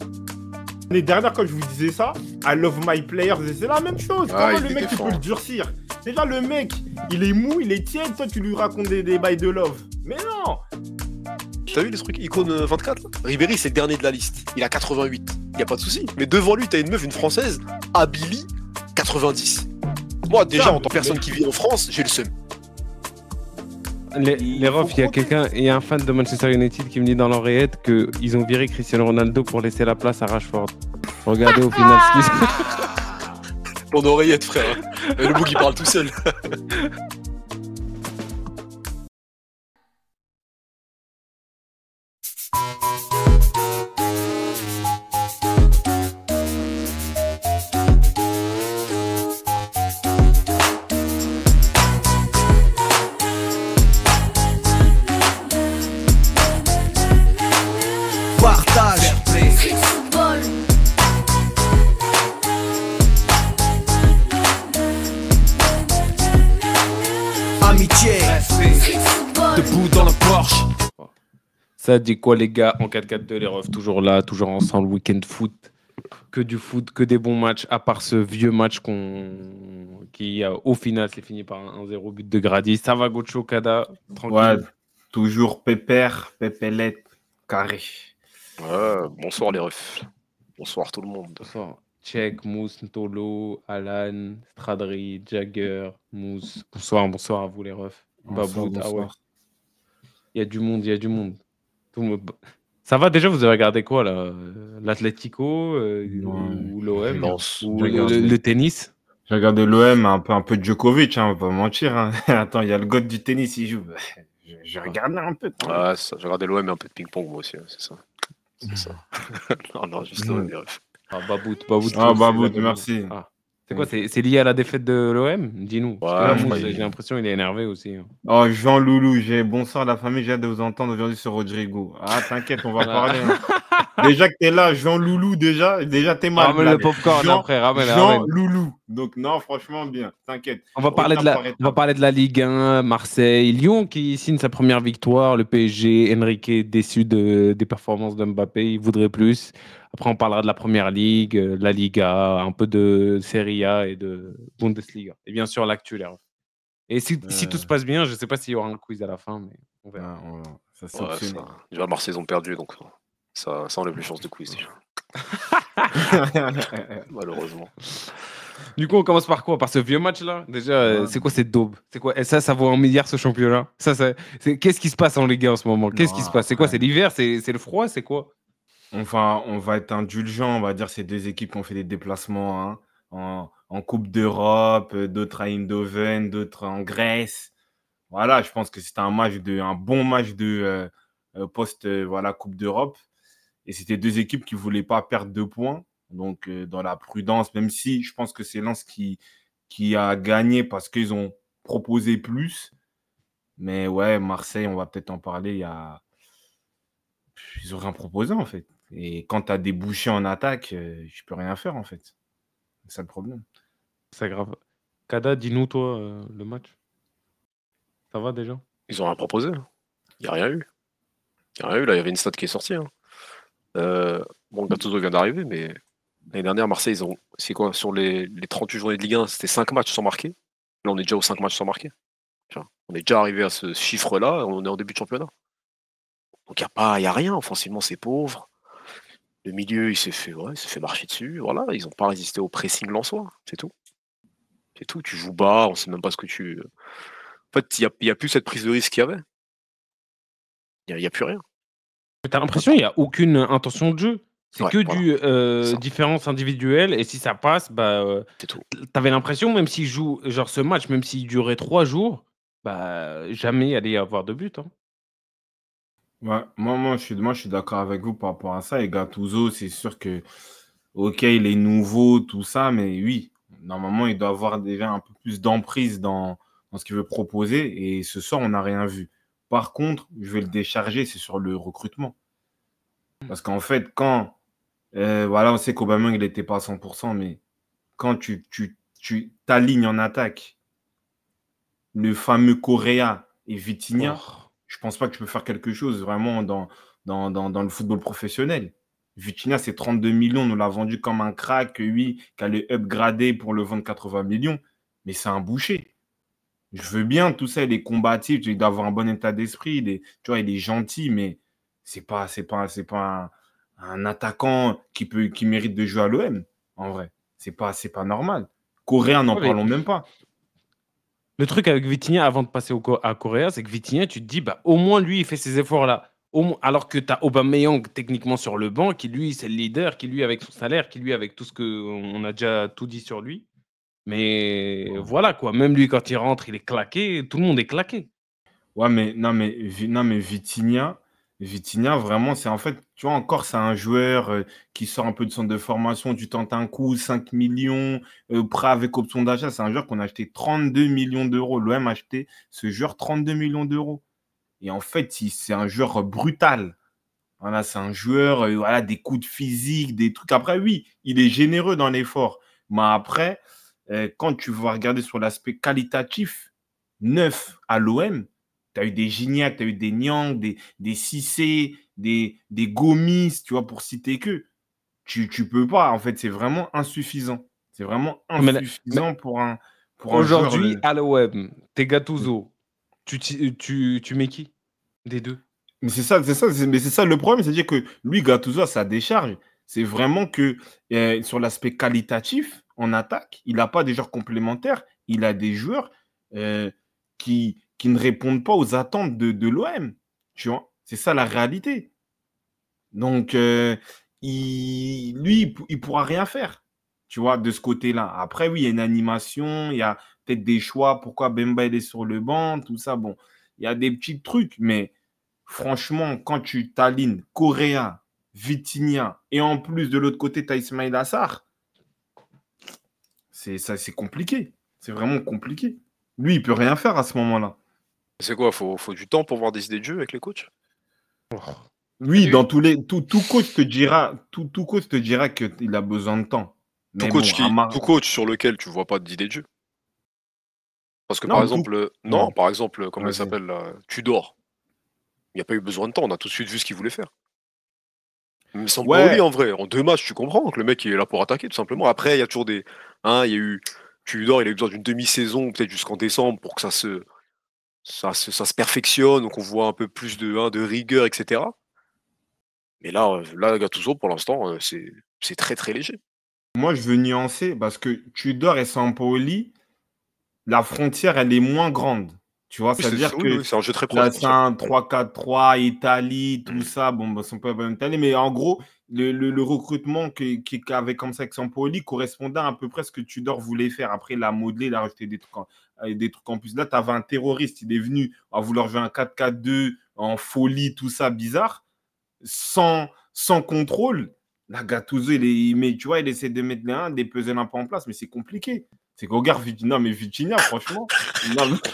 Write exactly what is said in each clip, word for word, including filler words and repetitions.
L'année dernière, quand je vous disais ça, I love my players, c'est la même chose. Ah, Comment il le les mec, tu défend. peux le durcir? Déjà, le mec, il est mou, il est tiède, toi, tu lui racontes des, des bails de love. Mais non! T'as vu les trucs icône euh, vingt-quatre là? Ribéry, c'est le dernier de la liste. Il a quatre-vingt-huit. Y a pas de souci. Mais devant lui, t'as une meuf, une française, Abili, quatre-vingt-dix. Moi, déjà, Ça, en tant que personne mais- qui vit en France, j'ai le seum. Les, Il les faut refs, il y a compter. quelqu'un, il y a un fan de Manchester United qui me dit dans l'oreillette qu'ils ont viré Cristiano Ronaldo pour laisser la place à Rashford. Regardez au final ce qui se Ton oreillette, frère. Et le bout qui parle tout seul. Partage. Amitié. Debout dans le Porsche. Ça dit quoi les gars en quatre quatre deux, les refs toujours là, toujours ensemble, week-end foot, que du foot, que des bons matchs, à part ce vieux match qu'on... qui euh, au final s'est fini par un un zéro but de Grady. Ça va Gocho, Kada, tranquille. Ouais, toujours pépère, pépélette, carré. Ouais, bonsoir les refs. Bonsoir tout le monde. Bonsoir. Check, Mousse, Ntolo, Alan, Stradri, Jagger, Mousse. Bonsoir, bonsoir à vous les refs. Bonsoir, Babout, ah ouais. bonsoir. Il y a du monde, il y a du monde. Tout le monde- Ça va déjà, vous avez regardé quoi là euh, L'Atlético euh, Ouais. ou l'O M Non, ou j'ai le, regardé. le- le tennis? J'ai regardé l'O M, un peu, un peu Djokovic, hein, on va pas mentir. Hein. Attends, il y a le god du tennis, il joue. J'ai j'ai regardé un peu. quand même. Ouais, c'est ça. J'ai regardé l'O M et un peu de ping-pong moi aussi, ouais, c'est ça. C'est ça. non, non, juste l'O M, les refs. Ah, Babout, Babout. Ah, tous ses Babout, abonnements. merci. Ah. C'est quoi C'est c'est lié à la défaite de l'O M Dis-nous. Parce que Ouais, là, je Mousse, crois j'ai qu'il- l'impression qu'il est énervé aussi. hein. Oh, Jean Loulou, j'ai bonsoir la famille, j'ai hâte de vous entendre aujourd'hui sur Rodrigo. Ah, t'inquiète, on va Ah. parler. hein. Déjà que t'es là, Jean Loulou, déjà, déjà t'es mal. Ramène le blague. popcorn Jean, après, ramène, Jean ramène. Loulou. Donc, non, franchement, bien, t'inquiète. On va, parler de Étape la, par on va étape. parler de la Ligue un, Marseille, Lyon qui signe sa première victoire, le P S G, Enrique déçu de, des performances de Mbappé, il voudrait plus. Après, on parlera de la Première Ligue, euh, la Liga, un peu de Serie A et de Bundesliga. Et bien sûr, l'actu, les refs. Et si, si tout Euh. se passe bien, je ne sais pas s'il y aura un quiz à la fin, mais on verra. Ah, voilà, ça c'est Ouais, optionnel. ça. Déjà, Marseille, ils ont perdu, donc ça, ça enlève les chances de quiz déjà. Malheureusement. Du coup, on commence par quoi? Par ce vieux match-là? Déjà, euh, Ouais. c'est quoi cette daube? C'est quoi? Et ça, ça vaut un milliard ce championnat? Ça, ça- c'est- Qu'est-ce qui se passe en Ligue un en ce moment? Qu'est-ce qui Non, se passe? C'est quoi? après- C'est l'hiver? C'est c'est le froid? C'est quoi? Enfin, on va être indulgent, on va dire ces deux équipes ont fait des déplacements hein, en, en Coupe d'Europe, euh, d'autres à Eindhoven, d'autres en Grèce. Voilà, je pense que c'était un match de, un bon match de euh, euh, post euh, voilà, Coupe d'Europe. Et c'était deux équipes qui ne voulaient pas perdre de points. Donc, euh, dans la prudence, même si je pense que c'est Lens qui, qui a gagné parce qu'ils ont proposé plus. Mais ouais, Marseille, on va peut-être en parler. Il y a... Ils n'ont rien proposé, en fait. Et quand tu as des bouchées en attaque, euh, je peux rien faire, en fait. C'est ça le problème. C'est grave. Kada, dis-nous, toi, euh, le match. Ça va déjà? Ils ont rien proposé. Il n'y a rien eu. Il n'y a rien eu, là, il y avait une stat qui est sortie. Hein. Euh, bon, Gattuso vient d'arriver, mais l'année dernière, Marseille, ils ont. C'est quoi? Sur les, les trente-huit journées de Ligue un, c'était cinq matchs sans marquer. Là, on est déjà aux cinq matchs sans marquer. Tu vois, on est déjà arrivé à ce chiffre-là, on est en début de championnat. Donc, il n'y a, pas- y a rien. Offensivement, c'est pauvre. Le milieu, il s'est fait, ouais, il s'est fait marcher dessus. Voilà, ils n'ont pas résisté au pressing lensois. C'est tout. C'est tout. Tu joues bas, on ne sait même pas ce que tu. En fait, il n'y a, il y a plus cette prise de risque qu'il y avait. Il n'y a, a plus rien. Mais t'as l'impression qu'il n'y a aucune intention de jeu. C'est Ouais, que voilà. du euh, Ça. différence individuelle. Et si ça passe, bah, euh, C'est tout. t'avais l'impression, même s'il joue, genre ce match, même s'il durait trois jours, bah, jamais il allait y avoir de but. hein. Ouais, moi, moi, je suis, moi, je suis d'accord avec vous par rapport à ça. Et Gattuso, c'est sûr que, ok, il est nouveau, tout ça, mais oui, normalement, il doit avoir déjà un peu plus d'emprise dans, dans ce qu'il veut proposer. Et ce soir, on n'a rien vu. Par contre, je vais le décharger, c'est sur le recrutement. Parce qu'en fait, quand, euh, voilà, on sait qu'Aubameyang, il n'était pas à cent pour cent, mais quand tu, tu, tu t'alignes en attaque, le fameux Correa et Vitinha, Oh. je pense pas que tu peux faire quelque chose vraiment dans, dans, dans, dans le football professionnel. Vitinha, c'est trente-deux millions. On nous l'a vendu comme un crack, oui, qui allait upgrader pour le vendre quatre-vingts millions. Mais c'est un boucher. Je veux bien, tout ça, il est combatif, il doit avoir un bon état d'esprit, il est, tu vois, il est gentil, mais c'est pas, c'est pas, c'est pas un, un attaquant qui peut, qui mérite de jouer à l'O M, en vrai. C'est pas, c'est pas normal. Coréen, n'en Ouais, mais parlons même pas. le truc avec Vitinha, avant de passer au Co- à Correa, c'est que Vitinha, tu te dis, bah, au moins lui, il fait ces efforts-là. Au moins- alors que tu as Aubameyang techniquement sur le banc, qui lui, c'est le leader, qui lui, avec son salaire, qui lui, avec tout ce qu'on a déjà tout dit sur lui. Mais voilà, quoi. Même lui, quand il rentre, il est claqué. Tout le monde est claqué. Ouais, mais non, mais, Vi- non, mais Vitinha, Vitinha, vraiment, c'est en fait, tu vois, encore, c'est un joueur euh, qui sort un peu de centre de formation. Tu tentes un coup, cinq millions, euh, prêt avec option d'achat. C'est un joueur qu'on a acheté trente-deux millions d'euros. L'O M a acheté ce joueur trente-deux millions d'euros. Et en fait, il- c'est un joueur brutal. Voilà, c'est un joueur, euh, voilà, des coups de physique, des trucs. Après, oui, il est généreux dans l'effort. Mais après, euh, quand tu vas regarder sur l'aspect qualitatif, neuf à l'O M, tu as eu des Gignac, tu as eu des Niang, des, des Cissé, des, des Gomis, tu vois, pour citer que. Tu, tu peux pas. En fait, c'est vraiment insuffisant. C'est vraiment Mais, la- mais insuffisant pour un, pour un joueur. aujourd'hui, euh, à l'O M, t'es Gattuso. Tu, ti- tu, tu mets qui des deux? Mais c'est ça, c'est ça, c'est- mais c'est ça le problème, c'est-à-dire que lui, Gattuso, à sa décharge, c'est vraiment que euh, sur l'aspect qualitatif, en attaque, il n'a pas des joueurs complémentaires, il a des joueurs euh, qui, qui ne répondent pas aux attentes de, de l'O M. Tu vois, c'est ça la réalité. Donc, euh, il, lui, il ne pourra rien faire, tu vois, de ce côté-là. Après, oui, il y a une animation, il y a peut-être des choix, pourquoi Bemba il est sur le banc, tout ça. Bon, il y a des petits trucs, mais franchement, quand tu t'alignes Correa, Vitinha, et en plus, de l'autre côté, tu as Ismail Assar, c'est, ça, c'est compliqué. C'est vraiment compliqué. Lui, il peut rien faire à ce moment-là. C'est quoi, faut, faut du temps pour voir des idées de jeu avec les coachs? Oui, Lui, dans tous les, tout, tout coach te dira, tout, tout coach te dira qu'il a besoin de temps. tout Mais coach bon, qui, Amar... tout coach sur lequel tu vois pas d'idées de jeu. Parce que par Non, tout... exemple, euh, non, Ouais, par exemple, comment il vas-y. s'appelle là, Tudor, il n'y a pas eu besoin de temps, on a tout de suite vu ce qu'il voulait faire. Même Sampaoli, Ouais, en vrai, en deux matchs, tu comprends que le mec il est là pour attaquer, tout simplement. Après, il y a toujours des. Hein, il y a eu. Tudor, il a eu besoin d'une demi-saison, peut-être jusqu'en décembre, pour que ça se, ça se, ça se perfectionne, donc on voit un peu plus de, hein, de rigueur, et cetera. Mais là, euh, là Gattuso, pour l'instant, euh, c'est, c'est très très léger. moi, je veux nuancer parce que Tudor et Sampaoli, la frontière, elle est moins grande. Tu vois, Oui, c'est, c'est- c'est-à-dire oui, que oui, c'est un jeu très proche, là, bien c'est sûr. un trois quatre trois, Italie, tout Mm. ça. Bon, bah, c'est pas la même Italie, mais en gros, le, le- le recrutement qui, qui, qui avait comme ça avec Sampaoli correspondait à peu près à ce que Tudor voulait faire. Après, il a modelé, il a rajouté des trucs en, euh, des trucs en plus. Là, tu avais un terroriste, il est venu à vouloir jouer un quatre quatre deux en folie, tout ça, bizarre, sans, sans contrôle. La Gattuso, il, est, il met, tu vois, il essaie de mettre les uns, des puzzles un peu en place, mais c'est compliqué. C'est qu'on regarde Vitinha, mais Vitinha, franchement, non, mais...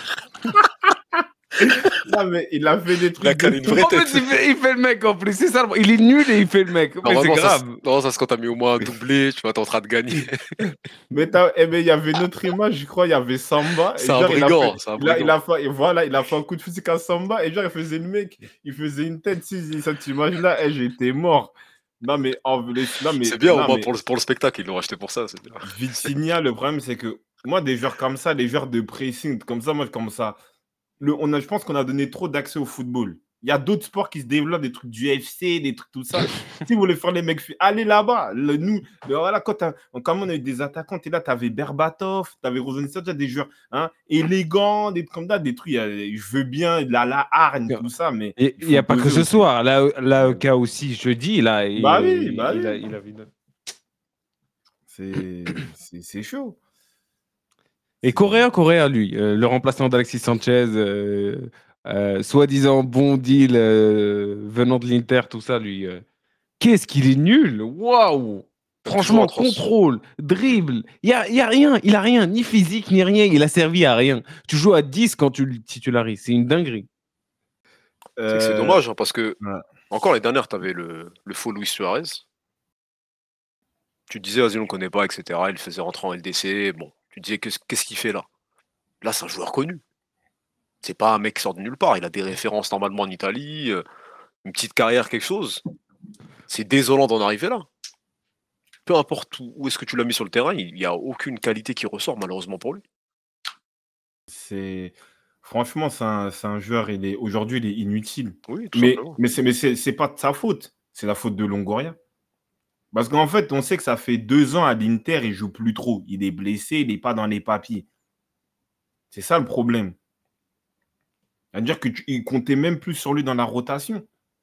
non, mais il a fait des Il a trucs de calé une fou. vraie En fait, tête. il fait, il fait le mec en plus. C'est ça. le- Il est nul et il fait le mec. Mais c'est Normalement, ça, grave. se- non, ça c'est quand t'as mis au moins un doublé, tu vois, t'es en train de gagner. Mais t'as- eh ben, il y avait une autre image, je crois, il y avait Samba, C'est et un genre, il a fait, brigand, c'est un il a, il brigand. a fait, et voilà, il a fait un coup de physique à Samba, et genre, il faisait le mec, il faisait une tête, si, cette image-là, eh, j'étais mort. Non, mais, en, non, mais, C'est bien, au non, moins mais, pour le, pour le spectacle, ils l'ont acheté pour ça, c'est bien. Vitinha, le problème, c'est que, moi, des joueurs comme ça, des joueurs de pressing, comme ça, moi, je commence à, le, on a, je pense qu'on a donné trop d'accès au football. Il y a d'autres sports qui se développent, des trucs du U F C, des trucs tout ça. Si vous voulez faire les mecs, allez là-bas. Le, nous, le, voilà, quand, quand on a eu des attaquants, es là, tu avais Berbatov, tu avais Rosenstad, des joueurs hein, élégants, des trucs comme ça, des trucs, je veux bien, la, la hargne, tout ça, mais Il il n'y faut a pas que peser ce aussi. soir. Là, là cas aussi jeudi, là, il, Bah oui, bah il, a, oui. il a vidé. C'est, c'est, c'est chaud. Et C'est... Correa, Correa, lui, euh, le remplaçant d'Alexis Sanchez, euh, euh, soi-disant bon deal euh, venant de l'Inter, tout ça, lui. euh, Qu'est-ce qu'il est nul! Waouh! Toujours un Franchement, trans. contrôle, dribble, il n'y a, y a rien, il a rien, ni physique, ni rien, il a servi à rien. Tu joues à dix quand tu le titularises, c'est une dinguerie. C'est que c'est Euh, dommage, hein, parce que, ouais. encore les dernières, t'avais le, le faux Luis Suarez. Tu te disais, vas-y, on le connaît pas, et cetera. Il le faisait rentrer en L D C. Bon, tu te disais, qu'est-ce qu'est-ce qu'il fait là? Là, c'est un joueur connu. C'est pas un mec qui sort de nulle part. Il a des références normalement en Italie, euh, une petite carrière, quelque chose. c'est désolant d'en arriver là. Peu importe où, où est-ce que tu l'as mis sur le terrain, il n'y a aucune qualité qui ressort malheureusement pour lui. C'est franchement, c'est un, c'est un joueur, il est aujourd'hui, il est inutile. Oui, tout Mais, simplement. mais c'est mais c'est c'est pas de sa faute. C'est la faute de Longoria. Parce qu'en fait, on sait que ça fait deux ans à l'Inter, il joue plus trop. Il est blessé, il n'est pas dans les papiers. C'est ça le problème. C'est-à-dire qu'il comptait même plus sur lui dans la rotation.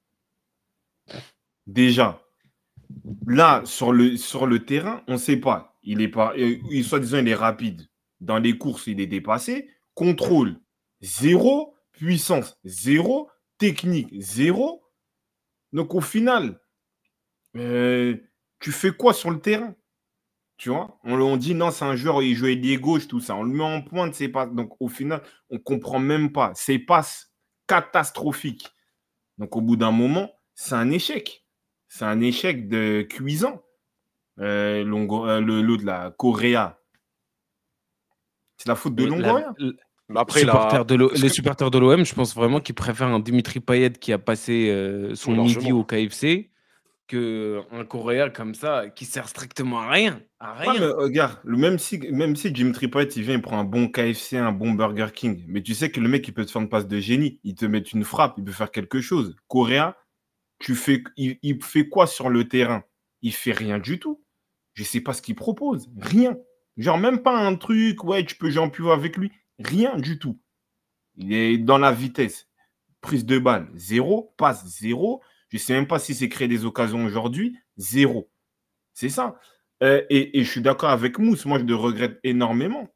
Déjà. Là, sur le, sur le terrain, on ne sait pas. Il est pas, euh, il- soi-disant, il est rapide. Dans les courses, il est dépassé. Contrôle, zéro. Puissance, zéro. Technique, zéro. Donc, au final, euh, tu fais quoi sur le terrain? Tu vois, on, on dit non, c'est un joueur, il joue ailier gauche, tout ça. On le met en pointe, c'est pas. Donc, au final, on ne comprend même pas. Ses passes catastrophiques. Donc, au bout d'un moment, c'est un échec. C'est un échec de cuisant. Euh, Longo- euh, le lot de la Correa. C'est la faute de Mais la- Longoria. l- Mais après, il a. supporters de l'O- est-ce les que- supporters de l'O M, je pense vraiment qu'ils préfèrent un Dimitri Payet qui a passé euh, son Oui, midi largement. au K F C qu'un Coréen comme ça qui sert strictement à rien. À Ouais, rien. mais regarde, le- même si, même si Dimitri Payet, il vient, il prend un bon K F C, un bon Burger King, mais tu sais que le mec, il peut te faire une passe de génie, il te met une frappe, il peut faire quelque chose. Correa, tu fais, il, il fait quoi sur le terrain? Il fait rien du tout. Je sais pas ce qu'il propose. Rien. Genre, même pas un truc, ouais, tu peux jouer en pivot avec lui. Rien du tout. Il est dans la vitesse. Prise de balle, zéro. Passe, zéro. Je ne sais même pas si c'est créé des occasions aujourd'hui. Zéro. C'est ça. Euh, et, et je suis d'accord avec Mousse. Moi, je le regrette énormément.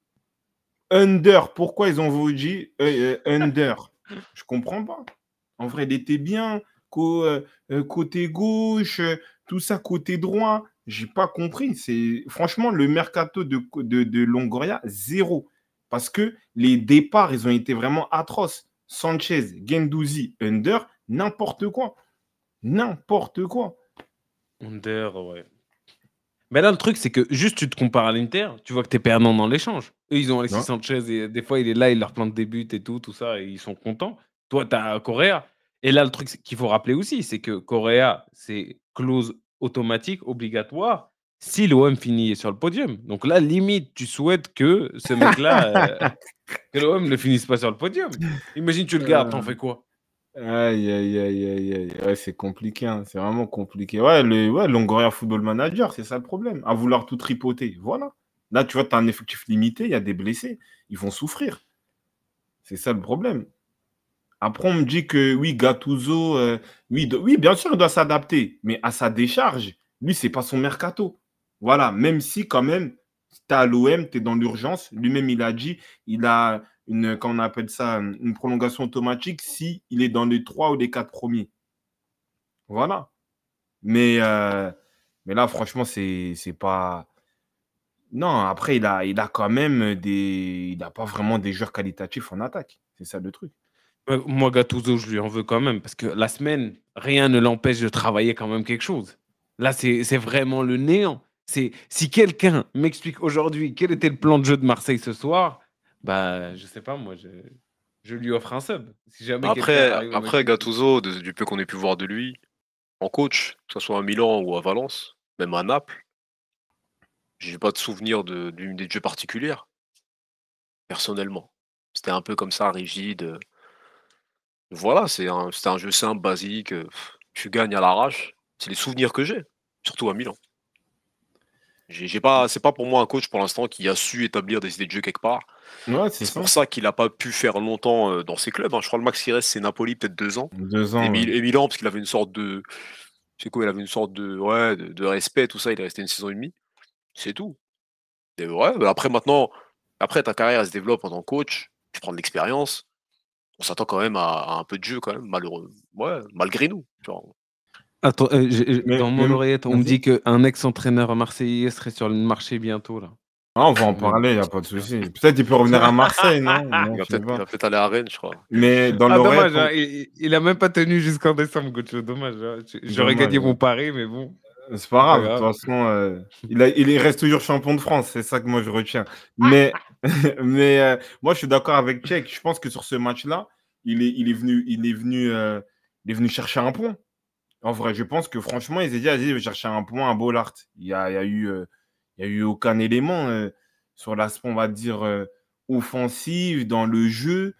Under. Pourquoi ils ont voulu euh, euh, Under? Je comprends pas. En vrai, il était bien. Co- euh, euh, côté gauche, euh, tout ça côté droit. J'ai pas compris. C'est franchement le mercato de, de, de Longoria, zéro. Parce que les départs, ils ont été vraiment atroces. Sanchez, Guendouzi, Under, n'importe quoi. N'importe quoi. Under, ouais. Mais là, le truc, c'est que juste tu te compares à l'Inter, tu vois que t'es perdant dans l'échange. Eux, ils ont Alexis Ouais. Sanchez et des fois, il est là, il leur plante des buts et tout, tout ça, et ils sont contents. Toi, t'as Correa. Et là, le truc c'est- qu'il faut rappeler aussi, c'est que Correa, c'est clause automatique, obligatoire, si l'O M finit sur le podium. Donc là, limite, tu souhaites que ce mec-là, euh, que l'O M ne finisse pas sur le podium. Imagine, tu le gardes, t'en Euh, fais quoi? Aïe, aïe, aïe, aïe, aïe. Ouais, c'est compliqué, hein. C'est vraiment compliqué. Ouais, le, ouais, Longoria Football Manager, c'est ça le problème. À vouloir tout tripoter. Voilà. Là, tu vois, tu as un effectif limité, il y a des blessés. Ils vont souffrir. C'est ça le problème. Après, on me dit que oui, Gattuso, euh, oui, do- oui, bien sûr, il doit s'adapter. Mais à sa décharge, lui, c'est pas son mercato. Voilà. Même si, quand même, tu à l'O M, tu es dans l'urgence. Lui-même, il a dit, il a une, comment on appelle ça, une prolongation automatique si il est dans les trois ou les quatre premiers. Voilà. Mais, euh, mais là, franchement, c'est, c'est pas. Non, après, il a, il a quand même des. Il n'a pas vraiment des joueurs qualitatifs en attaque. C'est ça le truc. Ouais, moi, Gattuso, je lui en veux quand même, parce que la semaine, rien ne l'empêche de travailler quand même quelque chose. Là, c'est c'est vraiment le néant. C'est si quelqu'un m'explique aujourd'hui quel était le plan de jeu de Marseille ce soir, bah, je sais pas, moi, je, je lui offre un sub. Si jamais quelqu'un Après, arrive à après m'expliquer. Gattuso, de- du peu qu'on ait pu voir de lui, en coach, que ce soit à Milan ou à Valence, même à Naples, j'ai pas de souvenir de, d'une des jeux particulières, personnellement. C'était un peu comme ça, rigide. euh. Voilà, c'est un, c'était un jeu simple, basique. euh, pff, Tu gagnes à l'arrache. C'est les souvenirs que j'ai, surtout à Milan. J'ai j'ai pas, c'est pas pour moi un coach pour l'instant qui a su établir des idées de jeu quelque part. Ouais, Et c'est c'est ça. pour ça qu'il a pas pu faire longtemps euh, dans ses clubs, hein. Je crois le max qui reste, c'est Napoli, peut-être deux ans. Deux Et, ans, Mil- ouais. et Milan, parce qu'il avait une sorte de. C'est quoi, il avait une sorte de, ouais, de, de respect, tout ça. Il est resté une saison et demie. C'est tout. Et ouais, bah après, maintenant, après, ta carrière elle se développe en tant que coach. Tu prends de l'expérience. On s'attend quand même à, à un peu de jeu, quand même, malheureux. Ouais, malgré nous. Genre. Attends, euh, j'ai- j'ai- Mais, dans mais mon oreillette, on me vas-y. dit qu'un ex-entraîneur marseillais serait sur le marché bientôt, là. Ah, on va en Mais bon. parler, il n'y a pas de souci. Peut-être qu'il peut revenir à Marseille, non? Non, Il va je sais peut-être il pas. va peut-être aller à Rennes, je crois. Mais dans Ah, l'oreillette, dommage, on- hein, il, il a même pas tenu jusqu'en décembre, Gauthier. Dommage, hein. J'aurais dommage. gagné Ouais. mon pari, mais bon, C'est pas pas grave. De toute grave. façon, euh, il, a- il reste toujours champion de France. C'est ça que moi, je retiens. Mais, mais euh, moi, je suis d'accord avec Tchèque. Je pense que sur ce match-là, il est, il est venu, il est venu, euh, il est venu chercher un point. En vrai, je pense que franchement, ils ont dit, vas-y, je vais chercher un point à Bollard. Il y a, il y a eu, euh, il y a eu aucun élément euh, sur l'aspect, on va dire, euh, offensif, dans le jeu.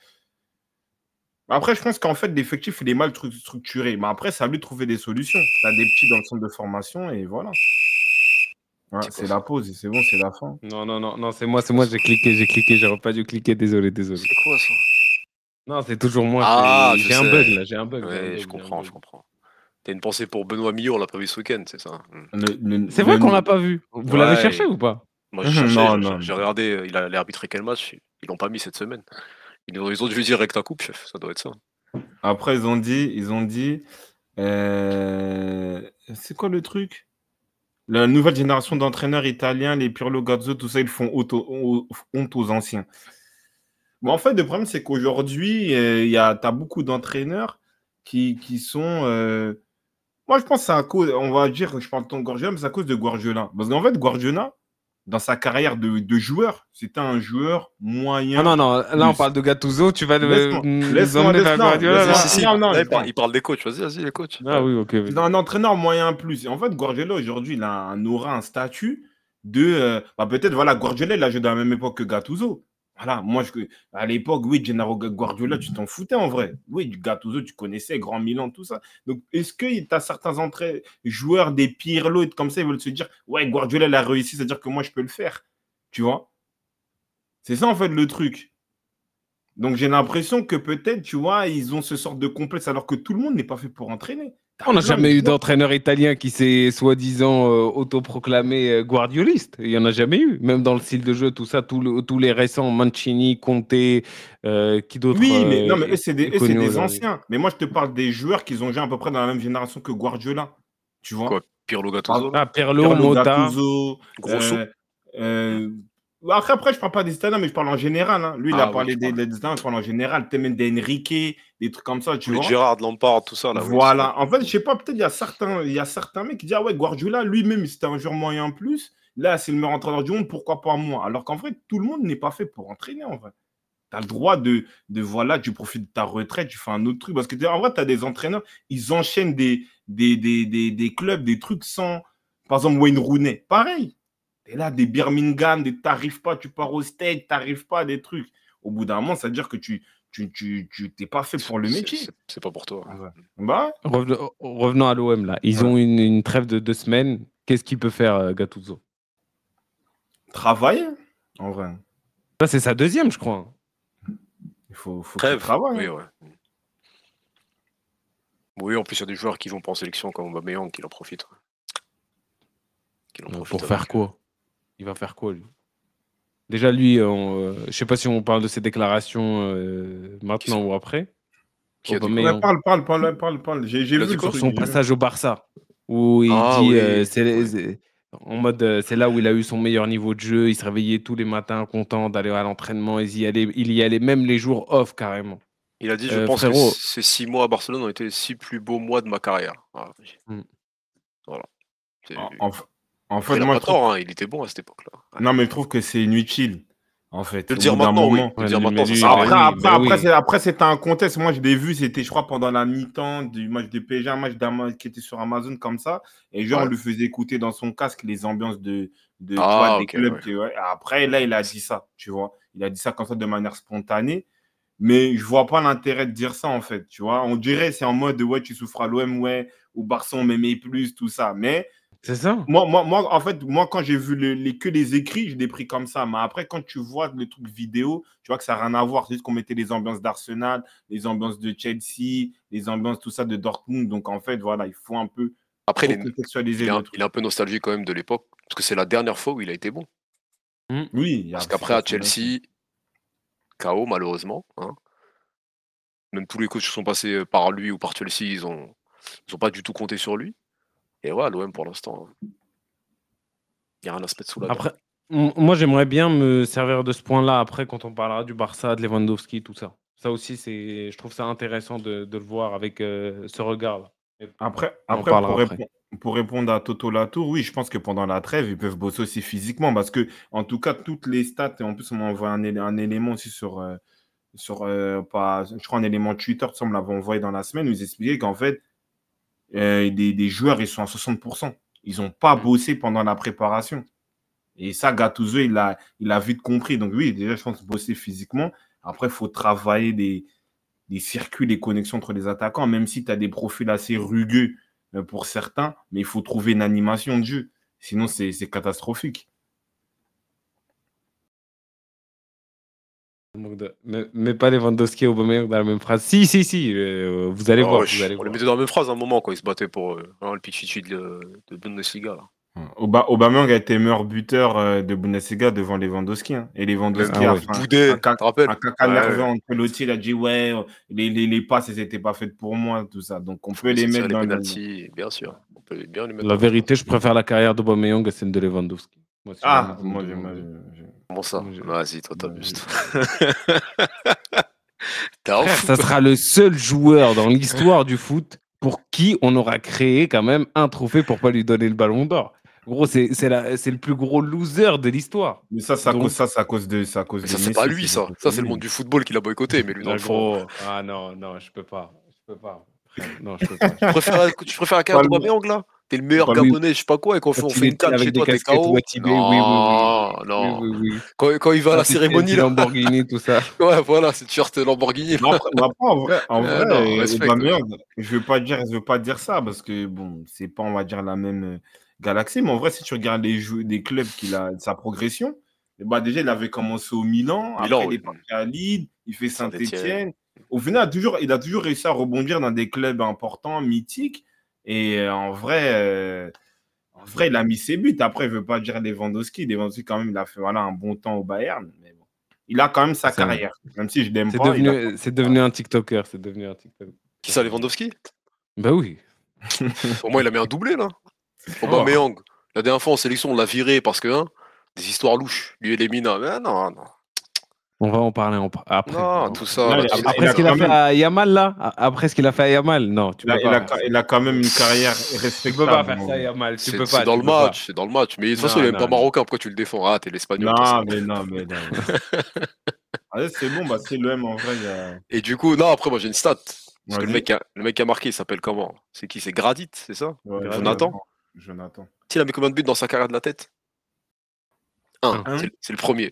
Après, je pense qu'en fait, l'effectif, il est mal tru- structuré. Mais après, c'est à lui de trouver des solutions. Tu as des petits dans le centre de formation et voilà. Ouais, C'est quoi c'est ça? la pause, c'est bon, c'est la fin. Non, non, non, non, c'est moi, c'est moi, j'ai cliqué, j'ai cliqué, j'aurais pas dû cliquer, désolé, désolé. C'est quoi ça? Non, c'est toujours moi, Ah, c'est- je j'ai un bug sais. là, j'ai un bug, j'ai un Ouais, bug, je j'ai un comprends, je bug. comprends. T'as une pensée pour Benoît Millot, on l'a pas vu ce week-end, c'est ça? Hmm. Le- le- C'est vrai qu'on le- l'a pas vu. Vous l'avez cherché Ouais, ou pas? moi je Mhm, cherchais, non, j'ai non, j'ai non. regardé, euh, il a, il a arbitré quel match? Ils l'ont pas mis cette semaine. Ils ont, ils ont dû lui dire avec ta coupe, chef, ça doit être ça. Après, ils ont dit, ils ont dit, euh, c'est quoi le truc? La nouvelle génération d'entraîneurs italiens, les Pirlo, Gazzo, tout ça, ils font honte aux, aux- honte aux anciens. Bon, en fait, le problème, c'est qu'aujourd'hui, euh, il y a, t'as beaucoup d'entraîneurs qui, qui sont. euh, Moi, je pense que c'est à cause, on va dire, je parle de ton Guardiola, mais c'est à cause de Guardiola. Parce qu'en fait, Guardiola, dans sa carrière de, de joueur, c'était un joueur Ah non, moyen non, là on plus. parle de Gattuso, tu vas euh, Laisse-moi, nous laisse-moi, emmener vers laisse-moi, Guardiola Si, laisse-moi. là? si, si, Non, non, là il parle, non. il parle des coachs, vas-y, vas-y, les coachs. Ah Ouais. oui, ok, C'est vas-y. un entraîneur moyen plus. En fait, Guardiola, aujourd'hui, il a un aura, un statut de. euh, bah, peut-être, voilà, Guardiola, il a joué dans la même époque que Gattuso. Voilà, moi, je, à l'époque, oui, Gennaro Guardiola, tu t'en foutais en vrai. Oui, Gattuso, tu connaissais, Grand Milan, tout ça. Donc, est-ce que tu as certains entraîneurs, joueurs, des Pirlo et comme ça, ils veulent se dire, ouais, Guardiola, il a réussi, c'est-à-dire que moi, je peux le faire. Tu vois? C'est ça, en fait, le truc. Donc, j'ai l'impression que peut-être, tu vois, ils ont ce sort de complexe alors que tout le monde n'est pas fait pour entraîner. T'as On n'a plein de jamais eu joueurs. d'entraîneur italien qui s'est soi-disant euh, autoproclamé euh, guardioliste. Il n'y en a jamais eu. Même dans le style de jeu, tout ça, tout le- tous les récents, Mancini, Conte, euh, qui d'autre Oui, mais euh, non, mais eux, est, c'est des, est eux, c'est connu des aujourd'hui? anciens. Mais moi, je te parle des joueurs qui ont joué à peu près dans la même génération que Guardiola. Tu Quoi, vois? Pirlo Gattuso, Par- là? Ah, Pirlo, Pirlo, Mota. Gattuso. Grosso? euh, Hmm. euh, Après, après, je parle pas des Italiens, mais je parle en général, hein. Lui, il a Ah oui, parlé tu des, parles. des Italiens, je parle en général. Temen d'Enrique, des trucs comme ça, Tous tu les vois? Gérard, Lampard, tout ça, là, oui, c'est vrai. Voilà. En fait, je sais pas, peut-être il y a certains, il y a certains mecs qui disent, ah ouais, Guardiola, lui-même, c'était un joueur moyen en plus. Là, c'est le meilleur entraîneur du monde, pourquoi pas moi? Alors qu'en vrai, tout le monde n'est pas fait pour entraîner, en vrai. Tu as le droit de, de, voilà, tu profites de ta retraite, tu fais un autre truc. Parce que t'es- en vrai, tu as des entraîneurs, ils enchaînent des, des, des, des, des clubs, des trucs sans. Par exemple, Wayne Rooney, pareil. Tu es là, des Birmingham, des t'arrives pas, tu pars au Stade, t'arrives pas, des trucs. Au bout d'un moment, ça veut dire que tu tu, tu, tu t'es pas fait C'est pour le c'est- métier. c'est- c'est pas pour toi. En vrai. Bah, Revenons, revenons à l'O M là. Ils voilà. ont une, une trêve de deux semaines. Qu'est-ce qu'il peut faire, euh, Gattuso? Travailler, en vrai. Ça, c'est sa deuxième, je crois. Il faut, faut qu'il Trêve, travaille. oui, hein. ouais. Oui, en plus, il y a des joueurs qui vont pas en sélection comme Aubameyang qui en profitent. Qui en Euh, profitent Pour faire avec. quoi? Il va faire quoi, lui? Déjà, lui, on, euh, je sais pas si on parle de ses déclarations euh, Qui, maintenant sont- ou après. qui a dit quoi? Ouais, Aubameyang, parle, parle, parle, parle, parle. J'ai j'ai Il a vu dit le quoi? sur truc. son j'ai vu. passage au Barça, où il Ah dit, euh, oui, c'est oui. c'est- en mode, euh, c'est là où il a eu son meilleur niveau de jeu. Il se réveillait tous les matins content d'aller à l'entraînement. Il y allait, il y allait même les jours off carrément. Il a dit, je Euh, pense que frérot, ces six mois à Barcelone ont été les six plus beaux mois de ma carrière. Ah, oui. hmm. Voilà. C'est- En, en- en Après, fait, il a moi, pas je trouve. tort, hein, il était bon à cette époque-là. Ouais. Non, mais je trouve que c'est inutile, en De fait. le Au dire bout d'un maintenant, oui. moment. De le Ouais, dire lui, maintenant, mais ça lui, sert à mais rien. Après, oui, après, mais après, oui. c'est, après, c'était un contexte. Moi, je l'ai vu, c'était, je crois, pendant la mi-temps du match de P S G, un match d'Ama- qui était sur Amazon comme ça. Et genre, on Ouais. lui faisait écouter dans son casque les ambiances de, de, tu vois, Ah, des ok, clubs. ouais. Qui, ouais. Après, là, il a dit ça, tu vois. Il a dit ça comme ça de manière spontanée. Mais je vois pas l'intérêt de dire ça, en fait, tu vois. On dirait, c'est en mode, ouais, tu souffres à l'O M, ouais, ou Barça, on m'aimait plus, tout ça. Mais C'est ça. moi, moi, moi, en fait, moi, quand j'ai vu le- les, que les écrits, je l'ai pris comme ça. Mais après, quand tu vois le truc vidéo, tu vois que ça n'a rien à voir. C'est juste qu'on mettait les ambiances d'Arsenal, les ambiances de Chelsea, les ambiances, tout ça de Dortmund. Donc, en fait, voilà, il faut un peu Après, il est, recontextualiser il est le un, truc. il est un peu nostalgique quand même de l'époque, parce que c'est la dernière fois où il a été bon. Hmm. Oui, il y a- Parce c'est qu'après, pas à son action. Chelsea, K O, malheureusement. Hein. Même tous les coachs qui sont passés par lui ou par Chelsea, ils ont, ils ont pas du tout compté sur lui. Et ouais, l'O M pour l'instant, il n'y a rien à se mettre sous la dent. Après, m- moi, j'aimerais bien me servir de ce point-là après quand on parlera du Barça, de Lewandowski, tout ça. Ça aussi, c'est, je trouve ça intéressant de, de le voir avec euh, ce regard-là. Et Après, on en après parlera pour, après. répondre, pour répondre à Toto Latour, oui, je pense que pendant la trêve, ils peuvent bosser aussi physiquement parce que, en tout cas, toutes les stats, et en plus, on m'a envoyé un, élé- un élément aussi sur, euh, sur euh, pas, je crois, un élément Twitter, ça, on me l'avait envoyé dans la semaine, où ils expliquaient qu'en fait, euh, des, des joueurs, ils sont à soixante pour cent. Ils n'ont pas bossé pendant la préparation. Et ça, Gattuso, il a, il a vite compris. Donc oui, déjà, je pense bosser physiquement. Après, il faut travailler des, des circuits, des connexions entre les attaquants, même si tu as des profils assez rugueux euh, pour certains, mais il faut trouver une animation de jeu. Sinon, c'est c'est catastrophique. Mais, mais pas Lewandowski et Aubameyang dans la même phrase. Si, si, si, euh, vous allez Ah voir. ouais, Vous allez on voir. les mettait dans la même phrase à un moment quand ils se battaient pour euh, hein, le Pichichi de, de Bundesliga. Là. Oba- Aubameyang a été meilleur buteur euh, de Bundesliga devant Lewandowski. Hein. Et Lewandowski Ah a ouais. fait un, Boudé, un, tu ca- te rappelles un caca Ouais. nerveux entre Pelotti. Il a dit ouais, euh, les, les, les passes, elles n'étaient pas faites pour moi, tout ça. Donc on Faut peut les laisser mettre tirer les dans le. pénaltys, bien sûr. On peut bien les mettre La dans la vérité, je préfère la carrière d'Aubameyang à celle de Lewandowski. Moi, si jamais Ah, vous me moi, j'ai- moi, demandez. j'ai- j'ai- Comment ça Moi, j'ai- Vas-y, toi, moi, t'abuses. j'ai- T'es un Frère, fou. ça sera le seul joueur dans l'histoire du foot pour qui on aura créé quand même un trophée pour pas lui donner le ballon d'or. Gros, c'est c'est la- c'est le plus gros loser de l'histoire. Mais ça, c'est à Donc- cause, ça, c'est à cause de, c'est à cause Mais de ça, c'est Messi. pas lui, ça. à cause Ça, de c'est le lui. monde du football qui l'a boycotté, mais lui, dans Ah, le fond. gros. Ah non, non, je peux pas. Je peux pas. Frère, non, je peux pas. Tu préfères, tu préfères un carrière Pas le- d'Aubameyang, là T'es le meilleur pas le- Gabonais, je sais pas quoi, et quand on fait, Quand on il fait une était canne avec chez des toi, t'es casquettes K O Watibé, Non, oui, oui, oui. non. Oui, oui, oui. Quand, quand il va à la Quand il cérémonie, fait là. Lamborghini, tout ça. Ouais, voilà, c'est t-shirt Lamborghini. Mais après, mais après, en vrai, en Euh, vrai non, euh, respecte, Aubameyang, je veux pas dire, je veux pas dire ça parce que bon, c'est pas, on va dire, la même euh, galaxie. Mais en vrai, si tu regardes les jeux, des clubs qu'il a, sa progression, eh ben, déjà, il avait commencé au Milan, Milan, après il oui. est parti à Lille, il fait Saint-Étienne. Saint-Étienne. Au final, il a toujours, il a toujours réussi à rebondir dans des clubs importants, mythiques. Et euh, en vrai, euh, en vrai, il a mis ses buts. Après, je veux pas dire Lewandowski. Lewandowski, quand même, il a fait voilà, un bon temps au Bayern. Mais bon. Il a quand même sa C'est un- carrière. Même si je l'aime C'est pas, il a- devenu, c'est devenu un TikToker. C'est devenu un TikToker. Qui ça, Lewandowski Bah oui. Pour moi, il a mis un doublé, là. Oh. Aubameyang. La dernière fois en sélection, on l'a viré parce que, hein, des histoires louches. Lui et les Mina. Mais non, non. On va en parler en- après. Non, tout ça. Là, là, il a- tout ça. Après il a ce qu'il a quand fait même- à Yamal, là. a- Après ce qu'il a fait à Yamal, non, tu il, a, peux il a- pas. il a quand même une carrière Tu respectable. peux pas faire en ça à vrai. Yamal. Tu C'est peux c'est pas. dans tu le peux pas. match, c'est dans le match. Mais de toute Non, façon, il est même non, pas non. marocain. Pourquoi tu le défends Ah, t'es l'espagnol. Non, mais non, mais non. mais- Allez, c'est bon, bah, c'est le M en vrai. il y a- Et du coup, non, après, moi, j'ai une stat. Parce que le Vas-y. mec, qui a, le mec qui a marqué, il s'appelle comment C'est qui C'est Gradit, c'est ça Ouais, Jonathan Jonathan. Tu sais, il a mis combien de buts dans sa carrière de la tête Un. Un. C'est c'est le premier.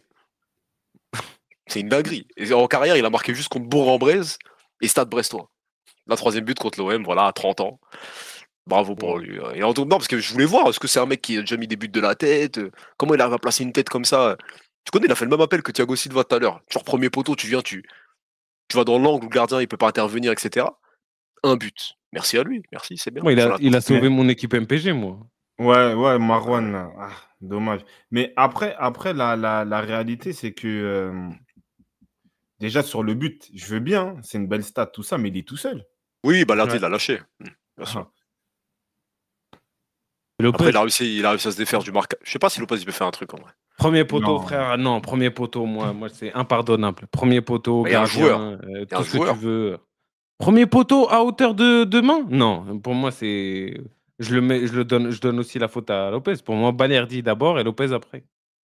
C'est une dinguerie. Et en carrière, il a marqué juste contre Bourg-en-Bresse et Stade Brestois. La troisième but contre l'O M, voilà, à trente ans. Bravo pour lui. Et en tout non, parce que je voulais voir, est-ce que c'est un mec qui a déjà mis des buts de la tête euh, Comment il arrive à placer une tête comme ça Tu connais, il a fait le même appel que Thiago Silva tout à l'heure. Genre, premier poteau, tu viens, tu, tu vas dans l'angle où le gardien il peut pas intervenir, et cetera. Un but. Merci à lui, merci, c'est bien. Moi, il a, Jonathan. il a sauvé mon équipe M P G, moi. Ouais, ouais, Marwan, là. Ah, dommage. Mais après, après la, la, la réalité, c'est que euh, déjà sur le but, je veux bien, hein, c'est une belle stat, tout ça, mais il est tout seul. Oui, bah l'arbitre Ouais. il l'a lâché. Hmm, bien sûr. Ah. Lopez, Après, il a, réussi, il a réussi à se défaire du marquage. Je sais pas si Lopez il peut faire un truc en vrai. premier poteau, Non. frère. Non, premier poteau, moi, moi c'est impardonnable. Premier poteau, Mais il y a un gardien, joueur. euh, y a tout un ce que joueur. tu veux. Premier poteau à hauteur de, de main Non, pour moi, c'est. Je le, mets, je le donne, je donne aussi la faute à Lopez. Pour moi, Balerdi d'abord et Lopez après.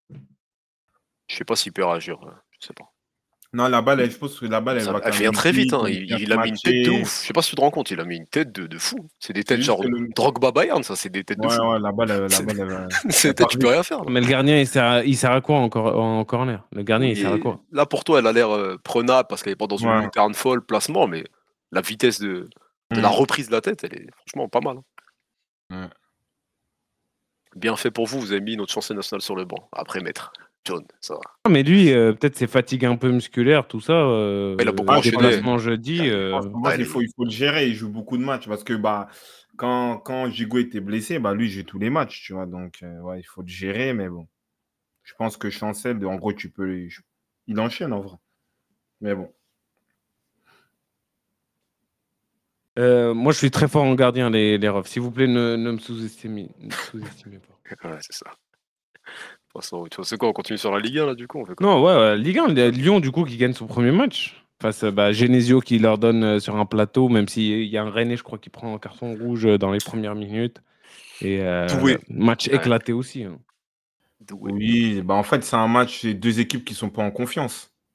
Je sais pas s'il peut réagir. euh, Je sais pas. Non, la balle, elle- je pense que la balle, elle Ça- va elle quand vient même très vite. Hein. elle Il, vient il a mis une tête de matcher. ouf. Je sais pas si tu te rends compte, il a mis une tête de, de fou. C'est des têtes juste genre que le- Drogba Bayern, ça, c'est des têtes de Ouais, fou. ouais, la balle, elle- la C'est- balle, elle va- C'est des elle têtes, part tu peux vite. rien faire. là. Mais le gardien, il sert à, il sert à quoi en, cor- en corner Le gardien, il Oui, sert à quoi Là, pour toi, elle a l'air euh, prenable parce qu'elle est pas dans une Ouais. lucarne folle, placement, mais la vitesse de, de la Mm. reprise de la tête, elle est franchement pas mal. hein. Ouais. Bien fait pour vous, vous avez mis notre chancelier national sur le banc. Après, maître. John, ça va. Ah, mais lui, euh, peut-être c'est fatigue un peu musculaire, tout ça. Euh, Il a beaucoup euh, enchaîné. déplacement jeudi. euh, Franchement, bah, il, les- faut, il faut le gérer. Il joue beaucoup de matchs parce que bah, quand, quand Gigo était blessé, bah, lui, il joue tous les matchs. Tu vois, donc, euh, ouais, il faut le gérer. Mais bon, je pense que Chancel, en gros, tu peux. les- Il enchaîne en vrai. Mais bon. euh, moi, je suis très fort en gardien, les, les refs. S'il vous plaît, ne, ne me sous-estimez, ne me sous-estimez pas. Ouais, c'est ça. De toute façon, tu vois, c'est quoi, on continue sur la Ligue un là du coup on fait quoi Non, ouais, ouais, Ligue un, il y a Lyon, du coup, qui gagne son premier match. Face à bah, Genesio qui leur donne euh, sur un plateau, même s'il y a un René, je crois, qui prend un carton rouge euh, dans les premières minutes. Et euh, Doué. match Ouais. éclaté aussi. hein. Doué. Oui, bah, en fait, c'est un match, c'est deux équipes qui sont pas en confiance.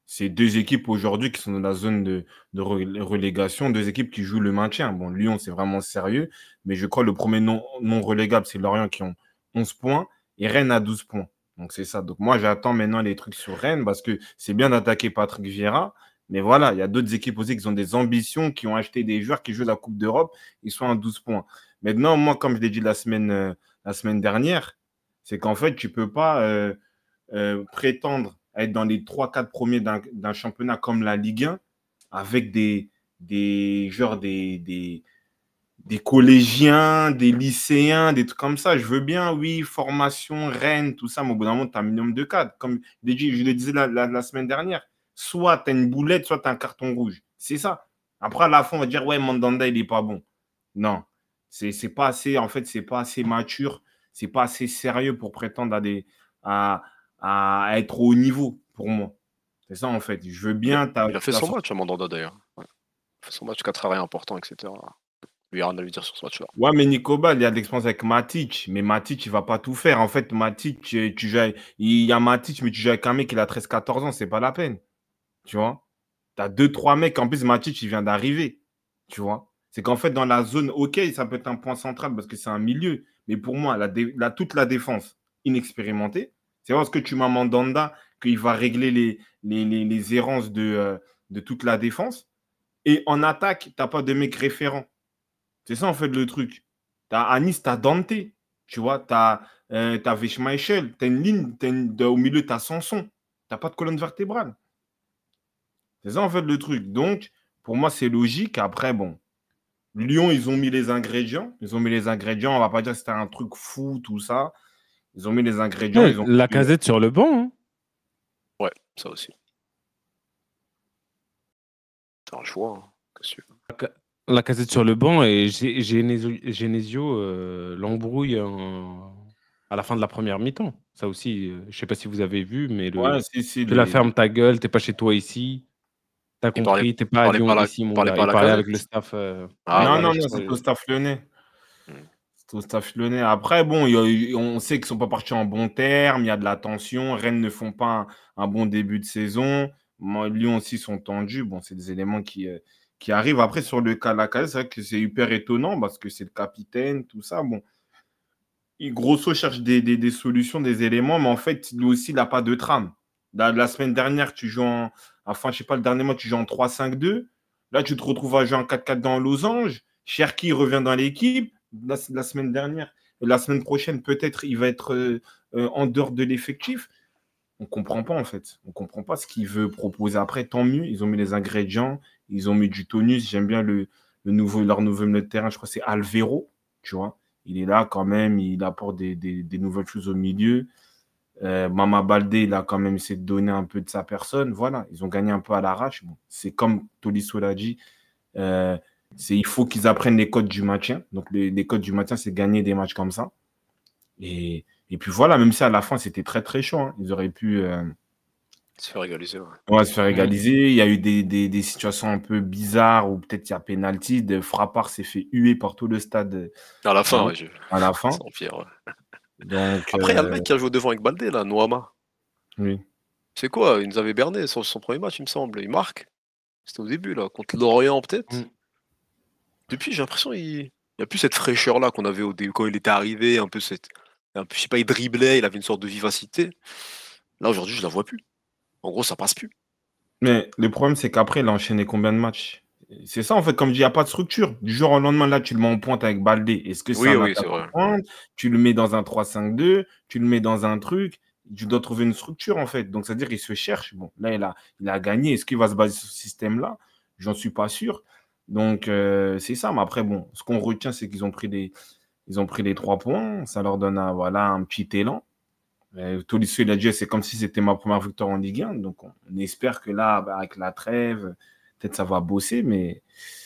C'est deux équipes aujourd'hui qui sont dans la zone de, de re- relégation, deux équipes qui jouent le maintien. Bon, Lyon, c'est vraiment sérieux, mais je crois que le premier non, non relégable, c'est Lorient qui ont onze points et Rennes a douze points. Donc, c'est ça. Donc, moi, j'attends maintenant les trucs sur Rennes parce que c'est bien d'attaquer Patrick Vieira, mais voilà, il y a d'autres équipes aussi qui ont des ambitions, qui ont acheté des joueurs qui jouent la Coupe d'Europe, ils sont à douze points. Maintenant, moi, comme je l'ai dit la semaine, euh, la semaine dernière, c'est qu'en fait, tu ne peux pas euh, euh, prétendre à être dans les trois quatre premiers d'un, d'un championnat comme la Ligue un avec des, des, genre des, des, des collégiens, des lycéens, des trucs comme ça. Je veux bien, oui, formation, Rennes, tout ça, mais au bout d'un moment, tu as un minimum de cadres. Comme je le disais la, la, la semaine dernière, soit tu as une boulette, soit tu as un carton rouge. C'est ça. Après, à la fin, on va dire, ouais, Mandanda, il n'est pas bon. Non. C'est, c'est pas assez, en fait, c'est pas assez mature, c'est pas assez sérieux pour prétendre à, des, à, à être au haut niveau, pour moi. C'est ça, en fait. Je veux bien. Il a, il a fait son match à Mandanda, d'ailleurs. Ouais. Il a fait son match, quatre arrêts importants, et cetera. Il n'y a rien à lui dire sur ce match-là. Ouais, mais Nico Ball, il y a de l'expérience avec Matic. Mais Matic, il ne va pas tout faire. En fait, Matic, tu, tu joues, il y a Matic, mais tu joues avec un mec qui a treize quatorze ans, c'est pas la peine. Tu vois? Tu as deux, trois mecs. En plus, Matic, il vient d'arriver. Tu vois? C'est qu'en fait, dans la zone, OK, ça peut être un point central parce que c'est un milieu. Mais pour moi, la dé- la, toute la défense inexpérimentée, c'est parce que tu m'as Mandanda qu'il va régler les, les, les, les errances de, euh, de toute la défense. Et en attaque, tu n'as pas de mec référent. C'est ça, en fait, le truc. T'as, à Nice, tu as Dante. Tu vois, tu as euh, Weishmeichel. Tu as une ligne, t'as une, au milieu, tu as Sanson. Tu n'as pas de colonne vertébrale. C'est ça, en fait, le truc. Donc, pour moi, c'est logique. Après, bon, Lyon, ils ont mis les ingrédients. Ils ont mis les ingrédients. On ne va pas dire que c'était un truc fou, tout ça. Ils ont mis les ingrédients. Ouais, ils ont la casette sur le banc. Hein. Ouais, ça aussi. C'est un choix. Hein. La casette sur le banc et Genesio, Genesio euh, l'embrouille en... à la fin de la première mi-temps. Ça aussi, euh, je ne sais pas si vous avez vu, mais le... ouais, si, si, tu les... la fermes ta gueule, t'es pas chez toi ici. T'as compris, t'es pas à Lyon la, ici, mon parlait gars. Pas Il la parlait casette. avec le staff. Euh... Ah, non, ouais, non, ouais, non, c'est au staff lyonnais. Hmm. C'est au staff lyonnais. Après, bon, y a, on sait qu'ils ne sont pas partis en bon terme. Il y a de la tension. Rennes ne font pas un, un bon début de saison. Moi, Lyon aussi sont tendus. Bon, c'est des éléments qui, euh, qui arrivent. Après, sur le cas de la casette, c'est vrai que c'est hyper étonnant parce que c'est le capitaine, tout ça. Bon, Grosso cherche des, des, des solutions, des éléments, mais en fait, lui aussi, il n'a pas de trame. La, la semaine dernière, tu joues en. Enfin, je sais pas, le dernier mois, tu joues en trois cinq deux. Là, tu te retrouves à jouer en quatre quatre dans Losange. Cherki revient dans l'équipe la, la semaine dernière. La semaine prochaine, peut-être, il va être euh, euh, en dehors de l'effectif. On ne comprend pas, en fait. On ne comprend pas ce qu'il veut proposer. Après, tant mieux. Ils ont mis les ingrédients. Ils ont mis du tonus. J'aime bien le, le nouveau, leur nouveau milieu de terrain. Je crois que c'est Alvero, tu vois. Il est là quand même, il apporte des, des, des nouvelles choses au milieu. Euh, Mama Baldé, il a quand même essayé de donner un peu de sa personne. Voilà, ils ont gagné un peu à l'arrache. Bon, c'est comme Tolisso l'a dit, euh, c'est, il faut qu'ils apprennent les codes du maintien. Donc, les, les codes du maintien, c'est gagner des matchs comme ça. Et, et puis voilà, même si à la fin, c'était très, très chaud. Hein. Ils auraient pu... Euh, se faire égaliser. Ouais. ouais, se faire égaliser. Il y a eu des, des, des situations un peu bizarres où peut-être il y a pénalty. De Frappard s'est fait huer par tout le stade. À la fin, hein, ouais. Je... À la fin. Sans pire, ouais. Donc, après, il y a euh... le mec qui a joué devant avec Baldé, là, Noama. Oui. C'est quoi? Il nous avait berné sur son premier match, il me semble. Il marque. C'était au début, là, contre Lorient, peut-être. Mm. Depuis, j'ai l'impression qu'il n'y a plus cette fraîcheur-là qu'on avait au début, quand il était arrivé. Un peu cette. Un peu, je sais pas, il driblait, il avait une sorte de vivacité. Là, aujourd'hui, je la vois plus. En gros, ça passe plus. Mais le problème, c'est qu'après, il a enchaîné combien de matchs? C'est ça, en fait, comme je dis, il n'y a pas de structure. Du jour au lendemain, là, tu le mets en pointe avec Baldé. Est-ce que c'est oui, un oui, attaquant en pointe? Tu le mets dans un trois cinq deux, tu le mets dans un truc. Tu dois trouver une structure, en fait. Donc, c'est-à-dire qu'il se cherche. Bon, là, il a, il a gagné. Est-ce qu'il va se baser sur ce système-là? J'en suis pas sûr. Donc, euh, c'est ça. Mais après, bon, ce qu'on retient, c'est qu'ils ont pris les, ils ont pris les trois points. Ça leur donne un, voilà, un petit élan. Euh, Tolisso, il a dit, c'est comme si c'était ma première victoire en Ligue un. Donc, on, on espère que là, bah, avec la trêve, peut-être ça va bosser, mais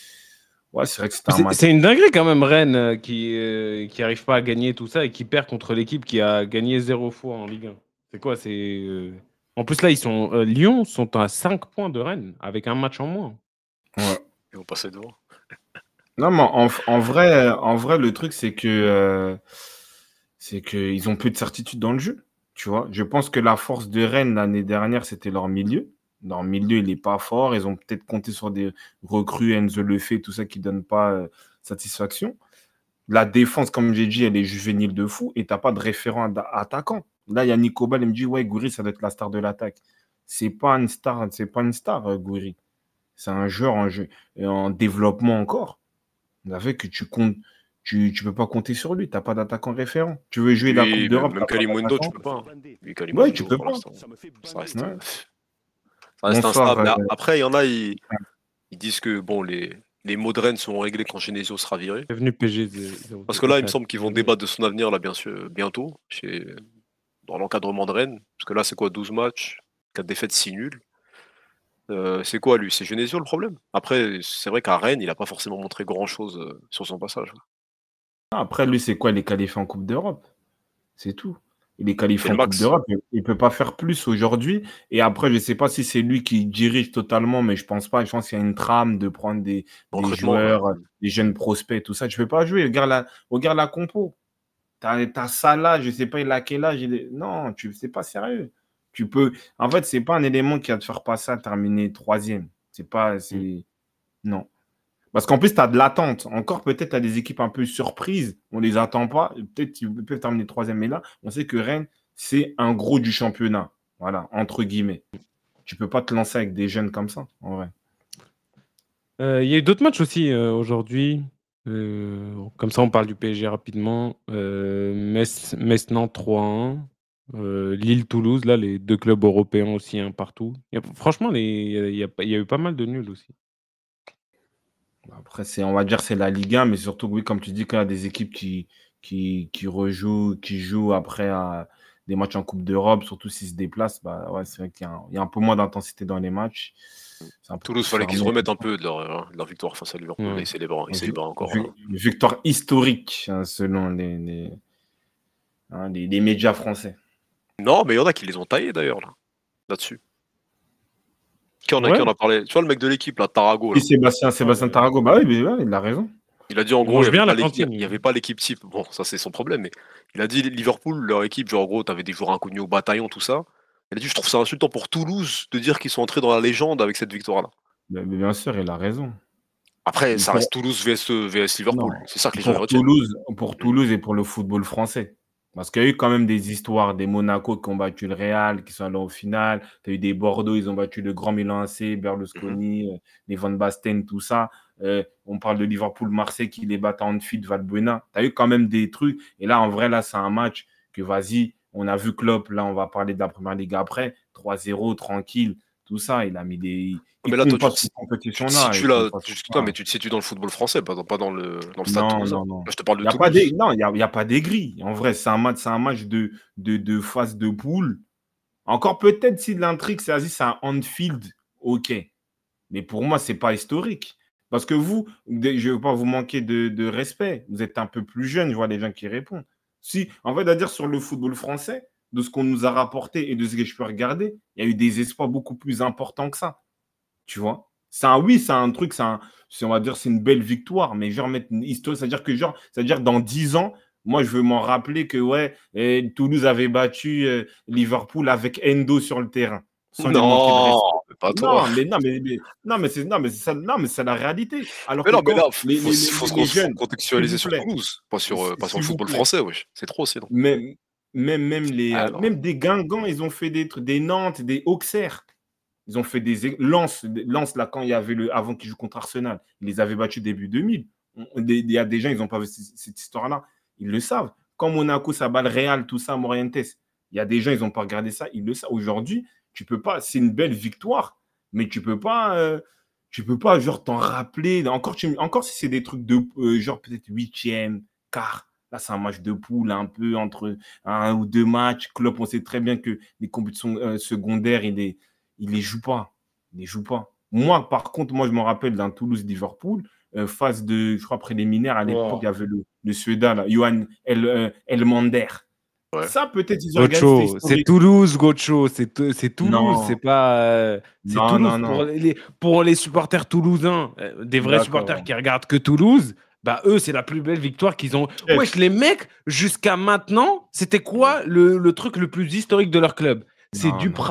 ouais, c'est vrai que c'était un match. C'est une dinguerie quand même, Rennes, euh, qui euh, qui n'arrive pas à gagner tout ça et qui perd contre l'équipe qui a gagné zéro fois en Ligue un. C'est quoi? C'est euh... En plus, là, ils sont euh, Lyon sont à cinq points de Rennes avec un match en moins. Ouais. Ils vont passer devant. Non, mais en, en, vrai, en vrai, le truc, c'est que euh, c'est qu'ils ont peu de certitude dans le jeu. Tu vois, je pense que la force de Rennes l'année dernière, c'était leur milieu. Leur milieu, il n'est pas fort. Ils ont peut-être compté sur des recrues, Enzo Lefebvre, tout ça qui ne donne pas euh, satisfaction. La défense, comme j'ai dit, elle est juvénile de fou et tu n'as pas de référent ad- attaquant. Là, il y a Nico Ball, il me dit ouais, Gouiri, ça doit être la star de l'attaque. C'est pas une star, c'est pas une star, euh, Gouiri. C'est un joueur en, jeu, en développement encore. Vous savez que tu comptes, tu, tu peux pas compter sur lui. Tu n'as pas d'attaquant référent. Tu veux jouer la Coupe Lui, même, d'Europe, même tu n'as pas Kalimundo, tu d'attaquant. peux pas. hein. Lui, Ouais, Kalimundo, tu peux pour pas. l'instant, ça reste, Ouais. euh, ça reste Bonsoir. instable. Mais euh, a- après, il y en a, ils, ils disent que bon, les, les mots de Rennes sont réglés quand Genesio sera viré. C'est venu P G zéro. Parce que là, il me semble qu'ils vont débattre de son avenir là, bien sûr, bientôt, chez, dans l'encadrement de Rennes. Parce que là, c'est quoi, douze matchs, quatre défaites, six nuls. Euh, c'est quoi lui? C'est Genesio le problème? Après, c'est vrai qu'à Rennes, il n'a pas forcément montré grand-chose euh, sur son passage. Après, lui, c'est quoi? Il est qualifié en Coupe d'Europe. C'est tout. Il est C'est qualifié le en Coupe max. d'Europe. Il ne peut pas faire plus aujourd'hui. Et après, je ne sais pas si c'est lui qui dirige totalement, mais je pense pas. Je pense qu'il y a une trame de prendre des, des Recrutement, ouais. joueurs, euh, des jeunes prospects, tout ça. Tu ne peux pas jouer. Regarde la, regarde la compo. Tu as Salah, je ne sais pas, il a quel âge. il est- Non, tu c'est pas sérieux. Tu peux... En fait, ce n'est pas un élément qui va te faire passer à terminer troisième. C'est pas... c'est Non. Parce qu'en plus, tu as de l'attente. Encore, peut-être, tu as des équipes un peu surprises. On ne les attend pas. Peut-être qu'ils peuvent terminer troisième. Mais là, on sait que Rennes, c'est un gros du championnat. Voilà, entre guillemets. Tu ne peux pas te lancer avec des jeunes comme ça, en vrai. Euh, Il y a eu d'autres matchs aussi euh, aujourd'hui. Euh, comme ça, on parle du P S G rapidement. Euh, Metz, Metz-Nantes trois un. Euh, Lille-Toulouse, là, les deux clubs européens aussi, un partout. Il y a- franchement, les- il y a, il y a pas- il y a eu pas mal de nuls aussi. Après, c'est, on va dire c'est la Ligue un, mais surtout, oui, comme tu dis, quand il y a des équipes qui, qui, qui rejouent, qui jouent après à des matchs en Coupe d'Europe, surtout s'ils se déplacent, bah, ouais, c'est vrai qu'il y a un, il y a un peu moins d'intensité dans les matchs. C'est un peu Toulouse, plus fallait qu'ils se fermé. remettent un peu de leur, euh, de leur victoire face à Liverpool. Ouais. Là, ils célèbrent, ils Vi- célèbrent encore. vi- hein. Victoire historique, hein, selon les, les, hein, les- les médias français. Non, mais il y en a qui les ont taillés d'ailleurs, là, là-dessus. Qui en a, Ouais. qui en a parlé? Tu vois, le mec de l'équipe, là, Tarago, là. Et Sébastien, Sébastien Tarago, bah oui, mais ouais, il a raison. Il a dit en Il gros, mange il n'y bien avait, la pas l'équipe- cantine. il y avait pas l'équipe type. Bon, ça c'est son problème, mais il a dit Liverpool, leur équipe, genre en gros, t'avais des joueurs inconnus au bataillon, tout ça. Il a dit, je trouve ça insultant pour Toulouse de dire qu'ils sont entrés dans la légende avec cette victoire-là. Mais mais bien sûr, il a raison. Après, Mais ça pour- reste Toulouse vs, vs Liverpool. Non, C'est ça que les gens pour retiennent. Toulouse, pour Toulouse et pour le football français. Parce qu'il y a eu quand même des histoires, des Monaco qui ont battu le Real, qui sont allés au final. Tu as eu des Bordeaux, ils ont battu le Grand Milan A C, Berlusconi, Mhm. euh, les Van Basten, tout ça. Euh, on parle de Liverpool, Marseille qui les bat à Anfield, Valbuena. Tu as eu quand même des trucs. Et là, en vrai, là, c'est un match que, vas-y, on a vu Klopp. Là, on va parler de la Première Ligue après. trois zéro, tranquille, tout ça. Il a mis des... Il Mais là, compte toi, pas tu te, cette tu te compétition-là. situes il là, compte pas tu, sur toi, ça. mais tu te situes dans le football français, pas dans, pas dans le, dans le stade Non, toulousain. non, non. Là, je te parle Il de y a pas des, Toulouse. non, il n'y a, il y a pas des grilles. En vrai, c'est un match, c'est un match de, de, de phase de poule. Encore peut-être si l'intrigue, c'est c'est un Anfield, ok. Mais pour moi, ce n'est pas historique. Parce que vous, de- je ne veux pas vous manquer de, de respect. Vous êtes un peu plus jeune, je vois les gens qui répondent. Si, en fait, à dire sur le football français, de ce qu'on nous a rapporté et de ce que je peux regarder, il y a eu des espoirs beaucoup plus importants que ça. Tu vois? C'est un oui, c'est un truc, c'est un, c'est- on va dire, c'est une belle victoire, mais genre mettre une histoire, c'est-à-dire que genre, c'est-à-dire dans dix ans, moi je veux m'en rappeler que ouais, eh, Toulouse avait battu euh, Liverpool avec Endo sur le terrain, sans lui manquer de Non, respect. mais pas toi. Non, mais non, mais, mais- non, mais c'est non, mais c'est ça, non, mais c'est la réalité. Alors Mais que non, mais quand là, faut, les, faut, les, faut les- se les faut jeunes, s'il contextualiser vous sur plaît, Toulouse, pas sur, euh, pas sur s'il le vous football plaît, français, wesh. C'est trop sinon. même, même, même, les, Ah euh, non. même des Guingamp, ils ont fait des trucs, des Nantes, des Auxerre. Ils ont fait des Lens, Lens là, quand il y avait le, avant qu'ils jouent contre Arsenal, ils les avaient battus début deux mille. On- des- Il y a des gens, ils n'ont pas vu c- cette histoire-là. Ils le savent. Quand Monaco, ça bat le Real, tout ça, Morientes, il y a des gens, ils n'ont pas regardé ça. Ils le savent. Aujourd'hui, tu peux pas. C'est une belle victoire, mais tu peux pas. euh, tu peux pas, genre, t'en rappeler. Encore, tu- encore si c'est des trucs de, euh, genre, peut-être huitième, quart. Là, c'est un match de poule, un peu entre un ou deux matchs. Klopp, on sait très bien que les compétitions euh, secondaires, il est il les joue pas. Il les joue pas. Moi, par contre, moi, je me rappelle d'un Toulouse-Liverpool, euh, phase de, je crois, préliminaire. À l'époque, Wow. il y avait le, le Suédois, là, Johan El, euh, Elmander. Ouais. Ça, peut-être, ils ont regardé, c'était Gocho, c'est historique. Toulouse, Gocho, c'est Tou- c'est Toulouse, Non. c'est pas. euh, c'est Non, Toulouse. non, non. Pour les, pour les supporters toulousains, euh, des vrais D'accord. supporters qui regardent que Toulouse, bah eux, c'est la plus belle victoire qu'ils ont. Chef. Wesh, les mecs, jusqu'à maintenant, c'était quoi le, le truc le plus historique de leur club? C'est Non, non. Duprat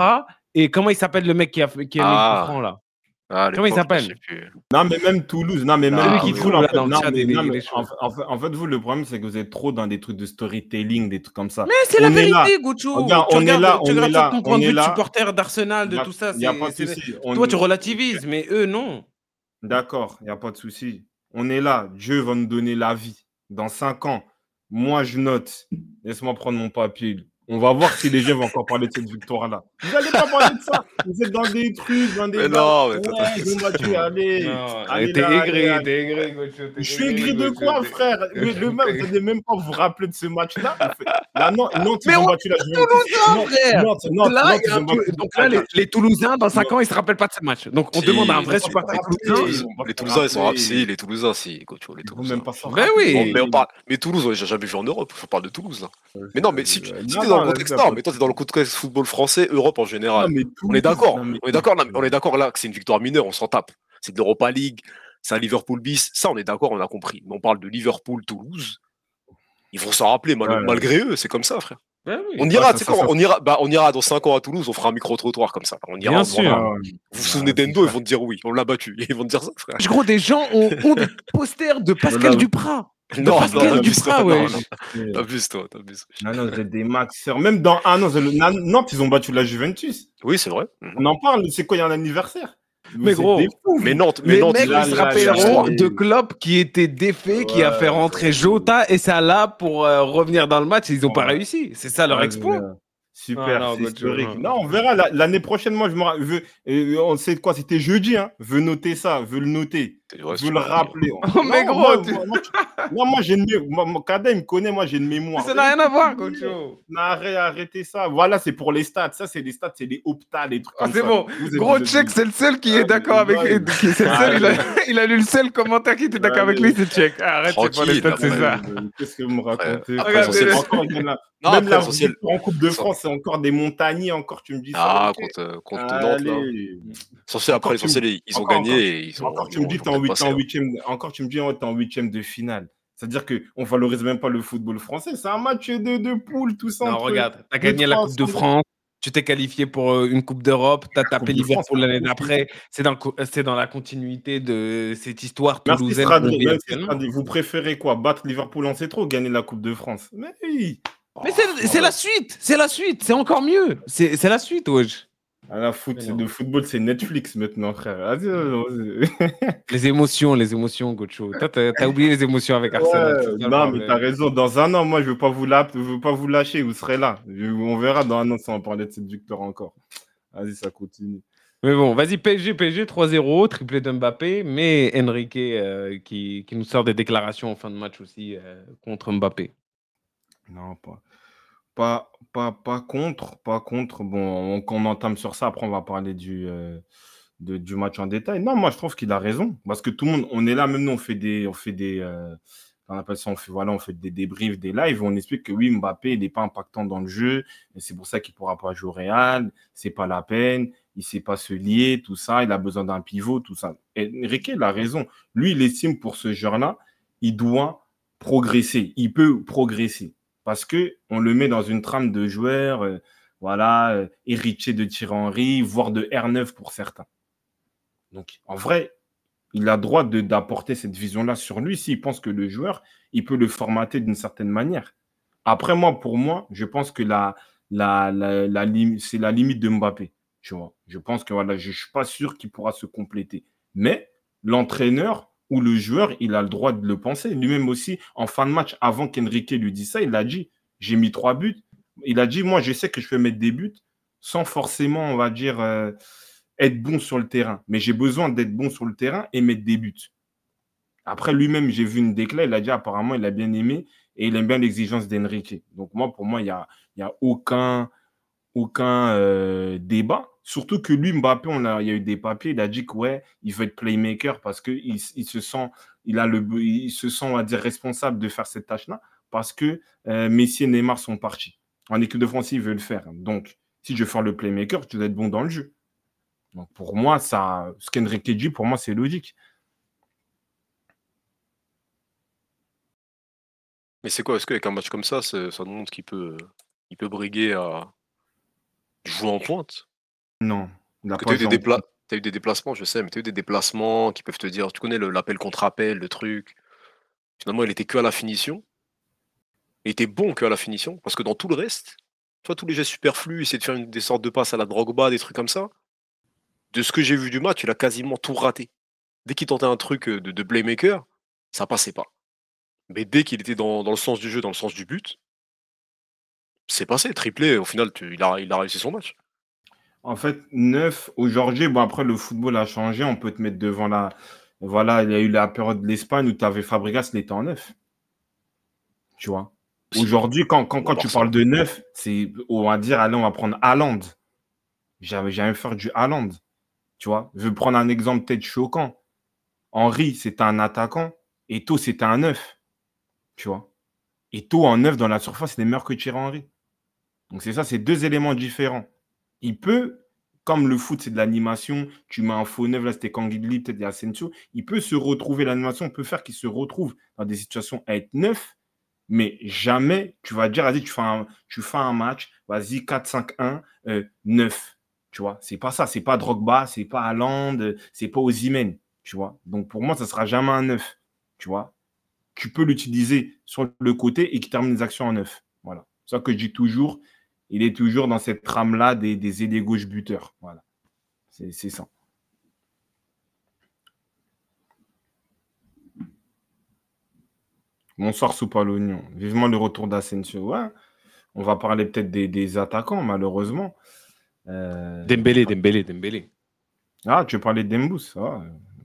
Et comment il s'appelle le mec qui a, fait- qui a mis le coup Ah, franc là? ah, à Comment il l'époque, là, je sais s'appelle? plus. Non, mais même Toulouse, non, mais même Celui Ah qui oui, Toulouse, trouve en là fait, dans le non, chat, mais, il est, non, il mais est en, chaud. fait, en fait- en fait, vous, le problème, c'est que vous êtes trop dans des trucs de storytelling, des trucs comme ça. Mais c'est la On est là, vérité, Gocho. regarde, Tu on est là, regardes, tu on est regardes ça de là, ton point on de est vue de là, supporter d'Arsenal, il de n'y a, tout ça. y a pas C'est, de c'est... souci. Toi, On, tu relativises, mais eux, non. D'accord, il n'y a pas de souci. On est là, Dieu va nous donner la vie. Dans cinq ans, moi je note. Laisse-moi prendre mon papier. On va voir si les gens vont encore parler de cette victoire-là. Vous n'allez pas parler de ça. Vous êtes dans des trucs, dans des Mais bails. non, mais toi, Ouais, ils ont battu, allez. Non, Allez t'es là, allez, aigri, allez. t'es aigri, Gocho, t'es Je suis aigri, aigri de Gocho. quoi, t'es- frère? Mais le même, vous n'allez même pas vous rappeler de ce match-là. Vous faites- Là, Nantes, Nantes, Mais ils ont on battu la est Juventus. Toulousain, Nantes, frère. Nantes, Donc Nantes, là, Nantes, il y a ils un ont Tou- battu. donc là les, Attends, les Toulousains, dans cinq non, ans, ils se rappellent pas de ce match. Donc on Si, demande à un ils vrai vont pas se supporter si, toulousain. rappeler. Ils si. vont pas Les se Toulousains, ils sont rap- si, rappeler. les Toulousains, si, Gocho, les Ils vont même Toulousains. pas s'en Ben rappeler. Bon, mais on oui. parle. Mais Toulouse, ouais, j'ai jamais vu en Europe. On parle de Toulouse, là. Mais non, mais si tu Euh, si Non, t'es dans non, le là, contexte, y a non, pas mais de toi, t'es dans le souci. contexte football français, Europe en Non, général. mais On est Toulouse, d'accord. non, mais On est d'accord, là, on est d'accord là que c'est une victoire mineure, on s'en tape. C'est de l'Europa League, c'est un Liverpool bis. Ça, on est d'accord, on a compris. Mais on parle de Liverpool-Toulouse. Ils vont s'en rappeler mal- ouais, malgré eux, c'est comme ça, frère. Ben On oui. ouais, ira, ça, tu sais ça, quoi, ça, on ira, bah, on ira dans cinq ans à Toulouse, on fera un micro-trottoir comme ça. On ira, Bien on demandera. sûr. ouais, Vous vous bah, souvenez c'est d'Endo, ils clair. vont te dire oui, on l'a battu. Ils vont te dire ça, frère. Gros, des gens ont, ont des posters de Pascal Là, Duprat. De Non, non, Pascal là, t'abuses, toi, Duprat, non, wesh. non, c'est- t'abuses, toi, t'abuses. non, non, vous êtes des maxeurs. Même dans. Ah non, c'est le- Na- Nantes, ils ont battu la Juventus. Oui, c'est vrai. Mhm. On en parle, c'est quoi, il y a un anniversaire? Mais Vous êtes des gros, fous. Mais vous. Nantes, mais les Nantes, mecs, ils ont Là, ils se une, là, une là, rappelleront histoire. les- de Klopp qui était défait, qui a fait Ouais, rentrer Jota et Salah pour euh, revenir dans le match. Ils n'ont pas ouais. réussi. C'est ça leur Ouais, exploit. c'est- Non, super, non, c'est Gocho, historique. non. Non, on verra la- l'année prochaine. Moi, je me ra- veux, euh, on sait de quoi, c'était jeudi. Hein. Veux noter ça, veux le noter, C'est vrai, veux c'est le mardi, hein. rappeler. Oh, mais Non, gros, moi, tu- moi, moi, tu- non, moi, j'ai une mé- moi, mon Kader, il me connaît, moi, j'ai une mais mémoire. ça n'a Et rien à tu voir, dis, Gocho. non, arrête- arrêtez ça. Voilà, c'est pour les stats. Ça, c'est les stats, c'est les optas, les trucs Ah, comme c'est ça. bon. Vous êtes, Gros vous êtes check, des- c'est le seul qui est Ah, d'accord mais- avec. ouais. qui- C'est le seul, il a, Allez. il a lu le seul commentaire qui était d'accord avec lui, Allez. c'est check. Ah, arrête, c'est pas les Tranquille, stats, c'est après. ça. Euh, Qu'est-ce que vous me Après, racontez, après, frère? l'essentiel, Encore, il y en a- Non, Même après, la l'essentiel. victoire en Coupe de ça- France, c'est encore des montagniers. Encore, tu me dis ça. Ah, ok. contre, euh, contre Nantes, là. Allez. L'essentiel, après, Encore, tu me- l'essentiel, ils ils ont encore, gagné encore. et ils ont, Encore, ils tu me ont, dis ils que ont t'es en peut-être huit- passé, t'es en hein. huitième. Encore, tu me dis, oh, t'es en huitième de finale. C'est-à-dire qu'on valorise même pas le football français. C'est un match de, de poule, tout ça. Non, entre regarde, t'as deux, gagné la trois Coupe de ensemble. France, tu t'es qualifié pour euh, une Coupe d'Europe, t'as tapé Coupe de France, Liverpool c'est un l'année trophée. d'après. C'est dans, le co- c'est dans la continuité de cette histoire Merci toulousaine qu'on Stradley. vit Merci actuellement. Stradley. Vous préférez quoi? Battre Liverpool en C trois ou gagner la Coupe de France? Mais oui. Mais c'est c'est la suite, c'est la suite, c'est encore mieux. C'est c'est la suite, wesh. Ah, la foot, Mais c'est- non. le football, c'est Netflix maintenant, frère. Vas-y, vas-y. Les émotions, les émotions, Gocho. Toi, t'as t'as oublié les émotions avec Arsenal. Ouais, c'est ça le non, mais t'as problème. raison. Dans un an, moi, je veux pas vous la- je veux pas vous lâcher. Vous serez là. Je- On verra dans un an si on va parler de cette victoire encore. Vas-y, ça continue. Mais bon, vas-y, P S G, P S G trois zéro, triplé de Mbappé, mais Enrique euh, qui, qui nous sort des déclarations en fin de match aussi euh, contre Mbappé. Non, pas, pas, pas, pas contre, pas contre. Bon, on, on entame sur ça. Après, on va parler du, euh, de- du match en détail. Non, moi, je trouve qu'il a raison. Parce que tout le monde, on est là, même nous, on fait des, on fait des, euh, on appelle ça, on fait, voilà, on fait des débriefs, des lives. On explique que oui, Mbappé, il n'est pas impactant dans le jeu. Et c'est pour ça qu'il ne pourra pas jouer au Real. C'est pas la peine. Il ne sait pas se lier, tout ça. Il a besoin d'un pivot, tout ça. Et Enrique, il a raison. Lui, il estime pour ce joueur-là, il doit progresser. Il peut progresser. Parce qu'on le met dans une trame de joueurs, euh, voilà, euh, héritier de Thierry Henry, voire de R neuf pour certains. Donc, en vrai, il a droit de- d'apporter cette vision-là sur lui s'il pense que le joueur, il peut le formater d'une certaine manière. Après, moi, pour moi, je pense que la, la, la, la lim- c'est la limite de Mbappé. Tu vois. Je pense que voilà, je ne suis pas sûr qu'il pourra se compléter. Mais l'entraîneur ou le joueur, il a le droit de le penser. Lui-même aussi, en fin de match, avant qu'Enrique lui dise ça, il a dit, j'ai mis trois buts. Il a dit, moi, je sais que je peux mettre des buts sans forcément, on va dire, euh, être bon sur le terrain. Mais j'ai besoin d'être bon sur le terrain et mettre des buts. Après, lui-même, j'ai vu une déclat, il a dit apparemment, il a bien aimé et il aime bien l'exigence d'Enrique. Donc, moi, pour moi, il n'y a, il y a aucun, aucun euh, débat. Surtout que lui, Mbappé, on a, il y a eu des papiers, il a dit que ouais, il veut être playmaker parce qu'il il se sent, il a le, il se sent, on va dire, responsable de faire cette tâche-là parce que euh, Messi et Neymar sont partis. En équipe de France, il veut le faire. Donc, si je veux faire le playmaker, tu dois être bon dans le jeu. Donc, pour moi, ça, ce qu'Enrique dit, pour moi, c'est logique. Mais c'est quoi? Est-ce qu'avec un match comme ça, c'est- ça nous montre qu'il peut, il peut briguer à jouer en pointe? Non, il n'a Que tu pas as eu des joué en dépla pro. tu eu des déplacements, je sais, mais tu as eu des déplacements qui peuvent te dire tu connais le l'appel contre appel, le truc. Finalement, il était que à la finition. Il était bon que à la finition, parce que dans tout le reste, toi, tous les gestes superflus, essayer de faire une des sortes de passes à la Drogba, des trucs comme ça, de ce que j'ai vu du match, il a quasiment tout raté. Dès qu'il tentait un truc, heu, de de playmaker, ça passait pas. Mais dès qu'il était dans dans le sens du jeu, dans le sens du but, c'est passé, triplé, au final, tu il a il a réussi son match. En fait, neuf aujourd'hui, bon après le football a changé, on peut te mettre devant la voilà, il y a eu la période de l'Espagne où tu avais Fabregas, il était en neuf, tu vois? Si, Aujourd'hui, quand quand comme au quand tu Barça. parles de neuf, c'est on va dire: «Allez, on va prendre Haaland». J'avais jamais faire du Haaland, tu vois? Je vais prendre un exemple peut-être choquant. Henry, c'était un attaquant, Eto'o, c'était un neuf, tu vois? Eto'o en neuf dans la surface, il est meilleur que Thierry Henry. Donc c'est ça, c'est deux éléments différents. Il peut, comme le foot, c'est de l'animation, tu mets un faux neuf, là c'était Canguilhi, peut-être il y a Asensio, il peut se retrouver, l'animation peut faire qu'il se retrouve dans des situations à être neuf, mais jamais tu vas dire, vas-y, tu fais un, tu fais un match, vas-y, quatre cinq un, euh, neuf. Tu vois, c'est pas ça, c'est pas Drogba, c'est pas Haaland, euh, c'est pas Osimhen, tu vois. Donc pour moi, ça sera jamais un neuf, tu vois. Tu peux l'utiliser sur le côté et qui termine les actions en neuf. Voilà. C'est ça que je dis toujours. Il est toujours dans cette trame-là des, des ailiers gauche buteurs. Voilà. C'est c'est ça. Bonsoir, soupe à l'oignon. Vivement le retour d'Asensio. Ouais, on va parler peut-être des, des attaquants, malheureusement. Euh, Dembélé, Dembélé, Dembélé. Ah, tu veux parler de Dembous. Ah,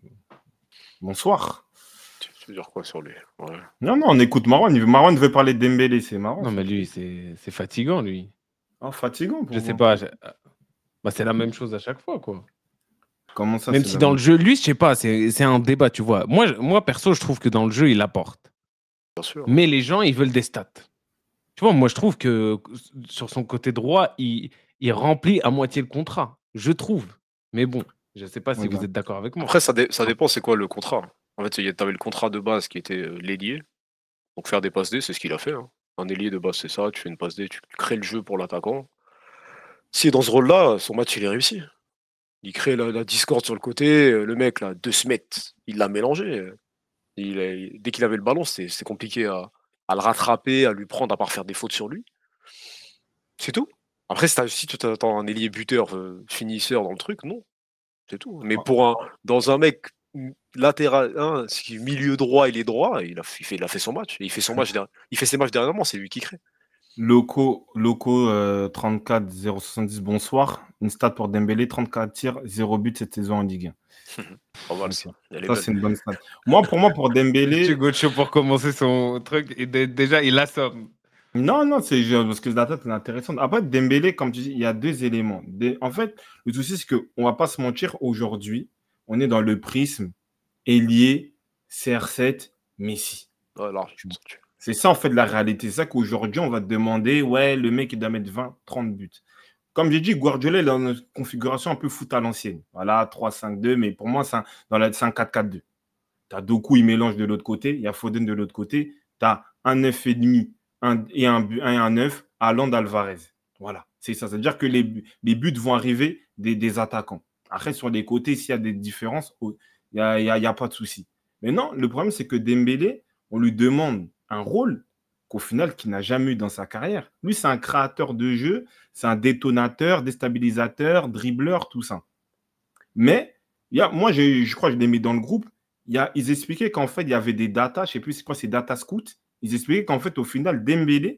bonsoir. Tu tu veux dire quoi sur lui? Ouais. Non, non, on écoute Marwan. Il veut- Marwan veut parler de Dembélé. C'est marrant. Non, ça. mais lui, c'est c'est fatigant, lui. Ah, fatigant pour Je sais vous. pas. je- Bah, c'est la même chose à chaque fois, quoi. Comment ça, Même c'est si la dans même- le jeu, lui, je sais pas, c'est c'est un débat, tu vois. Moi, je- moi, perso, je trouve que dans le jeu, il apporte. Bien sûr. Mais les gens, ils veulent des stats. Tu vois, moi, je trouve que sur son côté droit, il, il remplit à moitié le contrat. Je trouve. Mais bon, je sais pas si vous Regarde. êtes d'accord avec moi. Après ça dé ça dépend c'est quoi le contrat. En fait, il y a tu avais le contrat de base qui était, heu, l'ailier, donc faire des passes D, c'est ce qu'il a fait, hein. Un ailier de base, c'est ça, tu fais une passe D, tu crées le jeu pour l'attaquant. S'il est dans ce rôle-là, son match, il est réussi. Il crée la la discorde sur le côté, heu, le mec là, De Smet, il l'a mélangé, heu, il est dès qu'il avait le ballon, c'est c'est compliqué à à le rattraper, à lui prendre, à part faire des fautes sur lui. C'est tout. Après si tu si tu t'attends un ailier buteur, heu, finisseur dans le truc, non, c'est tout. Mais Ah, pour un dans un mec, mmh, latéral, hein, qui milieu droit, il est droit, il a f il fait il a fait son match. Et il fait son match der il fait ses matchs dernièrement, c'est lui qui crée. Loco, Loco euh, trente-quatre zéro soixante-dix, bonsoir. Une stat pour Dembélé, trente-quatre tirs, zéro but cette saison en Ligue Pas un. mal Ok. ça, elle est Ça, belle. c'est une bonne stat. Moi, pour moi, pour Dembélé, Hugo Chaud pour commencer son truc, et dé- déjà, il assomme. non, non, c'est juste parce que la stat est intéressante. Après, Dembélé, comme tu dis, il y a deux éléments. Des- En fait, le souci, c'est qu'on ne va pas se mentir, aujourd'hui, on est dans le prisme ailier, C R sept, Messi. Ouais, large, Tu vois. tu C'est ça, en fait, la réalité. C'est ça qu'aujourd'hui, on va te demander, ouais, le mec, il doit mettre vingt, trente buts. Comme j'ai dit, Guardiola, il a une configuration un peu foot à l'ancienne. Voilà, trois cinq deux, mais pour moi, c'est un, dans la, c'est un quatre quatre deux. Tu as Doku, il mélange de l'autre côté. Il y a Foden de l'autre côté. Tu as un neuf virgule cinq un, et un, bu- un, et un neuf, Haaland Alvarez. Voilà, c'est ça. C'est-à-dire que les, bu- les buts vont arriver des, des attaquants. Après, sur les côtés, s'il y a des différences, il n'y a, il y a- il y a pas de souci. Mais non, le problème, c'est que Dembélé, on lui demande un rôle qu'au final, qu'il n'a jamais eu dans sa carrière. Lui, c'est un créateur de jeu, c'est un détonateur, déstabilisateur, dribbleur, tout ça. Mais il y a, moi, j'ai- je crois que je l'ai mis dans le groupe. Il y a, ils expliquaient qu'en fait, il y avait des datas, je ne sais plus c'est quoi, c'est data scout. Ils expliquaient qu'en fait, au final, Dembélé,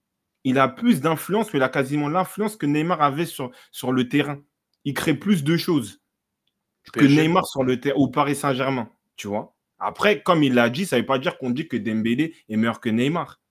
il a plus d'influence, il a quasiment l'influence que Neymar avait sur, sur le terrain. Il crée plus de choses que P S G. Neymar sur le terrain au Paris Saint-Germain, tu vois. Après, comme il l'a dit, ça ne veut pas dire qu'on dit que Dembélé est meilleur que Neymar.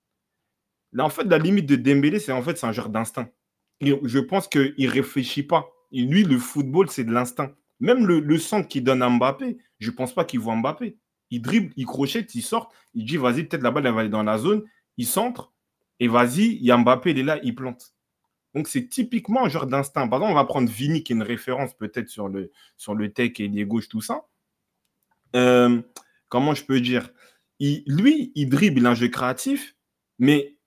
Là, en fait, la limite de Dembélé, c'est en fait, c'est un genre d'instinct. Et je pense qu'il ne réfléchit pas. Et lui, le football, c'est de l'instinct. Même le, le centre qu'il donne à Mbappé, je ne pense pas qu'il voit Mbappé. Il dribble, il crochette, il sort, il dit, vas-y, peut-être la balle, elle va aller dans la zone. Il centre, et vas-y, il y a Mbappé, il est là, il plante. Donc, c'est typiquement un genre d'instinct. Par exemple, on va prendre Vini, qui est une référence peut-être sur le, sur le tech et les gauches, tout ça. Euh, comment je peux dire il, Lui, il dribble, il a un jeu créatif, mais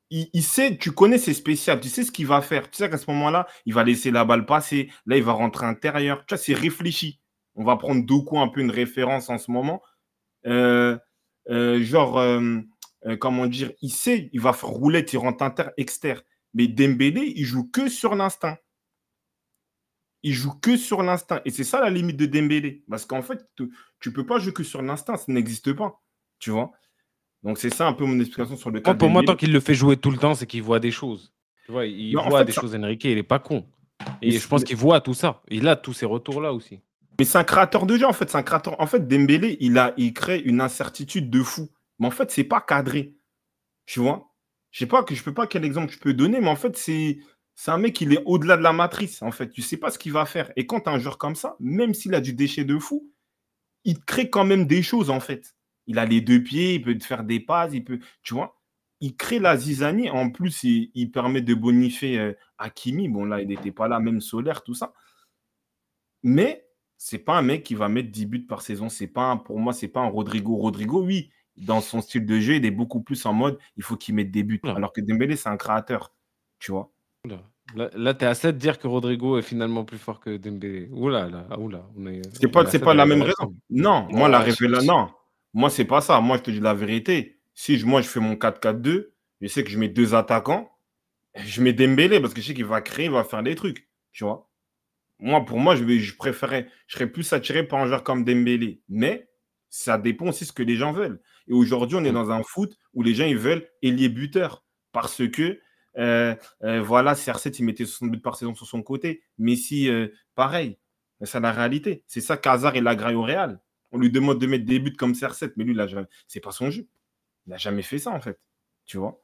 il, il sait, tu connais ses spéciales, tu sais ce qu'il va faire. Tu sais qu'à ce moment-là, il va laisser la balle passer. Là, il va rentrer intérieur. Tu vois, c'est réfléchi. On va prendre Doku, un peu une référence en ce moment. Euh, euh, genre, euh, euh, comment dire, il sait, il va faire roulette, il rentre inter, externe. Mais Dembélé, il joue que sur l'instinct. Il joue que sur l'instinct. Et c'est ça la limite de Dembélé. Parce qu'en fait, tu ne peux pas jouer que sur l'instinct, ça n'existe pas. Tu vois. Donc c'est ça un peu mon explication sur le cas Moi, de pour moi, tant Dembélé. qu'il le fait jouer tout le temps, c'est qu'il voit des choses. Tu vois, il Non, en voit fait, des ça- choses, Enrique, il est pas con. mais, Et je pense mais- qu'il voit tout ça. Il a tous ces retours-là aussi. mais c'est un créateur de jeu, en fait. C'est un créateur. En fait, Dembélé, il, a, il crée une incertitude de fou. Mais en fait, c'est pas cadré. Tu vois. Je sais pas que je peux pas quel exemple je peux donner, mais en fait, c'est c'est un mec, il est au-delà de la matrice, en fait. Tu sais pas ce qu'il va faire. Et quand tu as un joueur comme ça, même s'il a du déchet de fou, il crée quand même des choses, en fait. Il a les deux pieds, il peut te faire des passes, il peut, tu vois. Il crée la zizanie. En plus, il, il permet de bonifier euh, Hakimi. Bon, là, il n'était pas là, même Solaire, tout ça. Mais c'est pas un mec qui va mettre dix buts par saison. C'est pas un- pour moi, c'est pas un Rodrigo. Rodrigo, oui, dans son style de jeu, il est beaucoup plus en mode il faut qu'il mette des buts. Oula. Alors que Dembélé, c'est un créateur. Tu vois. Oula. Là, là tu es à ça de dire que Rodrigo est finalement plus fort que Dembélé. Oula, là, ah, oula. On est, C'est on pas, est à c'est ça pas des la même révélations. raison. Non, moi, Non, la c'est- révélation, c'est- non. Moi, c'est pas ça. Moi, je te dis la vérité. Si je- moi, je fais mon quatre quatre deux, je sais que je mets deux attaquants, je mets Dembélé parce que je sais qu'il va créer, il va faire des trucs. Tu vois. Moi, pour moi, je, vais, je préférais, je serais plus attiré par un joueur comme Dembélé. Mais ça dépend aussi de ce que les gens veulent. Et aujourd'hui, on est Mm. dans un foot où les gens, ils veulent ailier buteur. Parce que, euh, euh, voilà, C R sept, il mettait soixante buts par saison sur son côté. Messi, euh, pareil. C'est la réalité. C'est ça qu'Hazard, il a graillé au Real. On lui demande de mettre des buts comme C R sept, mais lui, là, c'est pas son jeu. Il n'a jamais fait ça, en fait. Tu vois.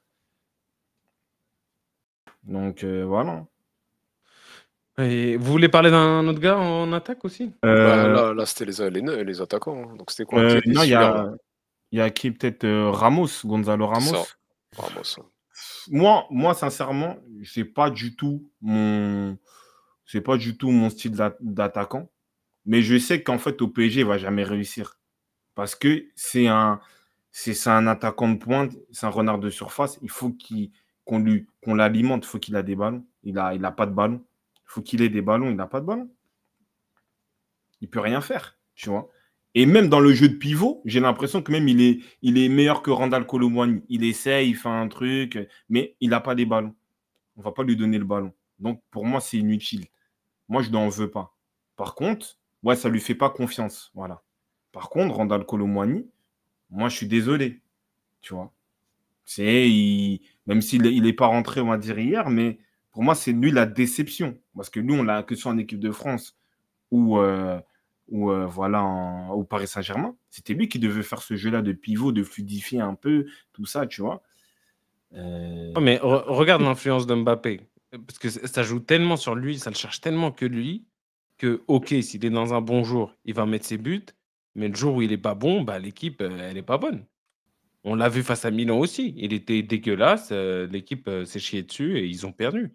Donc, euh, voilà. Et vous voulez parler d'un autre gars en attaque aussi? Bah, Euh, là, là c'était les, les, les attaquants. hein. Donc c'était quoi qui euh, était non, il y celui-là, a, là il y a qui peut-être euh, Ramos, Gonzalo C'est Ramos. ça. Ramos. hein. Moi, moi, sincèrement, c'est pas du tout mon, c'est pas du tout mon style d'a- d'attaquant. Mais je sais qu'en fait, au P S G, il va jamais réussir parce que c'est un, c'est c'est un attaquant de pointe, c'est un renard de surface. Il faut qu'il, qu'on lui, qu'on l'alimente. Il faut qu'il a des ballons. Il a, il a pas de ballon. Il faut qu'il ait des ballons. Il n'a pas de ballon. Il peut rien faire, tu vois. Et même dans le jeu de pivot, j'ai l'impression que même il est, il est meilleur que Randall Kolo Muani. Il essaie, il fait un truc, mais il n'a pas les ballons. On ne va pas lui donner le ballon. Donc pour moi, c'est inutile. Moi, je n'en veux pas. Par contre, ouais, ça ne lui fait pas confiance. Voilà. Par contre, Randall Kolo Muani, moi, je suis désolé. Tu vois. C'est, il- même s'il n'est pas rentré, on va dire, hier, mais pour moi, c'est lui la déception. Parce que nous, on l'a que soit en équipe de France ou, euh, ou euh, voilà, en- au Paris Saint-Germain. C'était lui qui devait faire ce jeu-là de pivot, de fluidifier un peu, tout ça, tu vois. Euh, Oh, mais re- regarde l'influence de Mbappé. Parce que ça joue tellement sur lui, ça le cherche tellement que lui, que, ok, s'il est dans un bon jour, il va mettre ses buts. Mais le jour où il est pas bon, bah, l'équipe, euh, elle est pas bonne. On l'a vu face à Milan aussi. Il était dégueulasse. euh, L'équipe euh, s'est chiée dessus et ils ont perdu.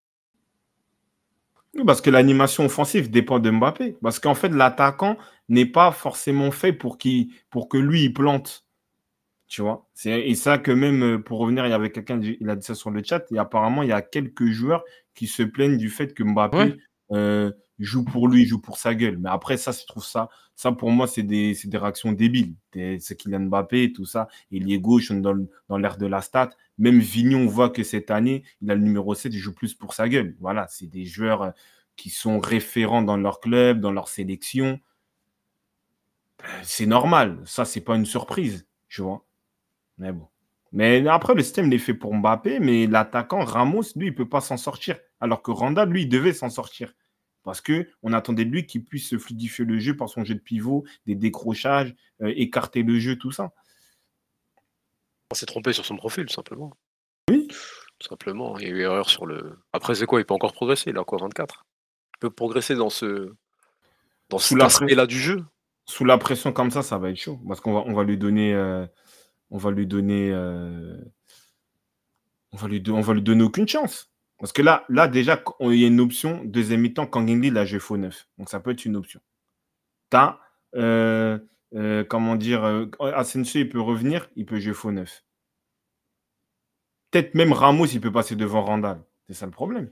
Oui, parce que l'animation offensive dépend de Mbappé. Parce qu'en fait, l'attaquant n'est pas forcément fait pour, qu'il, pour que lui, il plante. Tu vois. C'est, et ça que même, euh, pour revenir, il y avait quelqu'un, il a dit ça sur le chat, et apparemment, il y a quelques joueurs qui se plaignent du fait que Ouais. Mbappé euh, joue pour lui, joue pour sa gueule. Mais après, ça, je trouve ça, ça pour moi, c'est des, c'est des réactions débiles. Des- C'est Kylian Mbappé, tout ça. Il est gauche, on est dans, le- dans l'ère de la stat. Même Vignon, on voit que cette année, il a le numéro sept, il joue plus pour sa gueule. Voilà, c'est des joueurs euh, qui sont référents dans leur club, dans leur sélection. Euh, C'est normal. Ça, c'est pas une surprise, tu vois. Mais bon. Mais après, le système, il est fait pour Mbappé, mais l'attaquant Ramos, lui, il ne peut pas s'en sortir. Alors que Randall, lui, il devait s'en sortir. Parce qu'on attendait de lui qu'il puisse se fluidifier le jeu par son jeu de pivot, des décrochages, euh, écarter le jeu, tout ça. On s'est trompé sur son profil, tout simplement. Oui. Tout simplement. Il y a eu erreur sur le. Après, c'est quoi? Il peut encore progresser, il a quoi, vingt-quatre? Il peut progresser dans ce. Dans Sous cet la, pre- aspect-là du jeu. sous la pression comme ça, ça va être chaud. Parce qu'on va, on va lui donner. euh, on va lui donner. euh, on, va lui do- on va lui donner aucune chance. Parce que là, là déjà, on- il y a une option. Deuxième mi-temps, Kangindi, il a joué faux neuf. Donc ça peut être une option. T'as, euh, euh, comment dire, euh, Asensio, il peut revenir, il peut jouer faux neuf. peut-être même Ramos, il peut passer devant Randall. C'est ça le problème.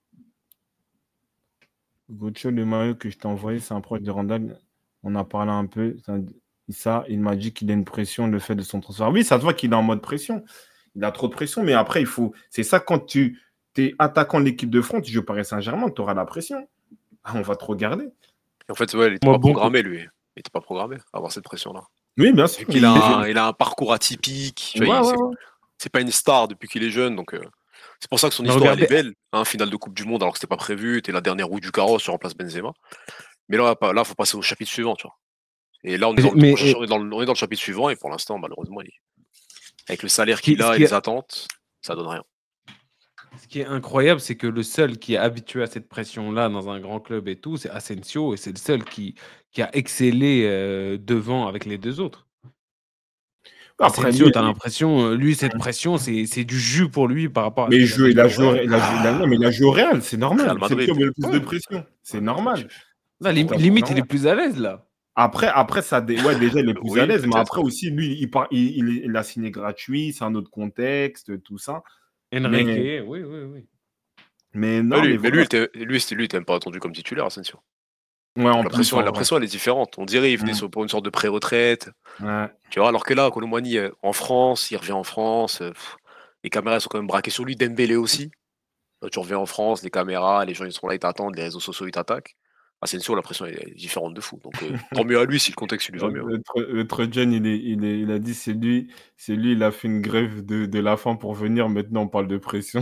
Gocho, le maillot que je t'ai envoyé, c'est un proche de Randall. On a parlé un peu. Ça, il m'a dit qu'il a une pression, le fait de son transfert. Oui, ça se voit qu'il est en mode pression. Il a trop de pression, mais après, il faut. C'est ça, quand tu es attaquant de l'équipe de France, tu joues Paris Saint-Germain, tu auras la pression. Ah, on va te regarder. Et en fait, ouais, il n'était Moi, pas bon, programmé, lui. Il n'était pas programmé à avoir cette pression-là. Oui, bien sûr. Vu qu'il a un, il a un parcours atypique. Tu Ouais, vois, il- ouais, c'est, ouais. c'est pas une star depuis qu'il est jeune, donc euh, c'est pour ça que son Mais histoire elle est regardez- belle. Hein, finale de Coupe du Monde alors que c'était pas prévu. T'es la dernière roue du carrosse, tu remplaces Benzema. Mais là, pas- là, faut passer au chapitre suivant, tu vois. Et là, on est dans le, Mais- prochain- on est dans le, on est dans le chapitre suivant et pour l'instant, malheureusement, il- avec le salaire Ce qui- qu'il ce a et qui est- les attentes, ça donne rien. Ce qui est incroyable, c'est que le seul qui est habitué à cette pression-là dans un grand club et tout, c'est Asensio, et c'est le seul qui, qui a excellé euh, devant avec les deux autres. Après, Asensio, lui, t'as l'impression, euh, lui, cette pression, c'est c'est du jus pour lui par rapport à mais ce il, qu'il a joue, fait il, a au joué, Real. il, a joué, il a- non, mais il a joué au Real, c'est normal. Real C'est le Madrid. club avec le plus Ouais. de pression. C'est normal. Là, C'est lim- tout à fait limite, il normal. est plus à l'aise, là. Après, après ça, dé- ouais, déjà, il est plus Oui, à l'aise, mais peut-être. après aussi, lui, il, part, il, il, il a signé gratuit, c'est un autre contexte, tout ça. Enrique, Mais, oui, oui, oui. mais Mais non, lui, mais mais voilà. lui, il était- lui, c'était- lui, il était même pas attendu comme titulaire, Asensio. Ouais, en La plus, pression, en la vrai. pression, elle est différente. On dirait qu'il venait Mm. sur- pour une sorte de pré-retraite. Ouais. Tu vois, alors que là, Colomboigny euh, en France, il revient en France. euh, pff, les caméras sont quand même braquées sur lui. Dembélé aussi. Euh, tu reviens en France, les caméras, les gens ils sont là, ils t'attendent, les réseaux sociaux ils t'attaquent. Asensio, la pression elle est différente de fou. Donc euh, tant mieux à lui si le contexte il lui va mieux. hein. L'autre l'autre John, il, est, il, est, il a dit c'est lui, c'est lui, il a fait une grève de, de la faim pour venir. Maintenant, on parle de pression.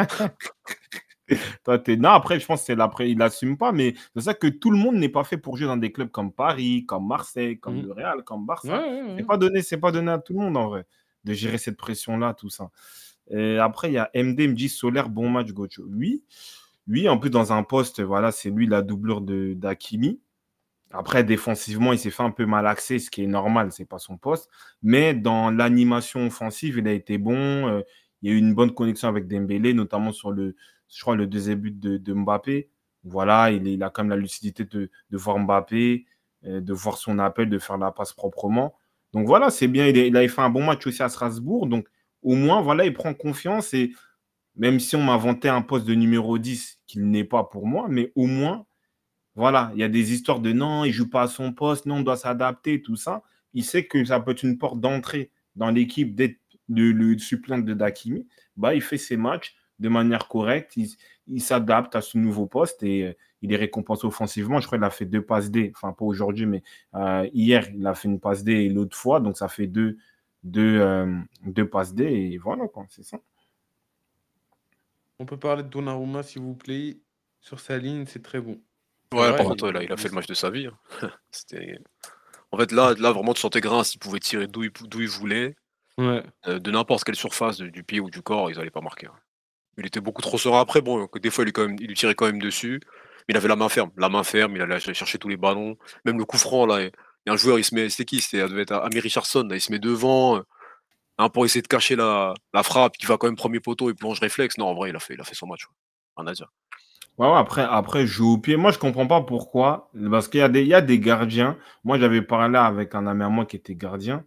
Toi, t'es... Non, après, je pense que c'est l'après, il n'assume pas, mais c'est ça que tout le monde n'est pas fait pour jouer dans des clubs comme Paris, comme Marseille, comme Mhm. le Real, comme Ouais, Barça. ouais, ouais. C'est pas donné, c'est pas donné à tout le monde en vrai de gérer cette pression-là, tout ça. Et après, il y a M D, il me dit Solaire, bon match, Gocho. Oui, oui, en plus, dans un poste, voilà, c'est lui la doublure de, d'Hakimi. Après, défensivement, il s'est fait un peu malaxer, ce qui est normal, c'est pas son poste. Mais dans l'animation offensive, il a été bon. Euh, il y a eu une bonne connexion avec Dembélé, notamment sur le, je crois, le deuxième but de, de Mbappé. Voilà, il, est- il a quand même la lucidité de, de voir Mbappé, euh, de voir son appel, de faire la passe proprement. Donc voilà, c'est bien. Il, est- il avait fait un bon match aussi à Strasbourg. Donc au moins, voilà, il prend confiance. Et même si on m'inventait un poste de numéro dix qu'il n'est pas pour moi, mais au moins, voilà, il y a des histoires de non, il ne joue pas à son poste, non, on doit s'adapter, tout ça. Il sait que ça peut être une porte d'entrée dans l'équipe d'être le, le suppléant de Dakimi. Bah, il fait ses matchs de manière correcte, il, il s'adapte à ce nouveau poste et euh, il est récompensé offensivement. Je crois qu'il a fait deux passes D, enfin pas aujourd'hui, mais euh, hier, il a fait une passe D et l'autre fois, donc ça fait deux, deux, euh, deux passes D et voilà, quoi, c'est ça. On peut parler de Donnarumma, s'il vous plaît. Sur sa ligne, c'est très bon. C'est Ouais, vrai, par contre, ouais, il- là, il a il- fait le match de sa vie. hein. C'était... En fait, là, là, vraiment, tu sentais Grince, il pouvait tirer d'où il, d'où il voulait, Ouais. euh, de n'importe quelle surface, de- du pied ou du corps, ils n'allaient pas marquer. hein. Il était beaucoup trop serein. Après, bon, que des fois, il, est quand même, il lui tirait quand même dessus, mais il avait la main ferme. La main ferme, il allait chercher tous les ballons. Même le coup franc, là, il y a un joueur, il se met, c'était qui? C'était, ça devait être Ami Richardson, là, il se met devant, euh, hein, pour essayer de cacher la, la frappe, qui va quand même premier poteau et plonge réflexe. Non, en vrai, il a fait, il a fait son match. ouais. Rien à dire. Ouais, ouais, après, après, joue au pied. Moi, je comprends pas pourquoi. Parce qu'il y a des, il y a des gardiens. Moi, j'avais parlé avec un ami à moi qui était gardien.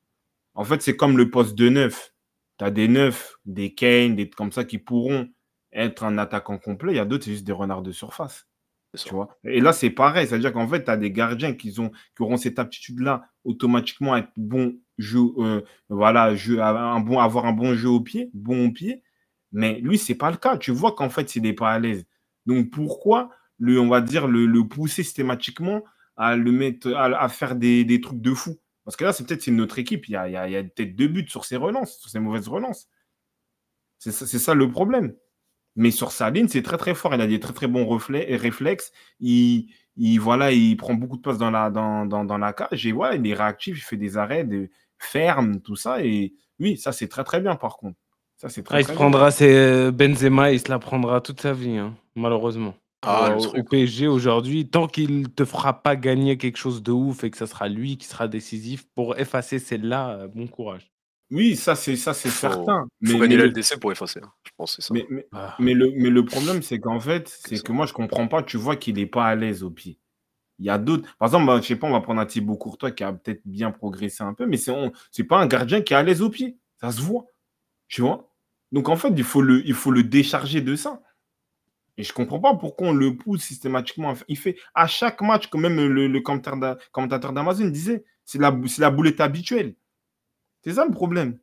En fait, c'est comme le poste de neuf. Tu as des neufs, des Kane, des comme ça qui pourront être un attaquant complet. Il y a d'autres, c'est juste des renards de surface. C'est ça. Tu vois. Et là, c'est pareil. C'est-à-dire qu'en fait, tu as des gardiens qui, ont, qui auront cette aptitude-là automatiquement à être bon jeu, euh, voilà, jeu, un bon, avoir un bon jeu au pied, bon au pied. Mais lui, c'est pas le cas. Tu vois qu'en fait, il n'est pas à l'aise. Donc, pourquoi, le, on va dire, le, le pousser systématiquement à le mettre, à, à faire des, des trucs de fou? Parce que là, c'est peut-être c'est notre équipe. Il y a, il y a, il y a peut-être deux buts sur ses relances, sur ses mauvaises relances. C'est ça, c'est ça le problème. Mais sur sa ligne, c'est très très fort. Il a des très très bons reflets et réflexes. Il, il, voilà, il prend beaucoup de place dans la, dans, dans, dans la cage. Et voilà, il est réactif, il fait des arrêts de ferme, tout ça. Et oui, ça, c'est très très bien par contre. Ça, c'est très Ah, il se très bien. prendra ses Benzema, il se la prendra toute sa vie, hein, malheureusement. Ah, Au- le au, truc. au P S G aujourd'hui, tant qu'il te fera pas gagner quelque chose de ouf et que ça sera lui qui sera décisif pour effacer celle-là, euh, bon courage. Oui, ça, c'est ça, c'est Faut, certain. faut Mais, mais, gagner la le, L D C pour effacer. hein. Je pense que c'est ça. mais, mais, Ah. mais le, mais le problème, c'est qu'en fait, c'est ça. que moi, je comprends pas. Tu vois qu'il n'est pas à l'aise au pied. Il y a d'autres. Par exemple, bah, je sais pas, on va prendre un Thibaut Courtois qui a peut-être bien progressé un peu, mais c'est on- c'est pas un gardien qui est à l'aise au pied. Ça se voit. Tu vois? Donc, en fait, il faut le, il faut le décharger de ça. Et je comprends pas pourquoi on le pousse systématiquement. Il fait à chaque match, quand même le, le commentateur d'a- commentateur d'Amazon disait, c'est la, c'est la boulette habituelle. C'est ça le problème.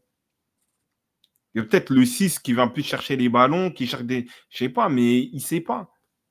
Il y a peut-être le six qui va plus chercher les ballons, qui cherche des. Je sais pas, mais il sait pas.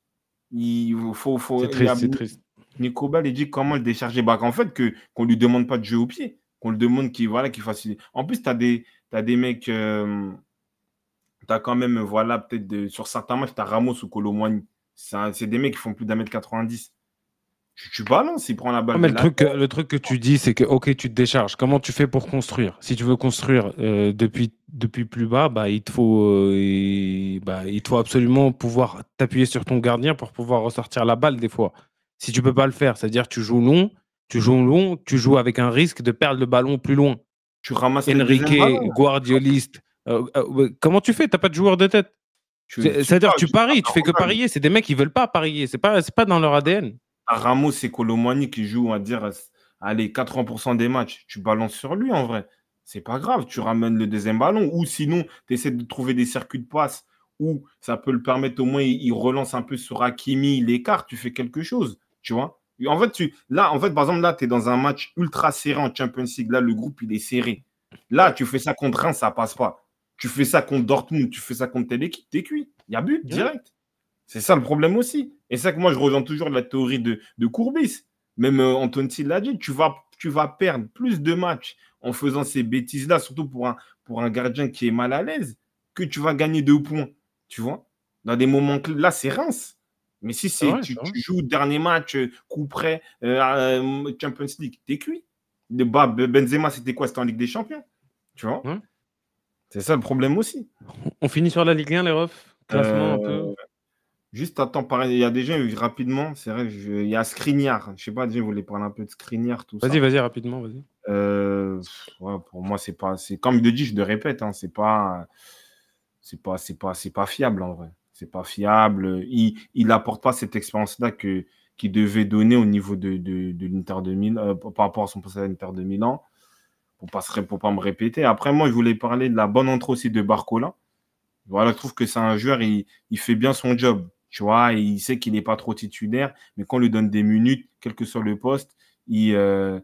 Il faut, faut, C'est il y a triste, c'est triste. Nico Ball, il dit comment le décharger. Bah, en fait, que, qu'on lui demande pas de jouer au pied. Qu'on lui demande qu'il voilà, qu'il fasse. En plus, tu as des, t'as des mecs. Euh, tu as quand même, voilà, peut-être de- sur certains matchs, tu as Ramos ou Colomwani. C'est un- c'est des mecs qui font plus d'un mètre quatre-vingt-dix. Tu, tu balances, il prend la Ouais, balle de mais le la truc, tête. euh, le truc que tu dis, c'est que, ok, tu te décharges. Comment tu fais pour construire? Si tu veux construire euh, depuis, depuis plus bas, bah, il te faut, euh, et- bah, il te faut absolument pouvoir t'appuyer sur ton gardien pour pouvoir ressortir la balle des fois. Si tu peux pas le faire, c'est-à-dire tu joues long, tu joues long, tu joues avec un risque de perdre le ballon plus loin. Tu ramasses les deuxièmes Enrique, ballons. guardioliste. euh, euh, ouais, comment tu fais? T'as pas de joueur de tête. Tu, C'est- tu, C'est-à-dire pars, tu tu pars paries, tu dans fais que le rodage. parier. C'est des mecs qui veulent pas parier. C'est pas, c'est pas dans leur A D N. T'as Ramos et Colomwani qui jouent, on va dire, allez, quatre-vingts pour cent des matchs. Tu balances sur lui en vrai. C'est pas grave, tu ramènes le deuxième ballon. Ou sinon, tu essaies de trouver des circuits de passe où ça peut le permettre au moins, il, il relance un peu sur Hakimi, il écarte, tu fais quelque chose. Tu vois? En fait, tu, là, en fait, par exemple, là, tu es dans un match ultra serré en Champions League. Là, le groupe, il est serré. Là, Ouais. tu fais ça contre Reims, ça passe pas. Tu fais ça contre Dortmund, tu fais ça contre telle équipe, t'es cuit. Il y a but Ouais. direct. C'est ça le problème aussi. Et c'est ça que moi, je rejoins toujours la théorie de, de Courbis. Même euh, Antoine l'a dit, tu vas, tu vas perdre plus de matchs en faisant ces bêtises-là, surtout pour un, pour un gardien qui est mal à l'aise, que tu vas gagner deux points. Tu vois? Dans des moments clés, là, c'est Reims. Mais si C'est c'est, vrai, tu, c'est vrai. tu joues dernier match, euh, coup près, euh, euh, Champions League, t'es cuit. Le bas, Benzema, c'était quoi? C'était en Ligue des Champions. Tu vois? Ouais. C'est ça le problème aussi. On finit sur la Ligue un, les refs. Classement un peu. Euh, Juste, attends, pareil, il y a des gens, rapidement, c'est vrai, je- il y a Skriniar. Je sais pas, déjà, vous voulez parler un peu de Skriniar, tout Vas-y, ça. vas-y, rapidement, vas-y. Euh, pff, ouais, pour moi, c'est pas. C'est, comme il le dit, je le répète, hein, c'est pas. C'est pas, c'est pas, c'est pas fiable en vrai. C'est pas fiable. Il, il apporte pas cette expérience-là que, qu'il devait donner au niveau de, de, de l'Inter de Milan, euh, par rapport à son poste à l'Inter de Milan, pour pas, se ré- pour pas me répéter. Après, moi, je voulais parler de la bonne entrée aussi de Barcola. Voilà, je trouve que c'est un joueur, il, il fait bien son job. Tu vois, il sait qu'il n'est pas trop titulaire, mais quand on lui donne des minutes, quel que soit le poste, il, euh,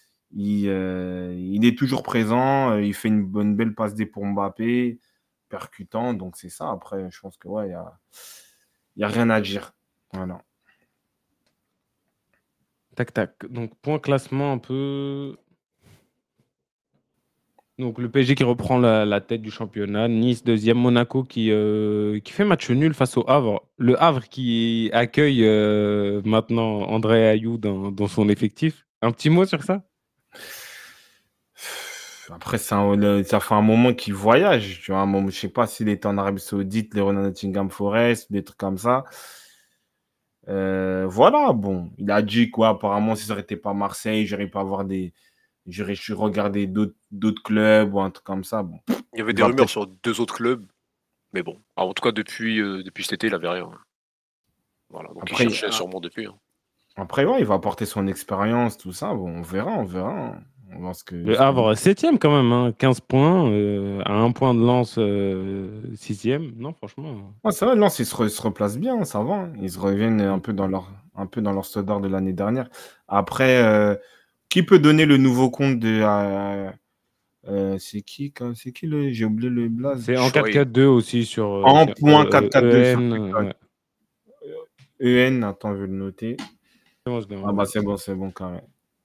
il, euh, il est toujours présent. euh, Il fait une bonne belle passe D pour Mbappé, percutant. Donc c'est ça. Après, je pense que ouais, il n'y a, y a rien à dire. Voilà. Tac, tac. Donc, point classement un peu. Donc, le P S G qui reprend la, la tête du championnat. Nice, deuxième. Monaco qui, euh, qui fait match nul face au Havre. Le Havre qui accueille euh, maintenant André Ayou dans, dans son effectif. Un petit mot sur ça? Après, c'est un- le- ça fait un moment qu'il voyage. Tu vois, un moment, je sais pas s'il était en Arabie Saoudite, les Ronald Nottingham Forest, des trucs comme ça. Euh, voilà, bon, il a dit quoi, apparemment, si ça n'était pas Marseille, j'aurais pas avoir des. J'aurais regardé d'autres d'autres clubs ou un truc comme ça. Bon, Il y avait il des va rumeurs peut-être. sur deux autres clubs, mais bon. Alors, en tout cas, depuis, euh, depuis cet été, il avait rien. Voilà, donc il Après, cherchait ah, sûrement depuis. hein. après ouais, il va apporter son expérience, tout ça. Bon, on verra, on verra. hein. On va voir ce que. Le Ce que... Havre, septième quand même. Hein. quinze points. euh, à un point de lance, euh, sixième. Non, franchement. Ouais, c'est vrai, Lens, ils se, re- se replacent bien, ça va. hein. Ils se reviennent un Mm. peu dans leur, un peu dans leur standard de l'année dernière. Après, euh, qui peut donner le nouveau compte de. euh, euh, c'est qui, quand- c'est qui le. J'ai oublié le blaze. C'est en Chouai. quatre quatre deux aussi sur, euh, En sur, point euh, quatre quatre deux sur E N. TikTok. Ouais. E N, attends, je vais le noter. C'est bon, je l'ai Ah envoyé. bah c'est bon, c'est bon, carré.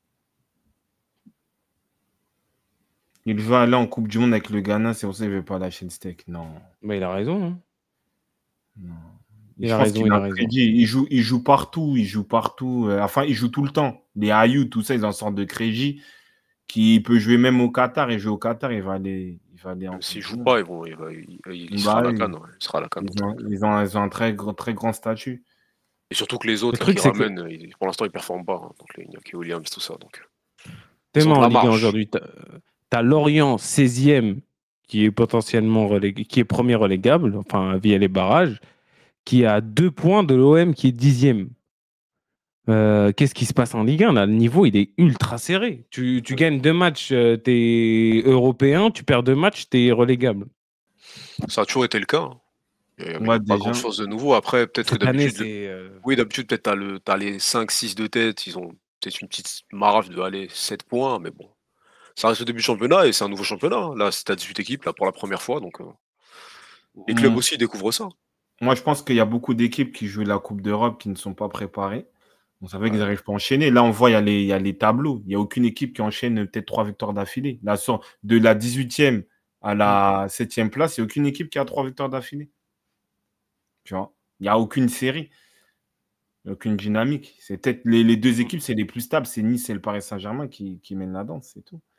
Il veut aller en Coupe du Monde avec le Ghana, c'est pour ça qu'il ne veut pas lâcher le steak. Non, Bah, il a raison. Hein. non. Il Je a pense raison, qu'il il a a un raison. crédit. Il joue, il joue partout, il joue partout. euh, Enfin, il joue tout le temps. Les Ayou, tout ça, ils ont une sorte de crédit qui peut jouer même au Qatar. Il joue au Qatar, il va aller, il va aller en Même Coupe s'il du joue Monde. pas, ils vont, il, va- il- il- il sera à Bah la oui, canne. ouais. Il sera à la canne. ils ont, ils ont, ils ont un très, gros- très grand statut. Et surtout que les Le autres là, truc, qui c'est que ramènent, euh, ils- pour l'instant, ils performent pas. hein. Donc les Iñaki Williams, tout ça. Donc ils ont tellement de en la Ligue un marge. aujourd'hui, tu as Lorient seizième qui est potentiellement relég- qui est premier relégable, enfin via les barrages, qui a deux points de l'O M qui est dixième. Euh, Qu'est-ce qui se passe en Ligue un là? Le niveau, il est ultra serré. Tu, tu gagnes deux matchs, euh, t'es européen, tu perds deux matchs, t'es relégable. Ça a toujours été le cas. Hein. Il n'y avait Moi, pas déjà, grand-chose de nouveau. Après, peut-être que Cette année, d'habitude, le- c'est. euh, oui, d'habitude, peut-être t'as le, t'as les cinq six de tête. Ils ont peut-être une petite marge de aller sept points, mais bon. Ça reste le début du championnat et c'est un nouveau championnat. Hein. Là, c'est à dix-huit équipes là, pour la première fois. Donc, euh, les clubs mm, aussi ils découvrent ça. moi, je pense qu'il y a beaucoup d'équipes qui jouent la Coupe d'Europe qui ne sont pas préparées. On savait qu'ils Ouais. n'arrivent pas à enchaîner. Là, on voit, il y a les, il y a les tableaux. Il n'y a aucune équipe qui enchaîne peut-être trois victoires d'affilée. Là, sur- de la dix-huitième à la septième place, il n'y a aucune équipe qui a trois victoires d'affilée. Tu vois? Il n'y a aucune série, il y a aucune dynamique. C'est peut-être les, les deux équipes, c'est les plus stables. C'est Nice et le Paris Saint-Germain qui, qui mènent la danse, c'est tout.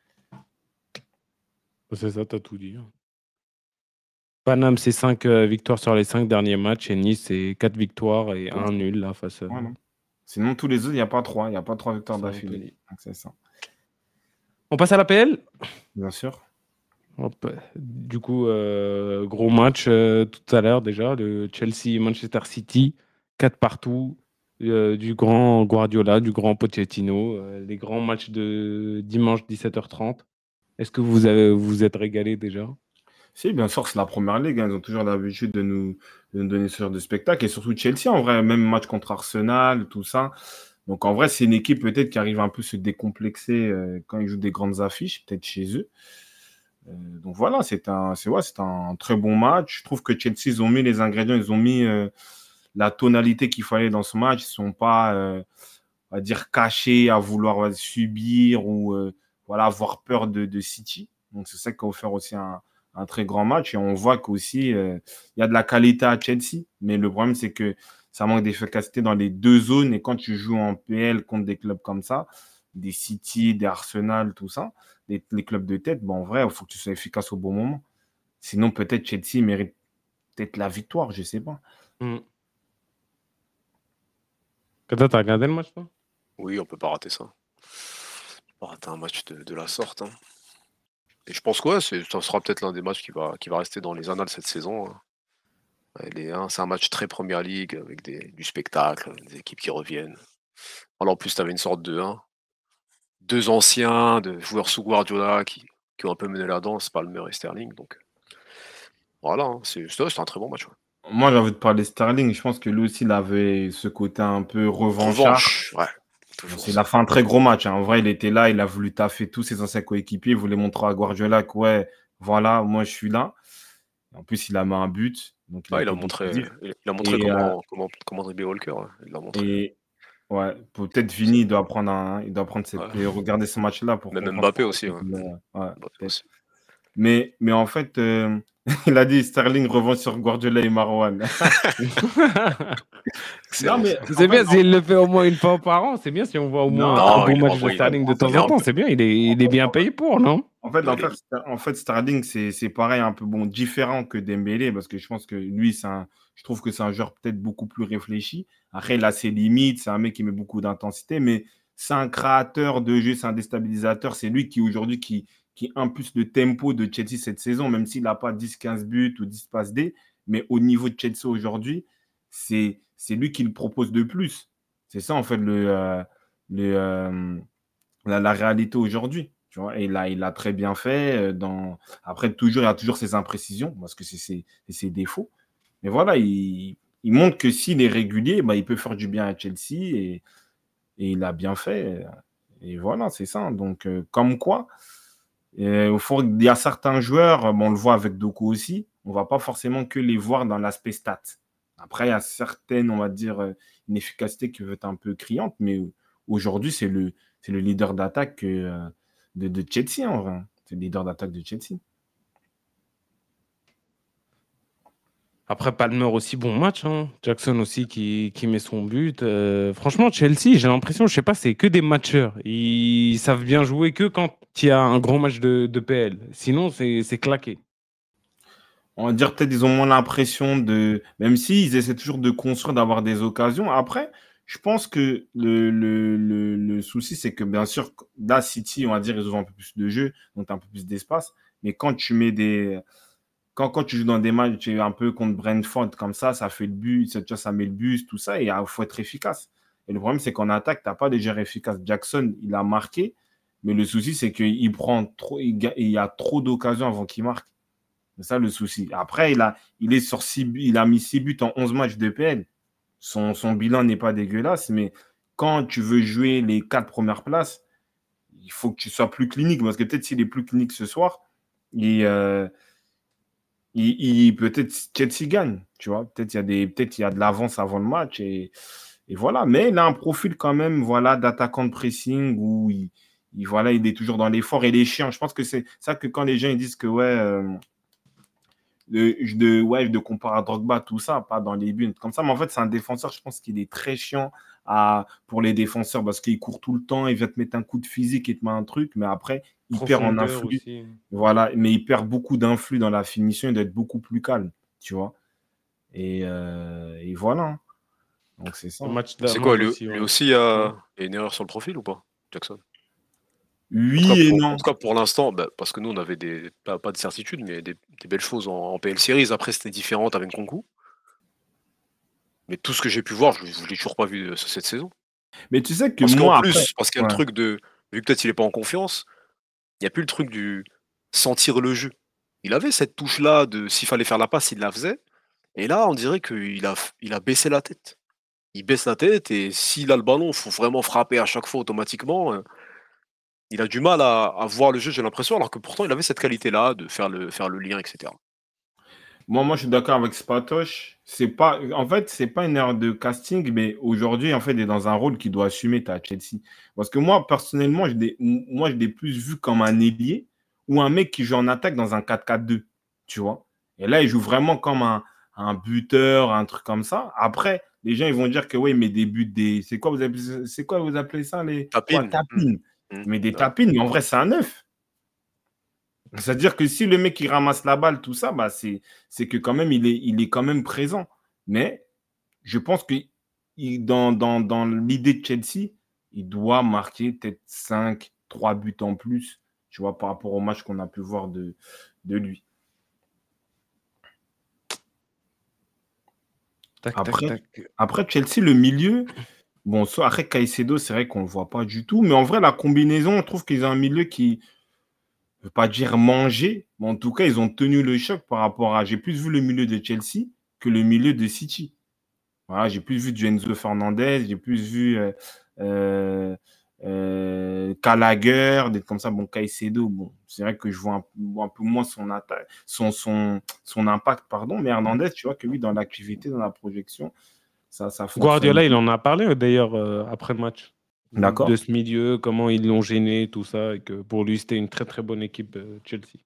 C'est ça, t'as tout dit. hein. Paname, c'est cinq victoires sur les cinq derniers matchs et Nice, c'est quatre victoires et un nul là face à. Voilà. Sinon, tous les autres, il n'y a pas trois. Il n'y a pas trois victoires Ça, on d'affilée. peut dire. Donc, c'est ça. On passe à l'A P L. Bien sûr. Hop. Du coup, euh, gros match euh, tout à l'heure déjà, le Chelsea-Manchester City, quatre partout, euh, du grand Guardiola, du grand Pochettino, euh, les grands matchs de dimanche dix-sept heures trente. Est-ce que vous avez, vous êtes régalé déjà? Si, bien sûr, c'est la première ligue. Hein. Ils ont toujours l'habitude de nous, de nous donner ce genre de spectacle. Et surtout Chelsea, en vrai, même match contre Arsenal, tout ça. Donc, en vrai, c'est une équipe peut-être qui arrive un peu à se décomplexer euh, quand ils jouent des grandes affiches, peut-être chez eux. Euh, donc voilà, c'est un, c'est, ouais, c'est un très bon match. Je trouve que Chelsea, ils ont mis les ingrédients, ils ont mis euh, la tonalité qu'il fallait dans ce match. Ils ne sont pas, euh, on va dire, cachés à vouloir ouais, subir ou euh, voilà, avoir peur de, de City. Donc c'est ça qui a offert aussi un, un très grand match. Et on voit qu'aussi, euh, il y a de la qualité à Chelsea. Mais le problème, c'est que ça manque d'efficacité dans les deux zones. Et quand tu joues en P L contre des clubs comme ça, des City, des Arsenal, tout ça, les, les clubs de tête, bon, en vrai, il faut que tu sois efficace au bon moment. Sinon, peut-être Chelsea mérite peut-être la victoire, je ne sais pas. Mm. Toi, t'as regardé le match, toi? Oui, on peut pas rater ça. On peut pas rater un match de, de la sorte. Hein. Et je pense que ouais, c'est, ça sera peut-être l'un des matchs qui va, qui va rester dans les annales cette saison. Hein. Ouais, les- hein, c'est un match très Première Ligue avec des, du spectacle, des équipes qui reviennent. Alors en plus, tu avais une sorte de hein, deux anciens, de joueurs sous Guardiola qui, qui ont un peu mené la danse, Palmer et Sterling. Donc voilà, hein, c'est, c'est c'est un très bon match. Ouais. Moi, j'ai envie de parler Sterling. Je pense que lui aussi, il avait ce côté un peu revanchard. Revanche, ouais, toujours Il ça. a fait un très gros match. Hein. En vrai, il était là, il a voulu taffer tous ses anciens coéquipiers. Il voulait montrer à Guardiola que, ouais, voilà, moi, je suis là. En plus, il a mis un but. Donc, il a Ouais, il a été montré, décisif. il il a montré Et, euh, comment, comment, comment dribbler Walker. Ouais. Il l'a montré. et ouais, peut-être Vini, il doit prendre, un, il doit prendre cette, Ouais. et regarder ce match-là pour Même comprendre. Mbappé aussi. Ouais. Ouais, ouais, Mbappé peut-être. aussi. Mais, mais en fait, euh, il a dit Sterling revient sur Guardiola et Marwan. Excellent. Non, mais C'est en bien fait, s'il le fait au moins une fois par an. C'est bien si on voit au moins Non, un Non, bon il, match en de vrai, il a, Sterling de temps il a en un temps. peu- C'est bien, il est, il est bien payé pour, non? En fait, il en a fait, les- Ster- en fait Sterling, c'est c'est pareil, un peu bon, différent que Dembélé, parce que je pense que lui, c'est un, je trouve que c'est un joueur peut-être beaucoup plus réfléchi. Après, il a ses limites, c'est un mec qui met beaucoup d'intensité, mais c'est un créateur de jeu, c'est un déstabilisateur. C'est lui qui, aujourd'hui, qui, qui impulse le tempo de Chelsea cette saison, même s'il n'a pas dix quinze buts ou dix passes D, mais au niveau de Chelsea aujourd'hui, c'est c'est lui qui le propose de plus. C'est ça, en fait, le, euh, le, euh, la, la réalité aujourd'hui. Tu vois, et là, il a très bien fait. euh, Dans... Après, toujours, il y a toujours ses imprécisions, parce que c'est ses, c'est ses défauts. Mais voilà, il, il montre que s'il est régulier, bah, il peut faire du bien à Chelsea et, et il a bien fait. Et voilà, c'est ça. Donc, euh, comme quoi, euh, au fond, il y a certains joueurs, bon, on le voit avec Doku aussi, on ne va pas forcément que les voir dans l'aspect stat. Après, il y a certaines, on va dire, euh, inefficacités qui peuvent être un peu criantes, mais aujourd'hui, c'est le, c'est le leader d'attaque euh, de, de Chelsea, en vrai. C'est le leader d'attaque de Chelsea. Après, Palmer aussi, bon match. hein. Jackson aussi qui, qui met son but. Euh, franchement, Chelsea, j'ai l'impression, je sais pas, c'est que des matcheurs. Ils savent bien jouer que quand il y a un gros match de, de P L. Sinon, c'est c'est claqué. On va dire peut-être ils ont moins l'impression de... Même s'ils essaient toujours de construire, d'avoir des occasions. Après, je pense que le, le, le, le souci, c'est que bien sûr, là, City, on va dire, ils ont un peu plus de jeu, donc un peu plus d'espace. Mais quand tu mets des... Quand, quand tu joues dans des matchs, tu es un peu contre Brentford comme ça, ça fait le but, ça, tu vois, ça met le but, tout ça, et il faut être efficace. Et le problème, c'est qu'en attaque, tu n'as pas de joueurs efficaces. Jackson, il a marqué, mais le souci, c'est qu'il prend trop, il, ga- il y a trop d'occasions avant qu'il marque. C'est ça le souci. Après, il a, il est sur six buts, il a mis six buts en onze matchs de P L. Son, son bilan n'est pas dégueulasse, mais quand tu veux jouer les quatre premières places, il faut que tu sois plus clinique. Parce que peut-être s'il est plus clinique ce soir, il, euh, il, il- peut-être Chelsea gagne. Tu vois, peut-être il y a des, peut-être il y a de l'avance avant le match et, et voilà. Mais il a un profil quand même, voilà, d'attaquant de pressing où il, il- voilà, il est toujours dans l'effort et il est chiant. Je pense que c'est ça que quand les gens ils disent que ouais. euh, de, de, ouais, de comparer à Drogba, tout ça, pas dans les buts, comme ça. Mais en fait, c'est un défenseur, je pense qu'il est très chiant à, pour les défenseurs parce qu'il court tout le temps, il va te mettre un coup de physique et te met un truc, mais après, il perd en Profondeur influx. aussi. Voilà, mais il perd beaucoup d'influx dans la finition, il doit être beaucoup plus calme, tu vois. Et, euh, et voilà. hein. Donc, c'est ça. Un hein. match C'est quoi, d'amende lui, aussi. lui ouais. aussi, il y a, il y a une erreur sur le profil ou pas, Jackson? En tout cas, Oui et pour, en non. tout cas, pour l'instant, bah, parce que nous, on avait des, pas, pas de certitude, mais des, des belles choses en, en P L Series. Après, c'était différent avec Nkunku. Mais tout ce que j'ai pu voir, je ne l'ai toujours pas vu euh, cette saison. Mais tu sais que Parce qu'en moi, après, plus, parce qu'il y a le ouais. truc de, vu que peut-être il est pas en confiance, il n'y a plus le truc du sentir le jeu. Il avait cette touche-là de s'il fallait faire la passe, il la faisait. Et là, on dirait qu'il a, il a baissé la tête. Il baisse la tête et s'il a le ballon, il faut vraiment frapper à chaque fois automatiquement. euh, Il a du mal à, à voir le jeu, j'ai l'impression, alors que pourtant il avait cette qualité-là de faire le, faire le lien, et cetera. Moi, moi, je suis d'accord avec Spatoche. C'est pas, en fait, c'est pas une erreur de casting, mais aujourd'hui, en fait, il est dans un rôle qu'il doit assumer à Chelsea. Parce que moi, personnellement, je l'ai, moi, je l'ai plus vu comme un ailier ou un mec qui joue en attaque dans un quatre quatre deux, tu vois. Et là, il joue vraiment comme un, un buteur, un truc comme ça. Après, les gens, ils vont dire que oui, mais des buts, des, c'est quoi vous appelez, c'est quoi vous appelez ça, les, ouais, Tapine. Hmm, tapines. hmm, Mais des ouais. tapines, mais en vrai, c'est un neuf. C'est-à-dire que si le mec il ramasse la balle, tout ça, bah c'est, c'est que quand même il est, il est quand même présent. Mais je pense que il- dans, dans, dans l'idée de Chelsea, il doit marquer peut-être cinq, trois buts en plus, tu vois, par rapport au match qu'on a pu voir de, de lui. Tac, tac, Après, tac. après Chelsea, le milieu, bon, soit après Caicedo, c'est vrai qu'on ne le voit pas du tout, mais en vrai, la combinaison, on trouve qu'ils ont un milieu qui, je ne veux pas dire manger, mais en tout cas, ils ont tenu le choc par rapport à. J'ai plus vu le milieu de Chelsea que le milieu de City. Voilà, j'ai plus vu du Enzo Fernandez, j'ai plus vu euh, euh, euh, Gallagher, des comme ça. Bon, Caicedo, bon, c'est vrai que je vois un, un peu moins son, attaque, son, son, son impact, pardon, mais Hernandez, tu vois que oui, dans l'activité, dans la projection, ça, ça fonctionne. Guardiola, il en a parlé euh, d'ailleurs euh, après le match. D'accord. De ce milieu, comment ils l'ont gêné, tout ça, et que pour lui, c'était une très très bonne équipe euh, Chelsea.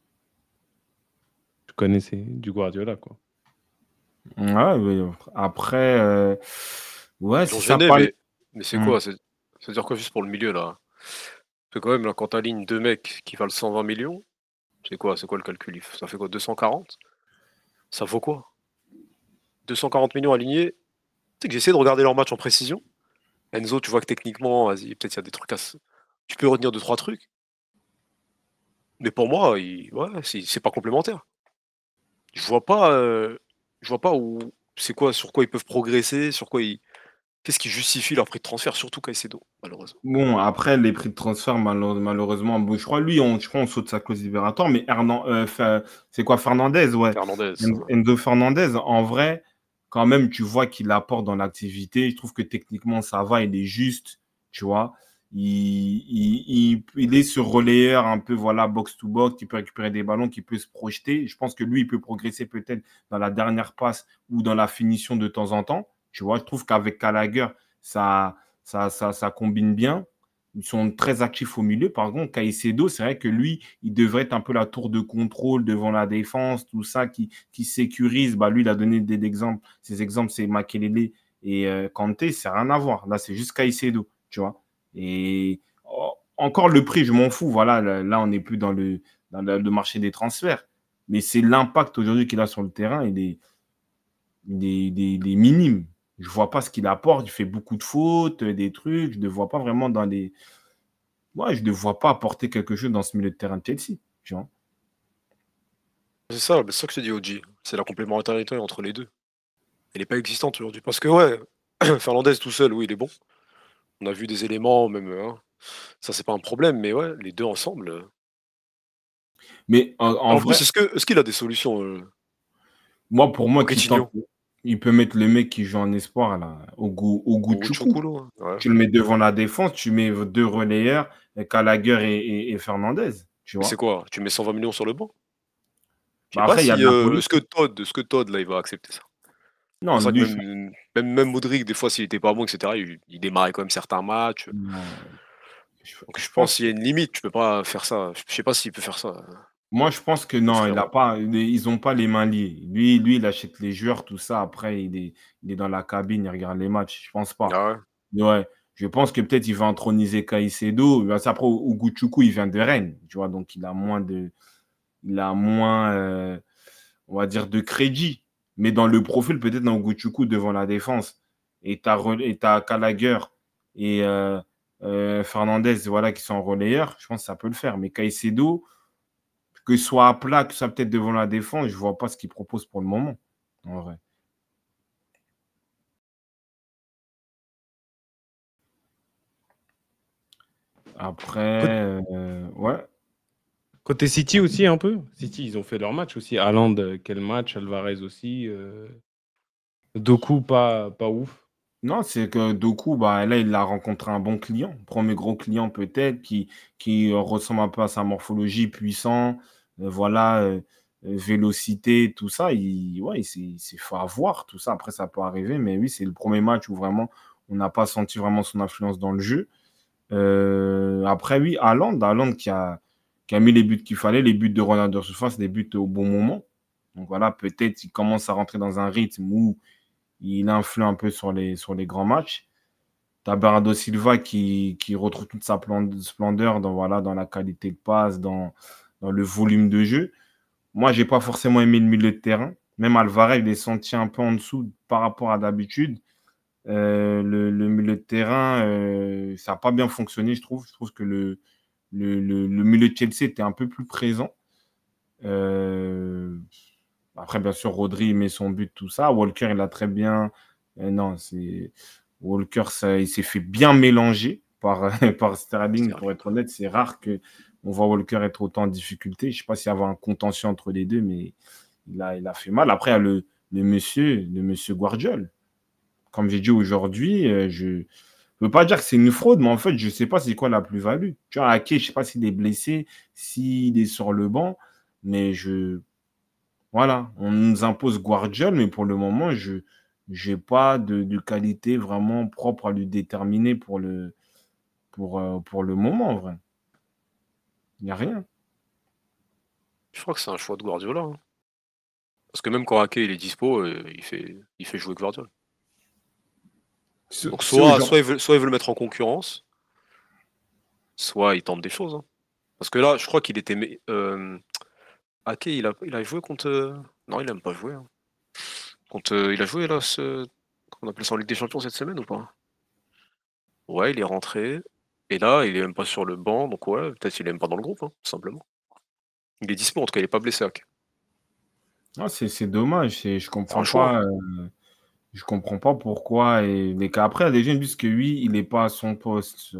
Tu connaissais du Guardiola, quoi. Ouais, ouais, après, euh, ouais, Ils l'ont si ça gêné, parle. mais, mais c'est Hmm. quoi? C'est, c'est-à-dire quoi juste pour le milieu là? C'est quand même là, quand t'alignes deux mecs qui valent cent vingt millions, c'est quoi? C'est quoi le calcul? Il f- Ça fait quoi? deux cent quarante? Ça vaut quoi? deux cent quarante millions alignés? Tu sais que j'ai essayé de regarder leur match en précision. Enzo, tu vois que techniquement, vas-y, peut-être il y a des trucs à. se- Tu peux retenir deux, trois trucs. Mais pour moi, il- ouais, c'est c'est pas complémentaire. Je vois pas, euh, je vois pas où, c'est quoi, sur quoi ils peuvent progresser, sur quoi ils, qu'est-ce qui justifie leur prix de transfert, surtout Caicedo, malheureusement. Bon, après, les prix de transfert, malheure- malheureusement, bon, je crois, lui, on, je crois, on saute sa clause libératoire, mais Hernan, euh, Fa- c'est quoi, Fernandez, ouais. Fernandez, Enzo euh, Enzo Fernandez, en vrai, quand même, tu vois qu'il apporte dans l'activité. Je trouve que techniquement, ça va, il est juste, tu vois. Il, il, il, il est sur relayeur, un peu, voilà, box-to-box, qui peut récupérer des ballons, qui peut se projeter. Je pense que lui, il peut progresser peut-être dans la dernière passe ou dans la finition de temps en temps. Tu vois, je trouve qu'avec Gallagher, ça ça, ça, ça combine bien. Ils sont très actifs au milieu. Par contre, Caicedo, c'est vrai que lui, il devrait être un peu la tour de contrôle devant la défense, tout ça, qui, qui sécurise. Bah, lui, il a donné des exemples. Ces exemples, c'est Makelele et euh, Kanté, c'est rien à voir. Là, c'est juste Caicedo, tu vois. Et oh, encore le prix, je m'en fous. Voilà, là, là on n'est plus dans le, dans le, le marché des transferts. Mais c'est l'impact aujourd'hui qu'il a sur le terrain. Il est, il est, il est- il est minime. Je vois pas ce qu'il apporte. Il fait beaucoup de fautes, euh, des trucs. Je ne le vois pas vraiment dans les. Moi, je ne le vois pas apporter quelque chose dans ce milieu de terrain de Chelsea. Tu vois. c'est ça, c'est ça que je te dis, O G. C'est la complémentarité entre les deux. Elle n'est pas existante aujourd'hui. Parce que, ouais, Fernandez tout seul, oui, il est bon. On a vu des éléments, même, hein, ça, c'est pas un problème, mais ouais, les deux ensemble. euh, Mais en, en En vrai, plus, est-ce que est-ce qu'il a des solutions, euh, moi, pour moi, qui tente, Pochettino? il peut mettre le mec qui joue en espoir, là, Ogu, Ou Oguchukwu. Choukoulou, hein. Ouais. Tu le mets devant la défense, tu mets deux relayeurs, Gallagher et, et, et Fernandez, tu Mais c'est vois. quoi? Tu mets cent vingt millions sur le banc? Je sais Bah pas après, il y a si de la euh, est-ce que politique. Todd, est-ce que Todd là il va accepter ça? C'est Non, pour ça que lui, je... même même même Modric, des fois, s'il était pas bon, et cetera, il, il démarrait quand même certains matchs. non, je, Donc je je pense pense qu'il que y a une limite, tu peux pas faire ça. Je sais pas s'il peut faire ça, Moi, je pense que le non, il a frérot. pas, ils n'ont pas les mains liées. Lui, lui, il achète les joueurs, tout ça. Après, il est, il est dans la cabine, il regarde les matchs. Je pense pas. Ah ouais? Ouais. Je pense que peut-être il va introniser Caicedo. Ben, ça, après, Uguchukwu, il vient de Rennes, tu vois, donc il a moins de, il a moins, euh, on va dire, de crédit. Mais dans le profil, peut-être dans Uguchukwu devant la défense. Et tu as Gallagher et euh, euh, Fernandez, voilà, qui sont en relayeur. Je pense que ça peut le faire. Mais Caicedo, que ce soit à plat, que ce soit peut-être devant la défense, je ne vois pas ce qu'il propose pour le moment, en vrai. Côté, Après, euh, ouais. côté City aussi, un peu. City, ils ont fait leur match aussi. Haaland, euh, quel match. Alvarez aussi. euh, Doku, pas, pas ouf. Non, c'est que Doku, bah, là, il a rencontré un bon client. Premier gros client peut-être, qui, qui euh, ressemble un peu à sa morphologie, puissant, euh, voilà, euh, euh, vélocité, tout ça. Il, ouais, il s'est il s'est fait avoir, tout ça. Après, ça peut arriver, mais oui, c'est le premier match où vraiment on n'a pas senti vraiment son influence dans le jeu. Euh, après, oui, Haaland, Haaland qui a, qui a mis les buts qu'il fallait, les buts de Ronaldo Surface, des buts au bon moment. Donc voilà, peut-être il commence à rentrer dans un rythme où il influe un peu sur les, sur les grands matchs. T'as Bernardo Silva qui, qui retrouve toute sa splendeur dans, voilà, dans la qualité de passe, dans, dans le volume de jeu. Moi, j'ai pas forcément aimé le milieu de terrain. Même Alvarez, il est senti un peu en dessous par rapport à d'habitude. Euh, le, le milieu de terrain, euh, ça n'a pas bien fonctionné, je trouve. Je trouve que le, le, le, le milieu de Chelsea était un peu plus présent. Euh, après, bien sûr, Rodri il met son but, tout ça. Walker, il a très bien. Euh, non, c'est. Walker, ça, il s'est fait bien mélanger par, par Sterling, pour Sterling. être honnête. C'est rare qu'on voit Walker être autant en difficulté. Je ne sais pas s'il y avait un contentieux entre les deux, mais il a, il a fait mal. Après, il y a le, le monsieur, le monsieur Guardiol. Comme j'ai dit aujourd'hui, euh, je ne veux pas dire que c'est une fraude, mais en fait, je ne sais pas c'est quoi la plus-value. Tu vois, Ake, je ne sais pas s'il est blessé, s'il est sur le banc, mais je. Voilà, on nous impose Guardiol, mais pour le moment, je n'ai pas de, de qualité vraiment propre à lui déterminer pour le, pour, euh, pour le moment, en vrai. Il n'y a rien. Je crois que c'est un choix de Guardiola, hein. Parce que même quand Ake il est dispo, euh, il fait il fait jouer Guardiola. C'est Donc c'est soit aujourd'hui. soit il veut soit il veut le mettre en concurrence, soit il tente des choses, hein. Parce que là, je crois qu'il était mé- euh, Ake, il a il a joué contre euh, non, il a même pas joué, hein. Contre euh, il a joué là ce qu'on appelle ça en Ligue des Champions cette semaine ou pas? Ouais, il est rentré et là, il est même pas sur le banc, donc ouais, peut-être il est même pas dans le groupe, hein, tout simplement. Il est dispo, en tout cas, il est pas blessé, Ake. Ah, c'est c'est dommage. c'est- Je C'est un comprends choix. pas. euh, je comprends pas pourquoi. Et, mais qu'après, il y a des gens qui disent que oui, il n'est pas à son poste.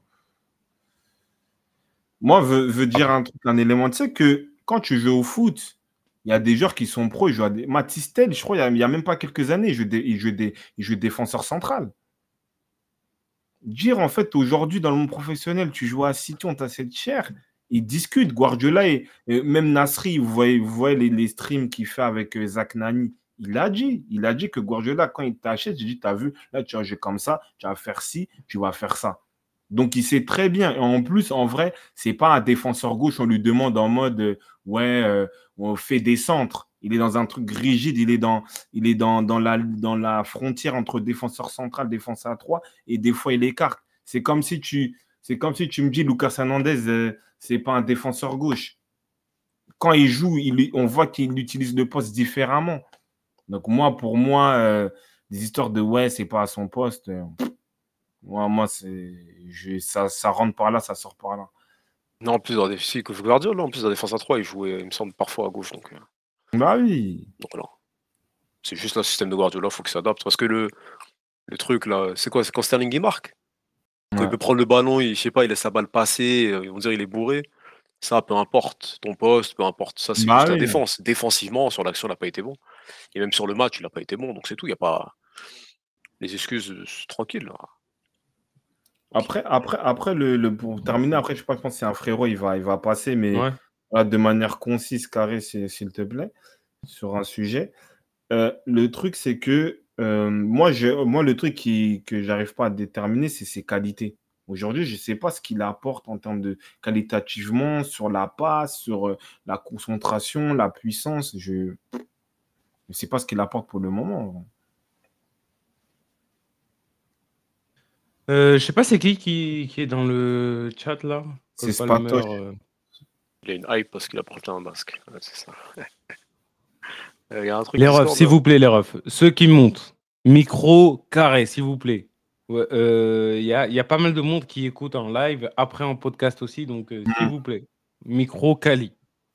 Moi, veut, veut dire Après, un truc, un élément. Tu sais que quand tu joues au foot, il y a des joueurs qui sont pros. Ils jouent à des... Mathys Tel, je crois, il n'y a, il y a même pas quelques années, il jouait, des- il jouait, des- il jouait défenseur central. Dire, en fait, aujourd'hui, dans le monde professionnel, tu joues à City, on t'a cette chair. Ils discutent. Guardiola et, et même Nasri, vous voyez, vous voyez les, les streams qu'il fait avec euh, Zach Nani. Il a dit, il a dit que Guardiola, quand il t'achète, il dit, tu as vu, là, tu vas jouer comme ça, tu vas faire ci, tu vas faire ça. Donc, il sait très bien. Et en plus, en vrai, c'est pas un défenseur gauche, on lui demande en mode, euh, ouais, euh, on fait des centres. Il est dans un truc rigide, il est dans, il est dans, dans, la, dans la frontière entre défenseur central, défenseur à trois, et des fois, il écarte. C'est comme si tu, c'est comme si tu me dis, Lucas Hernandez, euh, c'est pas un défenseur gauche. Quand il joue, il, on voit qu'il utilise le poste différemment. Donc, moi, pour moi, euh, des histoires de ouais, c'est pas à son poste. euh, moi, moi c'est, je, ça, ça rentre par là, ça sort par là. Non, en plus, dans des si, que Guardiola, en plus, dans la défense à trois, il jouait, il me semble, parfois à gauche, donc, euh, Bah oui. donc voilà. C'est juste le système de Guardiola, faut qu'il s'adapte. Parce que le, le truc, là, c'est quoi? C'est quand Sterling, il marque. Quand il Ouais. peut prendre le ballon, il, je sais pas, il laisse sa balle passer, euh, on dirait il est bourré. Ça, peu importe ton poste, peu importe. Ça, c'est Bah juste la oui. défense. Défensivement, sur l'action, il n'a pas été bon. Et même sur le match, il n'a pas été bon. Donc c'est tout. Il n'y a pas les excuses, euh, c'est tranquille. Là. Après, après, après le, le- pour terminer, après, je sais pas, je pense que c'est un frérot, il va, il va passer, mais Ouais. voilà, de manière concise, carrée, s'il s'il te plaît, sur un sujet. Euh, le truc, c'est que euh, moi, je, moi, le truc qui, que j'arrive pas à déterminer, c'est ses qualités. Aujourd'hui, je sais pas ce qu'il apporte en termes de qualitativement sur la passe, sur euh, la concentration, la puissance. Je ne sais pas ce qu'il apporte pour le moment. Euh, je sais pas c'est qui, qui qui est dans le chat là. C'est Cole Palmer. Spatoche. euh. Il a une hype parce qu'il a porté un masque. Ouais, c'est ça. Euh, Il y a un truc Les refs, Discord s'il là. vous plaît, les refs. Ceux qui montent. Micro carré, s'il vous plaît. Ouais, euh, Il y a, il y a pas mal de monde qui écoute en live, après en podcast aussi, donc euh, s'il vous plaît. Micro quali.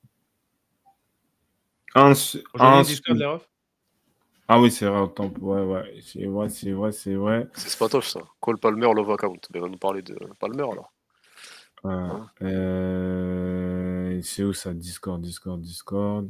Un, Rejoignez un, le Discord, les refs. Ah oui, c'est vrai, autant. Ouais, ouais, c'est vrai, c'est vrai, c'est vrai. C'est Spatoche ça. Cole Palmer, Love Account. Il va nous parler de Palmer alors. Ouais. Hein Euh, c'est où ça? Discord, Discord, Discord.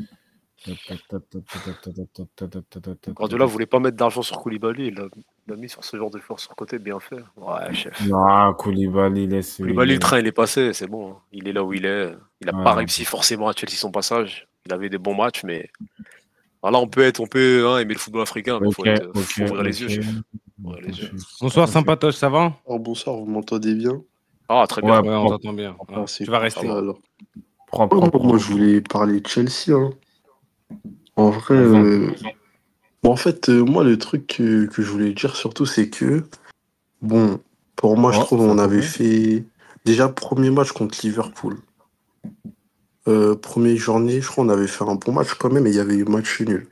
Guardiola voulait pas mettre d'argent sur Koulibaly. Il l'a il l'a mis sur ce genre de joueur sur côté, bien fait. Ouais, chef. Non, Koulibaly, laisse. Koulibaly, le il- train, il est passé, c'est bon. Hein. Il est là où il est. Il n'a pas Ouais. réussi forcément à Chelsea son passage. Il avait des bons matchs, mais voilà, on peut être, on peut hein, aimer le football africain, mais il faut Ok, être, ok, faut ouvrir les yeux, ok. chef. Ouvrir les yeux. Bonsoir, Ok. sympatoche, ça va? Oh, bonsoir, vous m'entendez bien? Ah, très bien. Ouais, Ouais, on propre, t'entend bien. Ah, Ah, c'est tu vas parfait rester. va. alors. propre, Oh, propre, moi, propre. je voulais parler de Chelsea. Hein. En vrai, Vas-y, on euh, bon, en fait, euh, moi, le truc que, que je voulais dire surtout, c'est que, bon, pour moi, je Oh, trouve ça on avait coupe. fait déjà premier match contre Liverpool. Euh, première journée, je crois on avait fait un bon match quand même, et il y avait eu match nul.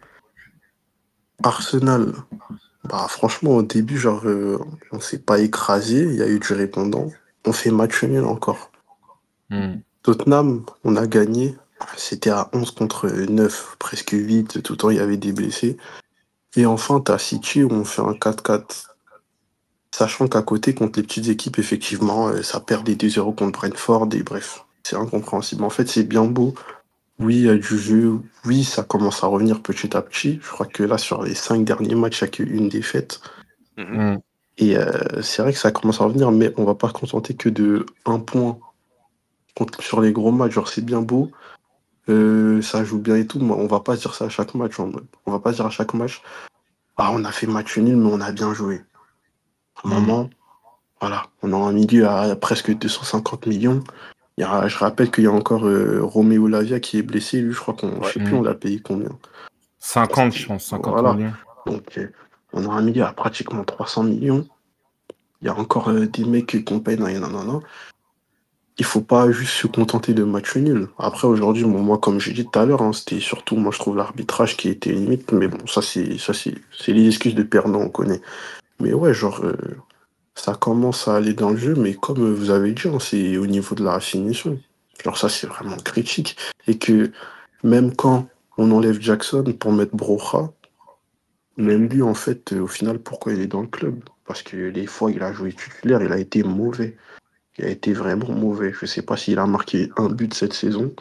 Arsenal, bah franchement, au début, genre, euh, on s'est pas écrasé, il y a eu du répondant. On fait match nul encore. Hmm. Tottenham, on a gagné. C'était à onze contre neuf, presque huit. Tout le temps, il y avait des blessés. Et enfin, t'as City où on fait un quatre quatre. Sachant qu'à côté, contre les petites équipes, effectivement, euh, ça perdait deux zéro contre Brentford. Et bref, c'est incompréhensible. En fait, c'est bien beau. Oui, il y a du jeu. Oui, ça commence à revenir petit à petit. Je crois que là, sur les cinq derniers matchs, il n'y a qu'une défaite. Mhm. Hmm. Et euh, c'est vrai que ça commence à revenir, mais on va pas se contenter que de un point contre, sur les gros matchs. Genre, c'est bien beau. Euh, ça joue bien et tout, mais on va pas dire ça à chaque match. En mode. On va pas dire à chaque match, ah, on a fait match nul, mais on a bien joué. À un Hmm. moment, voilà, on a un milieu à presque deux cent cinquante millions. Il y a, je rappelle qu'il y a encore euh, Roméo Lavia qui est blessé. Lui, je crois qu'on, je Ouais. sais plus, on l'a payé combien. cinquante, je pense, cinquante Voilà. millions. Donc, euh, on a un milieu à pratiquement trois cents millions. Il y a encore euh, des mecs qu'on paye, non, non, non, non. Il faut pas juste se contenter de match nul. Après, aujourd'hui, bon, moi, comme j'ai dit tout à l'heure, hein, c'était surtout, moi, je trouve l'arbitrage qui était limite. Mais bon, ça, c'est ça c'est c'est les excuses de perdant, on connaît. Mais ouais, genre, euh, ça commence à aller dans le jeu, mais comme euh, vous avez dit, hein, c'est au niveau de la finition. Genre, ça, c'est vraiment critique. Et que même quand on enlève Jackson pour mettre Broja, même lui, en fait, euh, au final, pourquoi il est dans le club? Parce que les fois il a joué titulaire, il a été mauvais. Il a été vraiment mauvais. Je sais pas s'il a marqué un but cette saison.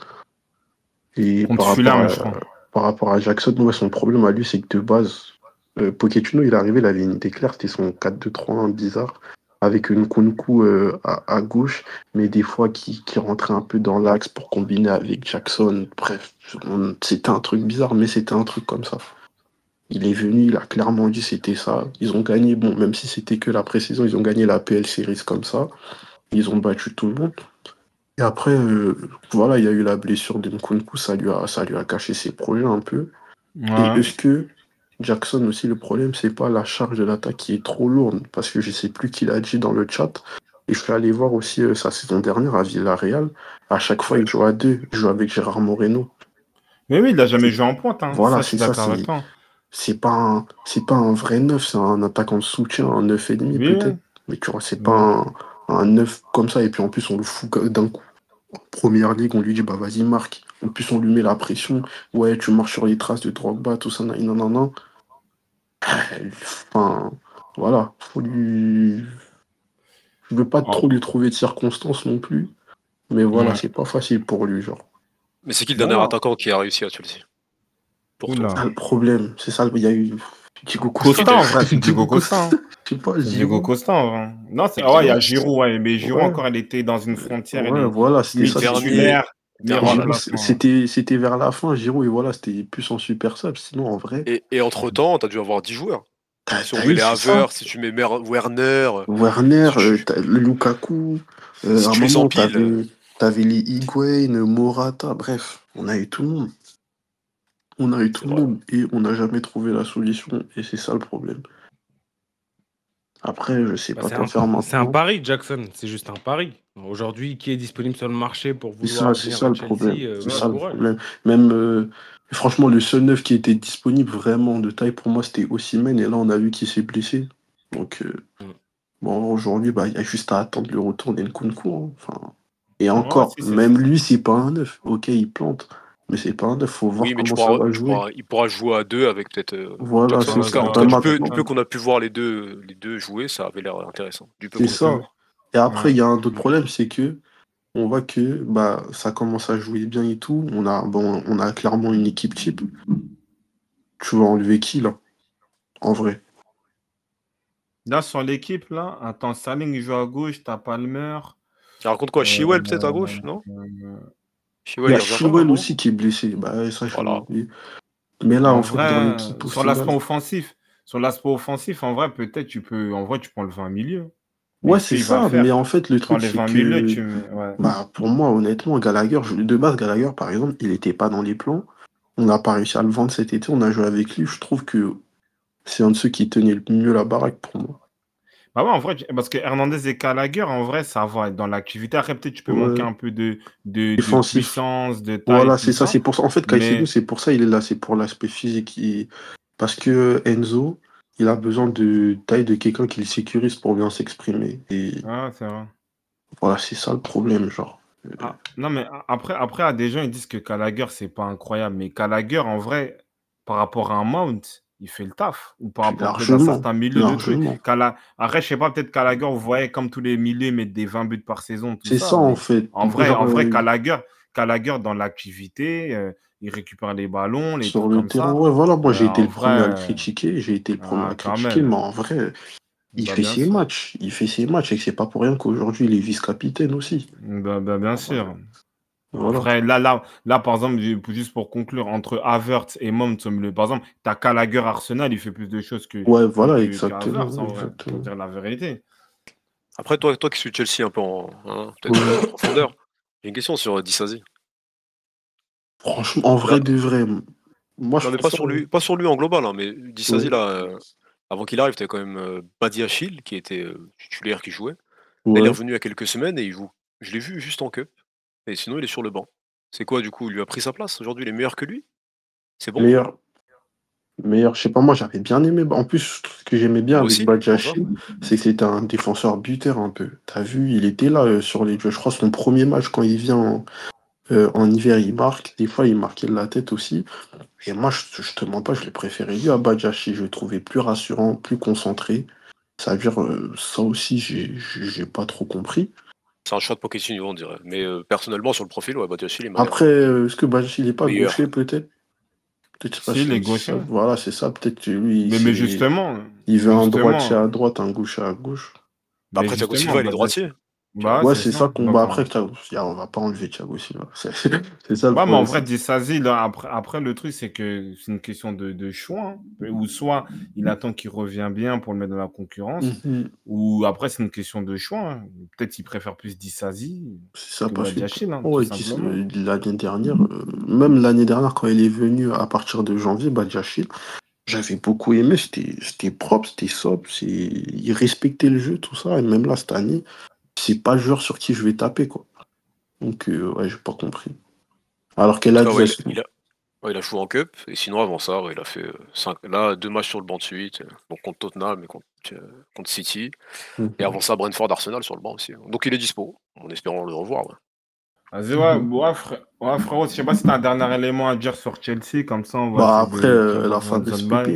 Et Contre par rapport Fulham, à, je crois. par rapport à Jackson, ouais, son problème à lui, c'est que de base, euh, Pochettino, il est arrivé, il avait une idée claire, c'était son quatre deux trois un bizarre, avec une Nkunku euh, à, à gauche, mais des fois qui, qui rentrait un peu dans l'axe pour combiner avec Jackson. Bref, on- c'était un truc bizarre, mais c'était un truc comme ça. Il est venu, il a clairement dit c'était ça. Ils ont gagné, bon, même si c'était que la pré-saison, ils ont gagné la P L Series comme ça. Ils ont battu tout le monde. Et après, euh, voilà, il y a eu la blessure de Nkunku, ça lui a, ça lui a caché ses projets un peu. Et Ouais. est-ce que Jackson aussi, le problème, c'est pas la charge de l'attaque qui est trop lourde? Parce que je sais plus qui l'a dit dans le chat. Et je suis allé voir aussi euh, sa saison dernière à Villarreal. À chaque fois, il joue à deux. Il joue avec Gérard Moreno. Mais oui, il n'a jamais C'est- joué en pointe. Hein. Voilà, Ça, je c'est suis ça. d'accord avec C'est toi. c'est pas un, c'est pas un vrai neuf, c'est un attaquant de soutien, un neuf et demi Oui, oui. peut-être. Mais tu vois, c'est pas Oui. un, un neuf comme ça. Et puis en plus, on le fout d'un coup. Première ligue, on lui dit bah vas-y marque. En plus, on lui met la pression. Ouais, tu marches sur les traces de Drogba, tout ça, non, non, non. Enfin, voilà, faut lui. Je veux pas Oh. trop lui trouver de circonstances non plus. Mais voilà, Ouais. c'est pas facile pour lui, genre. Mais c'est qui le dernier Voilà. attaquant qui a réussi à Chelsea? Pour toi. Oula. Ah, le problème, c'est ça, il y a eu Diego Costa, Costa, en frère. vrai, c'est Diego Costa. hein. Je sais pas, C'est Diego Giroud. Costa, en vrai. Non, c'est... Et ah ouais, il y a Giroud, Giroud, ouais. Mais Giroud, Ouais, encore, elle était dans une frontière. Elle ouais, est voilà, c'était ça. dernier, mi-titulaire, dernier Giroud, remplaçant. mi-remplaçant. c'était c'était vers la fin, Giroud, et voilà, c'était plus en super sub. Sinon, en vrai, Et, et entre-temps, t'as dû avoir dix joueurs. t'as Si on t'as met eu, les c'est ça. Havertz, si tu mets Mer- Werner, Werner, si euh, tu, t'as le Lukaku, euh, si à un tu les moment, empiles, t'avais t'avais les Higuain, Morata, bref, on a eu tout le monde. On a eu tout c'est le vrai. monde et on n'a jamais trouvé la solution, et c'est ça le problème. Après, je sais Bah, pas c'est quoi un, faire c'est un maintenant. pari, Jackson. C'est juste un pari. Aujourd'hui, qui est disponible sur le marché pour C'est vouloir ça, c'est venir ça à le Chelsea, problème. euh, C'est bon ça le courage. problème. Même, euh, franchement, le seul neuf qui était disponible vraiment de taille pour moi, c'était Osimhen. Et là, on a vu qu'il s'est blessé. Donc, euh, Mm. bon, aujourd'hui, bah, il y a juste à attendre le retour d'Nkunku. hein. Enfin, et Ouais, encore, si, c'est même ça. lui, c'est pas un neuf. Ok, il plante, mais c'est pas un neuf. Faut voir Oui, mais tu comment ça pourras, va tu jouer. pourras, il pourra jouer à deux avec peut-être euh, Voilà, Jackson c'est Ouais, Oscar. ça. En tout ça, cas, du Dama- peu, du ça, peu qu'on a pu voir les deux, les deux jouer, ça avait l'air intéressant. Du peu c'est qu'on a pu ça. voir. Et après, ouais. il y a un autre problème, c'est que on voit que bah, ça commence à jouer bien et tout. On a, bon, on a clairement une équipe type. Tu vas enlever qui, là? En vrai. Là, sur l'équipe, là, attends, Saling, il joue à gauche, t'as Palmer. Tu racontes quoi? euh, Chilwell peut-être à gauche, non? euh, Il y Chilwell, a il revient pas, Chilwell non? aussi qui est blessé. Bah, ça, je l'ai Voilà. oublié. Mais là, En en fait, dans vrai, l'équipe, au sur final. l'aspect offensif, sur l'aspect offensif, en vrai, peut-être tu peux, en vrai, tu peux enlever un milieu. Mais Ouais, ce c'est qu'il va ça. Mais faire, en fait, le tu truc, enlèves c'est un milieu, que, tu mets, ouais. bah, pour moi, honnêtement, Gallagher, je- de base, Gallagher, par exemple, il n'était pas dans les plans. On n'a pas réussi à le vendre cet été. On a joué avec lui. Je trouve que c'est un de ceux qui tenait le mieux la baraque pour moi. Bah ouais, en vrai, tu- parce que Hernandez et Gallagher, en vrai, ça va être dans l'activité. Après, peut-être tu peux manquer Ouais. un peu de, de, de Défensif. puissance, de taille, Voilà, tout c'est ça. ça. C'est pour ça. En fait, Caicedo, Mais, c'est pour ça il est là. C'est pour l'aspect physique. Il- Parce que Enzo, il a besoin de taille de quelqu'un qui le sécurise pour bien s'exprimer. Et ah, c'est vrai. voilà, c'est ça le problème, genre. Euh, Ah, non, mais a- après, après, à des gens, ils disent que Gallagher, c'est pas incroyable. Mais Gallagher, en vrai, par rapport à un Mount, il fait le taf. Ou par Puis rapport peut-être à largement, certains milieux de trucs. largement. Gala- Après, je sais pas, peut-être Gallagher, vous voyez, comme tous les milieux, ils mettent des vingt buts par saison, tout C'est ça, ça. en Mais fait. en vrai, Genre, en vrai, euh, Gallagher, Gallagher dans l'activité, euh, il récupère les ballons, les sur trucs le comme terrain, ça. ouais, voilà, moi Euh, j'ai été en le premier à le vrai, critiquer, j'ai été le premier à ah, le quand critiquer, mais même. en vrai, il Bah, fait bien ses sûr. matchs, il fait ses matchs, et que c'est pas pour rien qu'aujourd'hui il est vice-capitaine aussi. Bah, bah, bien En vrai, sûr. En voilà. vrai, là, là, là, par exemple, ju- juste pour conclure, entre Havertz et Mount, le- par exemple, t'as Gallagher Arsenal, il fait plus de choses que, Ouais, que, voilà, que, que exactement, Havertz, en vrai, pour exactement. dire la vérité. Après, toi, toi qui suis Chelsea un peu en, hein, peut-être Ouais. en profondeur, j'ai une question sur Disasi. Franchement, en Là, vrai de vrai, moi je non, mais trouve pas ça. sur lui, pas sur lui en global, hein, mais Disasi, Ouais, là, euh, avant qu'il arrive, t'avais quand même euh, Badiachil, qui était euh, titulaire, qui jouait. Là, il est ouais. revenu il y a quelques semaines et il joue. Je l'ai vu juste en cup. Et sinon, il est sur le banc. C'est quoi, du coup? Il lui a pris sa place. Aujourd'hui, il est meilleur que lui? C'est bon? Meilleur, meilleur, je sais pas, moi j'avais bien aimé. En plus, ce que j'aimais bien Moi avec aussi, c'est pour ça. Badjachi, c'est que c'était un défenseur buteur un peu. T'as vu, il était là euh, sur les jeux. Je crois son premier match quand il vient en, euh, en hiver, il marque. Des fois, il marquait de la tête aussi. Et moi, je, je te mens pas, je l'ai préféré lui à Badjachi. Je le trouvais plus rassurant, plus concentré. Ça veut dire, euh, ça aussi, j'ai j'ai j'ai pas trop compris. C'est un choix de Pochettino, on dirait. Mais euh, personnellement, sur le profil, ouais, Badiachil, il m'a l'air Après, euh, euh, est-ce que Badjachi, il est pas gaucher meilleur. peut-être? Peut-être, je sais pas Si, si les on dit gauchers. ça. Voilà, c'est ça. Peut-être que lui, Mais, mais c'est. justement, Il veut un droitier justement, à droite, un gaucher à gauche. mais Après, Thiago justement, Silva, il est Badiachil. droitier. Bah, Thiago. Ouais, c'est c'est ça. ça qu'on Donc, bat en- après. Thiago- Tiens, on va pas enlever Thiago Silva. C'est c'est ça le ouais, mais en problème. vrai, c'est- Disasi, là, après, après, le truc, c'est que c'est une question de, de choix. hein. Ou soit il attend qu'il revient bien pour le mettre dans la concurrence, Mhm. ou après, c'est une question de choix. hein. Peut-être qu'il préfère plus Disasi C'est ça que parce que Badiachil, hein, tout oh, il dit- simplement. euh, l'année dernière, euh, même l'année dernière, quand il est venu à partir de janvier, Badiachil, j'avais beaucoup aimé. C'était c'était propre, c'était sobre. c'est- Il respectait le jeu, tout ça. Et même là, cette année, c'est pas le joueur sur qui je vais taper, quoi. Donc, euh, ouais, j'ai pas compris. Alors En qu'elle tout a cas, dit. ouais, il, il a, ouais, il a joué en cup. Et sinon, avant ça, ouais, il a fait euh, cinq, là, deux matchs sur le banc de suite. euh, Donc contre Tottenham et contre, euh, contre City. Et avant ça, Brentford Arsenal sur le banc aussi. Donc il est dispo, en espérant le revoir. Ouais. Vas-y, ouais, ouais, frère- ouais, frérot, je sais pas si t'as un dernier élément à dire sur Chelsea, comme ça, on va Bah essayer après, de euh, la prévoir fin notre de zone bail. S P P, hein.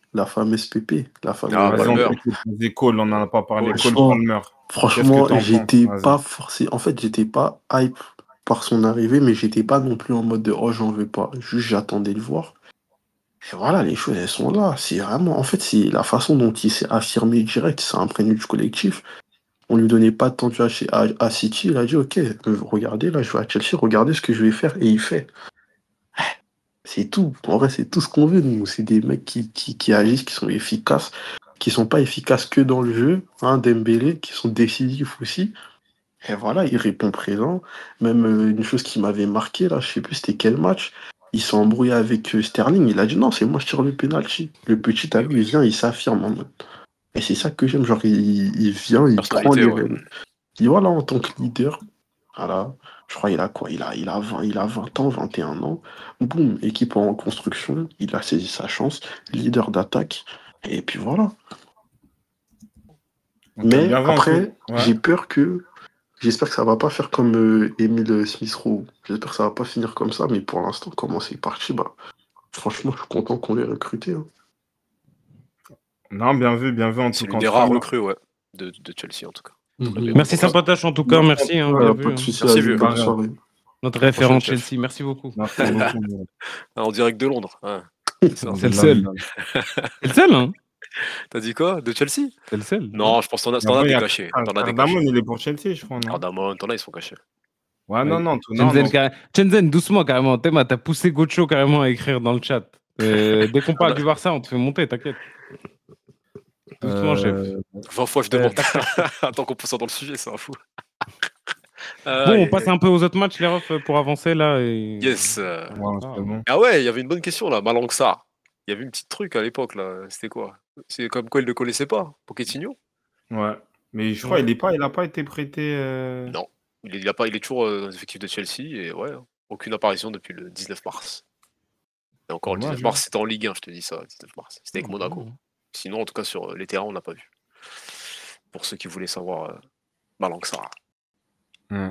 la fameuse P P, la Ah, fameuse Vas-y, on Palmer. Palmer. peut poser Cole, on n'en a pas parlé. Cole Franchement, Palmer. Qu'est-ce que franchement, t'en penses? j'étais Vas-y. pas forcé. En fait, j'étais pas hype par son arrivée, mais j'étais pas non plus en mode de oh, j'en veux pas. Juste, j'attendais de le voir. Et voilà, les choses, elles sont là. C'est vraiment, en fait, c'est la façon dont il s'est affirmé direct, il s'est imprégné du collectif. On lui donnait pas de temps de jeu à, chez- à- à City. Il a dit, ok, euh, regardez, là, je vais à Chelsea, regardez ce que je vais faire. Et il fait. C'est tout. En vrai, c'est tout ce qu'on veut, nous. C'est des mecs qui, qui, qui agissent, qui sont efficaces, qui sont pas efficaces que dans le jeu, hein, Dembélé, qui sont décisifs aussi. Et voilà, il répond présent. Même euh, une chose qui m'avait marqué, là, je sais plus c'était quel match. Il s'est embrouillé avec euh, Sterling. Il a dit non, c'est moi, je tire le penalty. Le petit, t'as Oui, vu, il oui. vient, il s'affirme en mode. Et c'est ça que j'aime. Genre, il, il vient, il prend Personnalité, les ouais. rênes. Il dit voilà, en tant que leader, voilà, je crois il a quoi? Il a, il a vingt, il a vingt ans, vingt et un ans. Boum, équipe en construction. Il a saisi sa chance. Leader d'attaque. Et puis voilà. Donc, t'as Mais bien vu en tout. après, Ouais. j'ai peur que. J'espère que ça va pas faire comme euh, Emile Smith-Rowe. J'espère que ça va pas finir comme ça, mais pour l'instant, comment c'est parti, bah, franchement, je suis content qu'on l'ait recruté. Hein. Non, bien vu, bien vu en C'est tout l'une cas. des En tout cas, rares moi- recrues, ouais, de, de Chelsea en tout cas. Très Mhm. bien. Merci Pour l'instant. Sympatoche en tout cas, merci, hein, Ouais, bien pas vu. de hein. soucis, Merci, allez, vieux. bonne Pareil. soirée. Notre À la référent prochaine, chef. Chelsea, merci beaucoup. Merci beaucoup. Ah, en direct de Londres. hein. C'est ça. C'est le Alhamdoulilah, seul. alhamdoulilah. C'est le seul, hein. T'as dit quoi? De Chelsea? C'est le seul. Non, je pense que t'en as, Et t'en as après, il y des a cachés. Car- T'en as des Cardamone, cachés. il est pour Chelsea, je crois, non? Cardamone, t'en as, ils sont cachés. Ouais, non, Ouais. non, tout, non, Shenzhen, non. carré- Shenzhen, doucement carrément. Théma, t'as poussé Gocho carrément à écrire dans le chat. Euh, dès qu'on parle On a- du Barça, on te fait monter, t'inquiète. Doucement, chef. Euh, vingt fois je Euh, demande. tac, tac, tac. Attends qu'on passe dans le sujet, c'est un fou. Bon, Aïe, on aïe, passe aïe. un peu aux autres matchs, les refs, pour avancer là. Et... Yes. euh. ouais, Ah, c'est bon. Ah ouais, il y avait une bonne question là, Malangsar. Il y avait une petite truc à l'époque là. C'était quoi? C'est comme quoi il ne le connaissait pas, Pochettino? Ouais. Mais je crois Ouais. qu'il est pas, il a pas été prêté. euh, Non. Il est, il a pas, il est toujours euh, dans les effectifs de Chelsea et ouais, aucune apparition depuis le dix-neuf mars. Et encore le Dommage, dix-neuf mars, c'était en Ligue un, je te dis ça, dix-neuf mars. C'était avec Ah, Monaco. bon. Sinon, en tout cas, sur euh, les terrains, on l'a pas vu. Pour ceux qui voulaient savoir, euh, Malangsar. Ouais.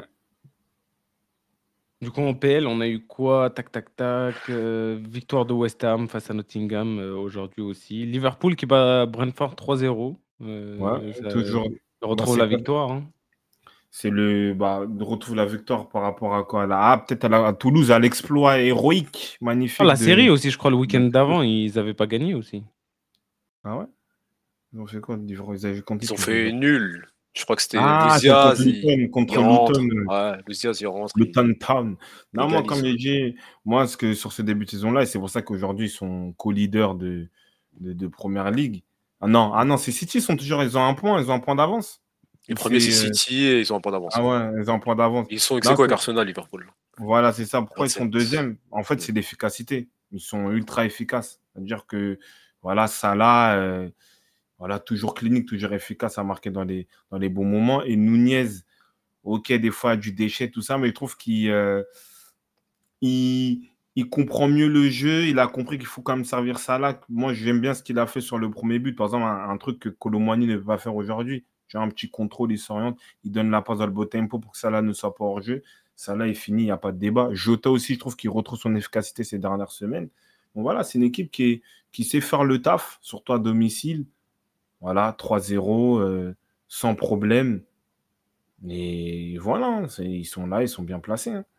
Du coup, en P L, on a eu quoi? Tac, tac, tac. euh, victoire de West Ham face à Nottingham euh, aujourd'hui aussi. Liverpool qui bat Brentford trois zéro. Euh, Ouais, ça- toujours. on Bah, retrouve c'est la quoi? victoire. hein. C'est le. Bah, de retrouver la victoire par rapport à quoi là? Ah, peut-être à, la- à Toulouse, à l'exploit héroïque, Ah, magnifique la de. série aussi, je crois, le week-end de- d'avant, ils n'avaient pas gagné aussi. Ah ouais? Ils ont fait quoi? Ils avaient compté Ils ont qu'ils fait avaient- nul. Je crois que c'était Ah, Luis c'est contre Diaz, il, Luton. Contre il rentre. Luton. Ouais, Luis Diaz, il rentre. il- Luton Town. il Non, moi, égalise. comme j'ai dit, moi, ce que sur ce début de saison-là, et c'est pour ça qu'aujourd'hui, ils sont co-leaders de, de, de Première Ligue. Ah non, ah non, c'est City, ils sont toujours, ils ont un point, ils ont un point d'avance. Les Ou premiers, c'est c'est, euh, City et ils ont un point d'avance. Ah ouais, ils ont un point d'avance. Ils sont ex Non, aequo avec c'est- Arsenal, Liverpool. Voilà, c'est ça. Pourquoi ils sont vingt-sept. deuxièmes? En fait, c'est l'efficacité. Ils sont ultra efficaces. C'est-à-dire que, voilà, Salah, euh, voilà, toujours clinique, toujours efficace à marquer dans les, dans les bons moments. Et Nunez, ok, des fois, du déchet, tout ça, mais je trouve qu'il euh, il, il comprend mieux le jeu. Il a compris qu'il faut quand même servir Salah. Moi, j'aime bien ce qu'il a fait sur le premier but. Par exemple, un, un truc que Kolo Muani ne peut pas faire aujourd'hui. Genre un petit contrôle, il s'oriente, il donne la passe dans le beau tempo pour que Salah ne soit pas hors jeu. Salah est fini, il n'y a pas de débat. Jota aussi, je trouve qu'il retrouve son efficacité ces dernières semaines. Donc voilà, c'est une équipe qui, est, qui sait faire le taf, surtout à domicile. Voilà, trois zéro, euh, sans problème. Et voilà, c'est- ils sont là, ils sont bien placés. hein.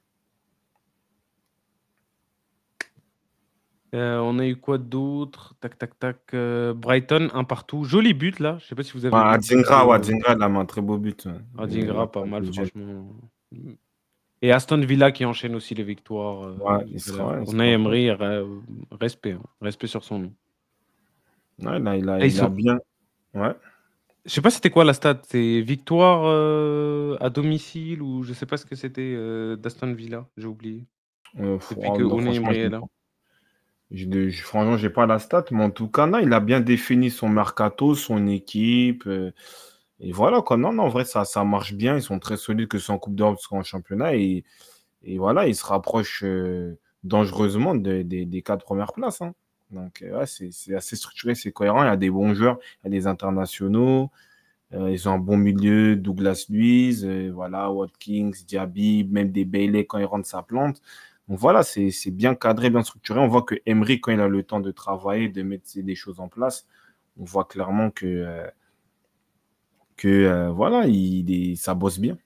Euh, on a eu quoi d'autre? Tac, tac, tac. euh, Brighton, un partout. Joli but là. Je sais pas si vous avez Ouais, vu. le but Adzingra, de- ouais, Adzingra, il a mis un très beau but. ouais. Adingra, Il- pas mal, il- franchement. Et Aston Villa qui enchaîne aussi les victoires. euh, Ouais, il tout à sera- l'heure. ouais, il On sera a Emery, re- respect, hein, respect sur son nom. Ouais, là, il a, Ah, ils il a sont- bien. Ouais. Je sais pas c'était quoi la stat, c'est victoire euh, à domicile ou je sais pas ce que c'était euh, d'Aston Villa, j'ai oublié. Euh, Depuis oh, que non, Unai franchement, Emery je est l'ai là. pas. Je l'ai- je- franchement, j'ai pas la stat, mais en tout cas, non, il a bien défini son mercato, son équipe. euh, et voilà, quoi. Non, non, en vrai, ça, ça marche bien. Ils sont très solides, que ce soit en Coupe d'Europe qu'en championnat. Et, et voilà, ils se rapprochent euh, dangereusement de- de- des quatre premières places. hein. Donc, euh, ouais, c'est c'est assez structuré, c'est cohérent. Il y a des bons joueurs, il y a des internationaux. euh, ils ont un bon milieu, Douglas Luiz, euh, voilà, Watkins, Diaby, même des Bailey quand ils rentrent sa plante. Donc voilà, c'est c'est bien cadré, bien structuré. On voit que Emery, quand il a le temps de travailler, de mettre ses- des choses en place, on voit clairement que, euh, que euh, voilà, il, est- ça bosse bien.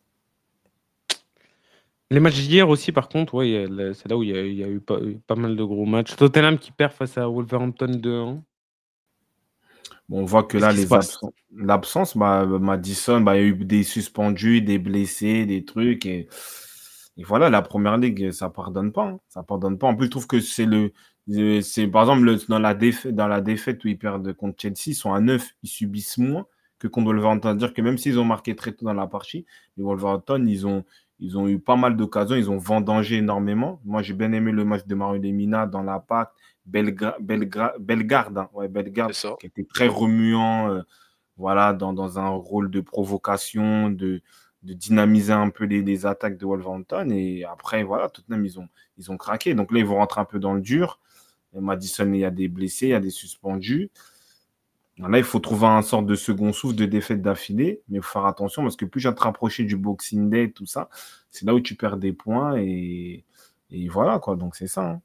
Les matchs d'hier aussi, par contre, ouais, il y a le- c'est là où il y a, il y a eu pas, eu pas mal de gros matchs. Tottenham qui perd face à Wolverhampton deux un. Bon, on voit que Qu'est-ce là, qui se les passe? absents, l'absence, bah, Madison, bah, il y a eu des suspendus, des blessés, des trucs. Et, et voilà, la première ligue, ça pardonne pas, hein. Ça pardonne pas. En plus, je trouve que c'est le. le- C'est, par exemple, le- dans la défaite, dans la défaite où ils perdent contre Chelsea, ils sont à neuf, ils subissent moins que contre Wolverhampton. C'est-à-dire que même s'ils ont marqué très tôt dans la partie, les Wolverhampton, ils ont, ils ont eu pas mal d'occasions, ils ont vendangé énormément. Moi, j'ai bien aimé le match de Mario Lemina dans la P A C. Belga- Belga- Bellegarde, hein, ouais, C'est Bellegarde, ça. qui était très remuant, euh, voilà, dans, dans un rôle de provocation, de, de dynamiser un peu les, les attaques de Wolverhampton. Et après, voilà, Tottenham, ils ont, ils ont craqué. Donc là, ils vont rentrer un peu dans le dur. Et Madison, il y a des blessés, il y a des suspendus. Là, il faut trouver un sorte de second souffle de défaite d'affilée, mais il faut faire attention parce que plus tu vas te rapprocher du Boxing Day, tout ça, c'est là où tu perds des points et, et voilà, quoi. Donc c'est ça, hein.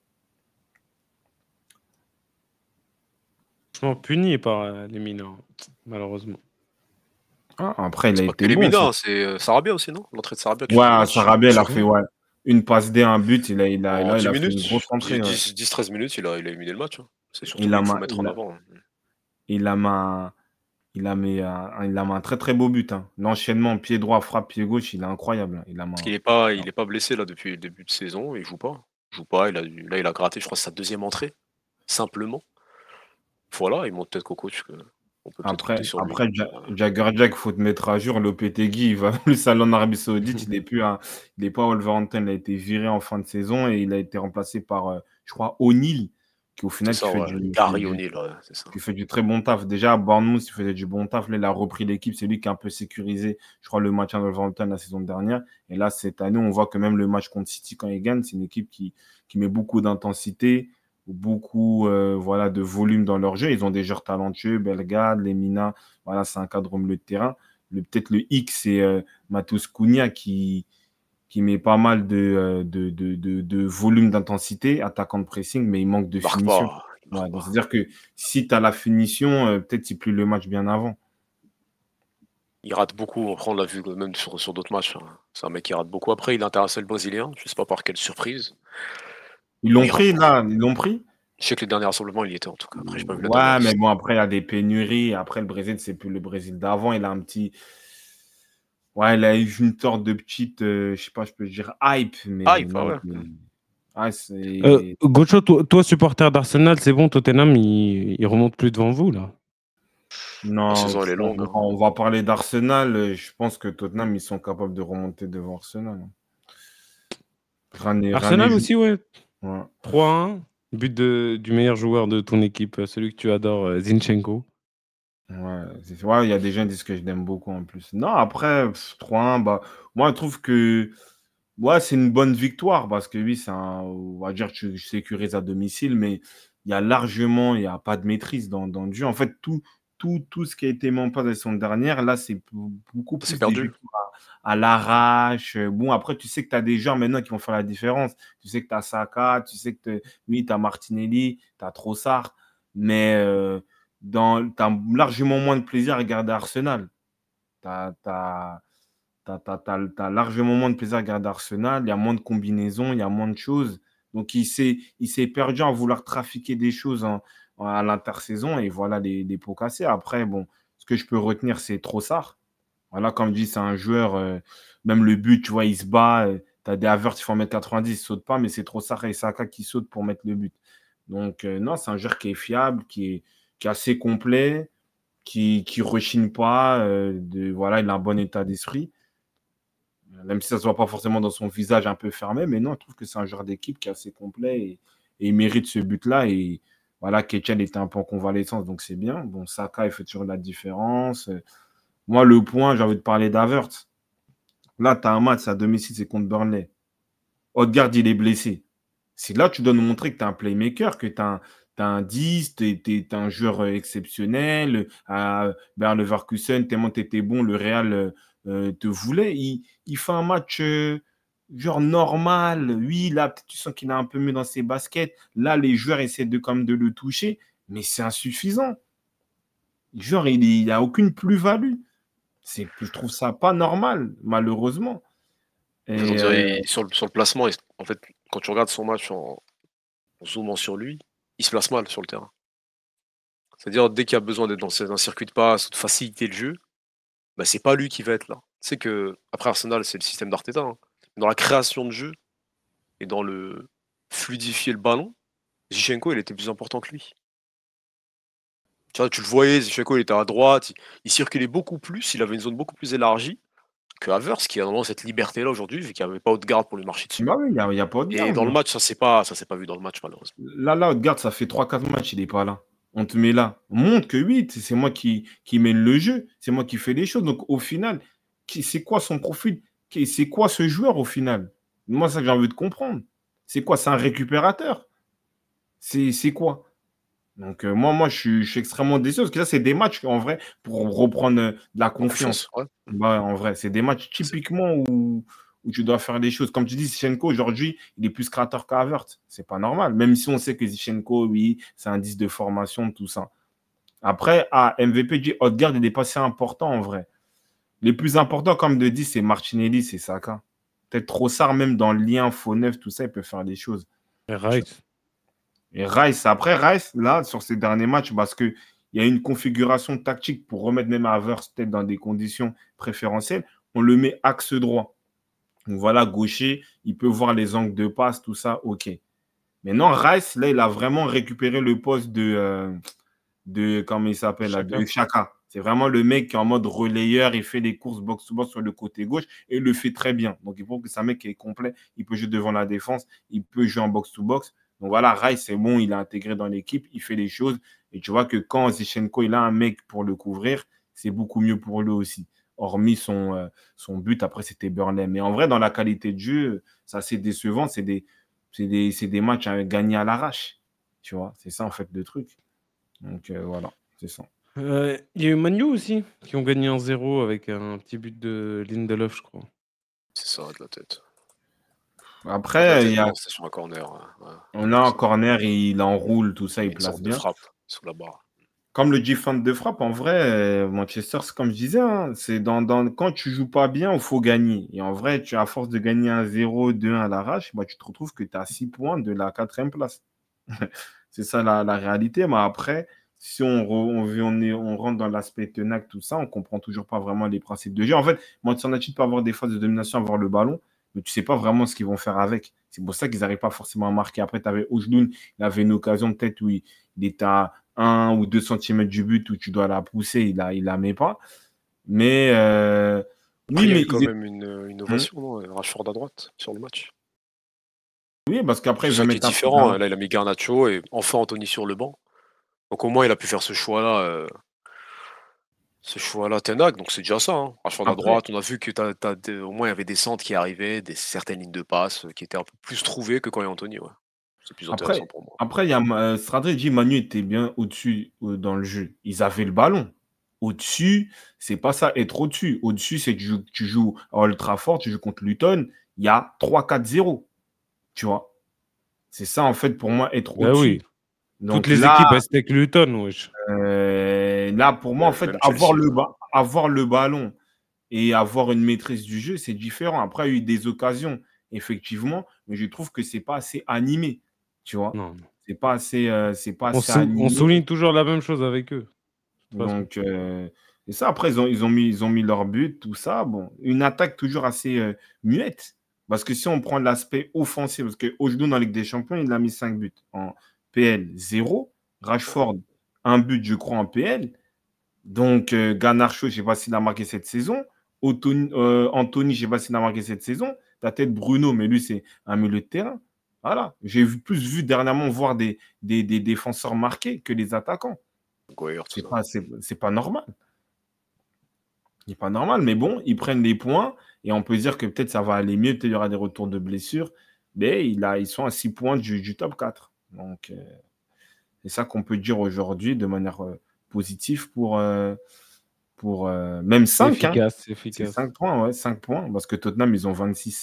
Franchement, puni par euh, les mineurs, malheureusement. Ah, après, il a C'est pas que été les bon. mineurs, c'est- hein, c'est euh, Sarabia aussi, non? L'entrée de Sarabia qui fait un Ouais, match Sarabia, il a sur fait ouais, une passe D, un but. Il a, il a, en là, il dix a fait une minutes, grosse entrée. Ouais. dix treize minutes, il a, il a éliminé le match, hein. C'est surtout Il lui a, qu'il faut ma- mettre en il a, avant, hein. il a, ma- il a mis un, il a mis un très très beau but, hein. L'enchaînement pied droit, frappe pied gauche, il est incroyable, hein. Il a mis Parce un- qu'il est pas, il est pas blessé là depuis le début de saison, il joue pas. Il joue pas, il a, dû- là il a gratté, je crois, sa deuxième entrée, simplement. Voilà, il montre peut-être qu'au coach que on peut peut-être compter Après, sur lui. après Ja- Jagger Jack, faut te mettre à jour. Lopetegui, il va plus aller en Arabie Saoudite. Il est plus à, il est pas à Wolverhampton. Il a été viré en fin de saison et il a été remplacé par, euh, je crois, O'Neill, qui au C'est final qui ça, fait ouais. du, fait Gary du, O'Neill, ouais, c'est ça. qui fait du très bon taf. Déjà, à Bournemouth, il faisait du bon taf. Là, il a repris l'équipe. C'est lui qui a un peu sécurisé, je crois, le match à Wolverhampton la saison dernière. Et là, cette année, on voit que même le match contre City, quand il gagne, c'est une équipe qui, qui met beaucoup d'intensité, beaucoup euh, voilà, de volume dans leur jeu. Ils ont des joueurs talentueux, Bellegarde, Lemina. Voilà, c'est un cadre au milieu de terrain. Le, peut-être le X, c'est euh, Matheus Cunha qui, qui met pas mal de, euh, de, de, de, de volume d'intensité, attaquant de pressing, mais il manque de Il marque finition. pas, il Ouais, marque donc pas. c'est-à-dire que si tu as la finition, euh, peut-être il plie le match bien avant. Il rate beaucoup, après on l'a vu même sur, sur d'autres matchs, hein. C'est un mec qui rate beaucoup. Après, il a intéressé le Brésilien, je sais pas par quelle surprise. Ils Bon, l'ont il rate pris, beaucoup. là, ils l'ont pris. Je sais que les derniers rassemblements, il y était en tout cas. Après, j'ai pas vu la Ouais, dernière mais liste. bon, après, il y a des pénuries. Après, le Brésil, c'est plus le Brésil d'avant. Il a un petit. Ouais, il a eu une sorte de petite, euh, je sais pas, je peux dire hype, Ah, mais il pas, non. ouais. mais- Ouais, Euh, c'est. Gocho, toi, toi, supporter d'Arsenal, c'est bon, Tottenham, il, il remonte plus devant vous, là. La Non, saison, elle est on longue, hein. on va parler d'Arsenal. euh, Je pense que Tottenham, ils sont capables de remonter devant Arsenal, hein. Rien n'est rien n'est Arsenal jou- aussi, ouais. ouais. trois un. But de, du meilleur joueur de ton équipe, euh, celui que tu adores, euh, Zinchenko. Ouais, c'est- ouais, il y a des gens qui disent que je l'aime beaucoup en plus. Non, après, pff, trois un, bah, moi, je trouve que ouais, c'est une bonne victoire parce que oui, c'est un, on va dire que tu sécurises à domicile, mais il y a largement, il n'y a pas de maîtrise dans, dans le jeu. En fait, tout, tout, tout ce qui a été mis en place la saison dernière, là, c'est p- beaucoup Ça s'est plus des perdu. victoires à, à l'arrache. Bon, après, tu sais que tu as des joueurs maintenant qui vont faire la différence. Tu sais que tu as Saka, tu sais que t'es- oui, tu as Martinelli, tu as Trossard, mais euh, dans, tu as largement moins de plaisir à regarder Arsenal. Tu as, T'as, t'as- t'as- t'as largement moins de plaisir à regarder Arsenal, il y a moins de combinaisons, il y a moins de choses. Donc, il s'est, il s'est perdu à vouloir trafiquer des choses en- en- à l'intersaison et voilà les, les pots cassés. Après, bon, ce que je peux retenir, c'est Trossard. Voilà, comme je dis, c'est un joueur, euh, même le but, tu vois, il se bat. Tu as des Havertz, il faut en mettre quatre-vingt-dix, il ne saute pas, mais c'est Trossard et Saka qui sautent pour mettre le but. Donc, euh, non, c'est un joueur qui est fiable, qui est, qui est assez complet, qui ne rechigne pas. Euh, de, voilà, il a un bon état d'esprit. Même si ça ne se voit pas forcément dans son visage un peu fermé, mais non, je trouve que c'est un joueur d'équipe qui est assez complet et, et il mérite ce but-là. Et voilà, Ketchel était un peu en convalescence, donc c'est bien. Bon, Saka, il fait toujours la différence. Moi, le point, j'ai envie de parler d'Havertz. Là, tu as un match à domicile, c'est contre Burnley. Odegaard, il est blessé. C'est là que tu dois nous montrer que tu es un playmaker, que tu as un, t'as un dix, tu es un joueur euh, exceptionnel. À Bayer Leverkusen, tellement tu étais bon, le Real euh, euh, te voulait. Il, il fait un match euh, genre normal. Oui, là, peut-être tu sens qu'il est un peu mieux dans ses baskets. Là, les joueurs essaient de, comme de le toucher, mais c'est insuffisant. Genre, il n'y a aucune plus-value. C'est, je trouve ça pas normal, malheureusement. En fait, on Et euh, dirait, il- sur le, sur le placement, il- en fait, quand tu regardes son match en, en zoomant sur lui, il se place mal sur le terrain. C'est-à-dire, dès qu'il y a besoin d'être dans ce- un circuit de passe ou de faciliter le jeu, bah, c'est pas lui qui va être là. Tu sais que, après Arsenal, c'est le système d'Arteta, hein. Dans la création de jeu et dans le fluidifier le ballon, Zinchenko, il était plus important que lui. Tu vois, tu le voyais, Zinchenko, il était à droite, il, il circulait beaucoup plus, il avait une zone beaucoup plus élargie que Havertz, qui a normalement cette liberté-là aujourd'hui, vu qu'il n'y avait pas haute garde pour lui marcher dessus. bah oui, il n'y a, il y a pas de Et garde. dans le match, ça s'est pas, ça s'est pas vu dans le match, malheureusement. Là, là, regarde, ça fait trois quatre matchs, il n'est pas là. On te met là. Montre que oui, t- c'est moi qui, qui mène le jeu. C'est moi qui fais les choses. Donc, au final, qui- c'est quoi son profil? Qui- C'est quoi ce joueur au final? Moi, ça que j'ai envie de comprendre. C'est quoi? C'est un récupérateur? C'est c'est quoi? Donc, euh, moi, moi je, suis, je suis extrêmement déçu parce que ça, c'est des matchs, en vrai, pour reprendre euh, de la confiance. Confiance, ouais. Bah, en vrai, c'est des matchs C'est- typiquement où, où tu dois faire des choses. Comme tu dis, Zichenko, aujourd'hui, il est plus créateur qu'Havertz. C'est pas normal. Même si on sait que Zichenko, oui, c'est un indice de formation, tout ça. Après, à M V P, dit Odegaard, il est pas si important, en vrai. Les plus importants, comme de dit, c'est Martinelli, c'est Saka. Peut-être Trossard, même dans le lien faux neuf, tout ça, il peut faire des choses. Et Rice. Et Rice, après Rice, là, sur ces derniers matchs, parce qu'il y a une configuration tactique pour remettre même Havertz peut-être dans des conditions préférentielles, on le met axe droit. Donc voilà, gaucher, il peut voir les angles de passe, tout ça, ok. Mais non, Rice, là, il a vraiment récupéré le poste de, euh, de comment il s'appelle, là, Xhaka. de Xhaka. C'est vraiment le mec qui est en mode relayeur, il fait des courses box-to-box sur le côté gauche et il le fait très bien. Donc, il faut que c'est un mec qui est complet, il peut jouer devant la défense, il peut jouer en box-to-box. Donc voilà, Rice, c'est bon, il est intégré dans l'équipe, il fait les choses. Et tu vois que quand Zinchenko, il a un mec pour le couvrir, c'est beaucoup mieux pour lui aussi. Hormis son, euh, son but, après, c'était Burnley. Mais en vrai, dans la qualité de jeu, c'est assez décevant. C'est des, c'est des, c'est des matchs à gagner à l'arrache. Tu vois, c'est ça, en fait, le truc. Donc euh, voilà, c'est ça. Euh, Il y a eu Manu aussi, qui ont gagné un zéro avec un petit but de Lindelof, je crois. C'est ça, de la tête. De la Après, il tête, y a, non, c'était sur un corner. ouais, ouais. on a un corner, il enroule, tout ça, Il y a il une place sorte de bien. frappe sous la barre. Comme le dit fan de frappe, en vrai, euh, Manchester, c'est comme je disais, hein, c'est dans, dans, quand tu joues pas bien, il faut gagner. Et en vrai, tu, à force de gagner un zéro, deux, un à l'arrache, bah, tu te retrouves que tu as six points de la quatrième place. C'est ça la, la réalité. Mais après, si on, re- on, veut- on, est- on rentre dans l'aspect tenac, tout ça, on comprend toujours pas vraiment les principes de jeu. En fait, Manchester United peut avoir des phases de domination, avoir le ballon, mais tu sais pas vraiment ce qu'ils vont faire avec. C'est pour ça qu'ils n'arrivent pas forcément à marquer. Après, tu avais Oujloun, il avait une occasion peut-être où il, il était à un ou deux centimètres du but où tu dois la pousser, il la, il la met pas. Mais euh, Après, oui, il y a mais eu quand ils- même une, une Hum, ovation, non Rashford à droite, sur le match. oui, parce qu'après, C'est il va ça qui est mettre un différent. un- Là, il a mis Garnacho et enfin Anthony sur le banc. Donc au moins, il a pu faire ce choix-là. euh, ce choix-là, Ten Hag, donc c'est déjà ça. Hein. Rashford à Après, droite, on a vu que t'as, t'as des- au moins il y avait des centres qui arrivaient, des certaines lignes de passe euh, qui étaient un peu plus trouvées que quand il y a Anthony. Ouais. C'est plus intéressant après, pour moi. après, il y a euh, Stradley dit Manu était bien au-dessus euh, dans le jeu. Ils avaient le ballon. Au-dessus, c'est pas ça, être au-dessus. Au-dessus, c'est que tu joues, tu joues à Old Trafford, tu joues contre Luton, il y a trois quatre zéro. Tu vois. C'est ça, en fait, pour moi, être Ben au-dessus. oui. Toutes Donc les là, équipes, elles c'était que Luton, wesh. euh, là, pour moi, en Même, fait, même avoir Chelsea. le, Ouais. ba- avoir le ballon et avoir une maîtrise du jeu, c'est différent. Après, il y a eu des occasions, effectivement, mais je trouve que c'est pas assez animé. Tu vois. Non. C'est pas assez, euh, c'est pas On, assez sou- on animé. souligne toujours la même chose avec eux. De toute façon. Donc, euh, et ça, après, ils ont, ils ont mis, ils ont mis leur but, tout ça. Bon, une attaque toujours assez euh, muette. Parce que si on prend l'aspect offensif, parce qu'aujourd'hui, dans la Ligue des Champions, il a mis cinq buts. En P L, zéro. Rashford, un but, je crois, en P L. Donc, euh, Garnacho, je ne sais pas s'il a marqué cette saison. Anthony, euh, Anthony, je ne sais pas s'il a marqué cette saison. Ta tête Bruno, mais lui, c'est un milieu de terrain. Voilà. J'ai vu, plus vu dernièrement voir des, des, des défenseurs marqués que les attaquants. Guire, tout C'est ça. pas, c'est, c'est pas normal. C'est pas normal, mais bon, ils prennent les points et on peut dire que peut-être ça va aller mieux, peut-être il y aura des retours de blessures, mais il a, ils sont à six points du, du top quatre. Donc, euh, c'est ça qu'on peut dire aujourd'hui de manière euh, positive pour, euh, pour euh, même C'est cinq. Hein. efficace, c'est C'est efficace. cinq points, ouais, cinq points, parce que Tottenham, ils ont vingt-six.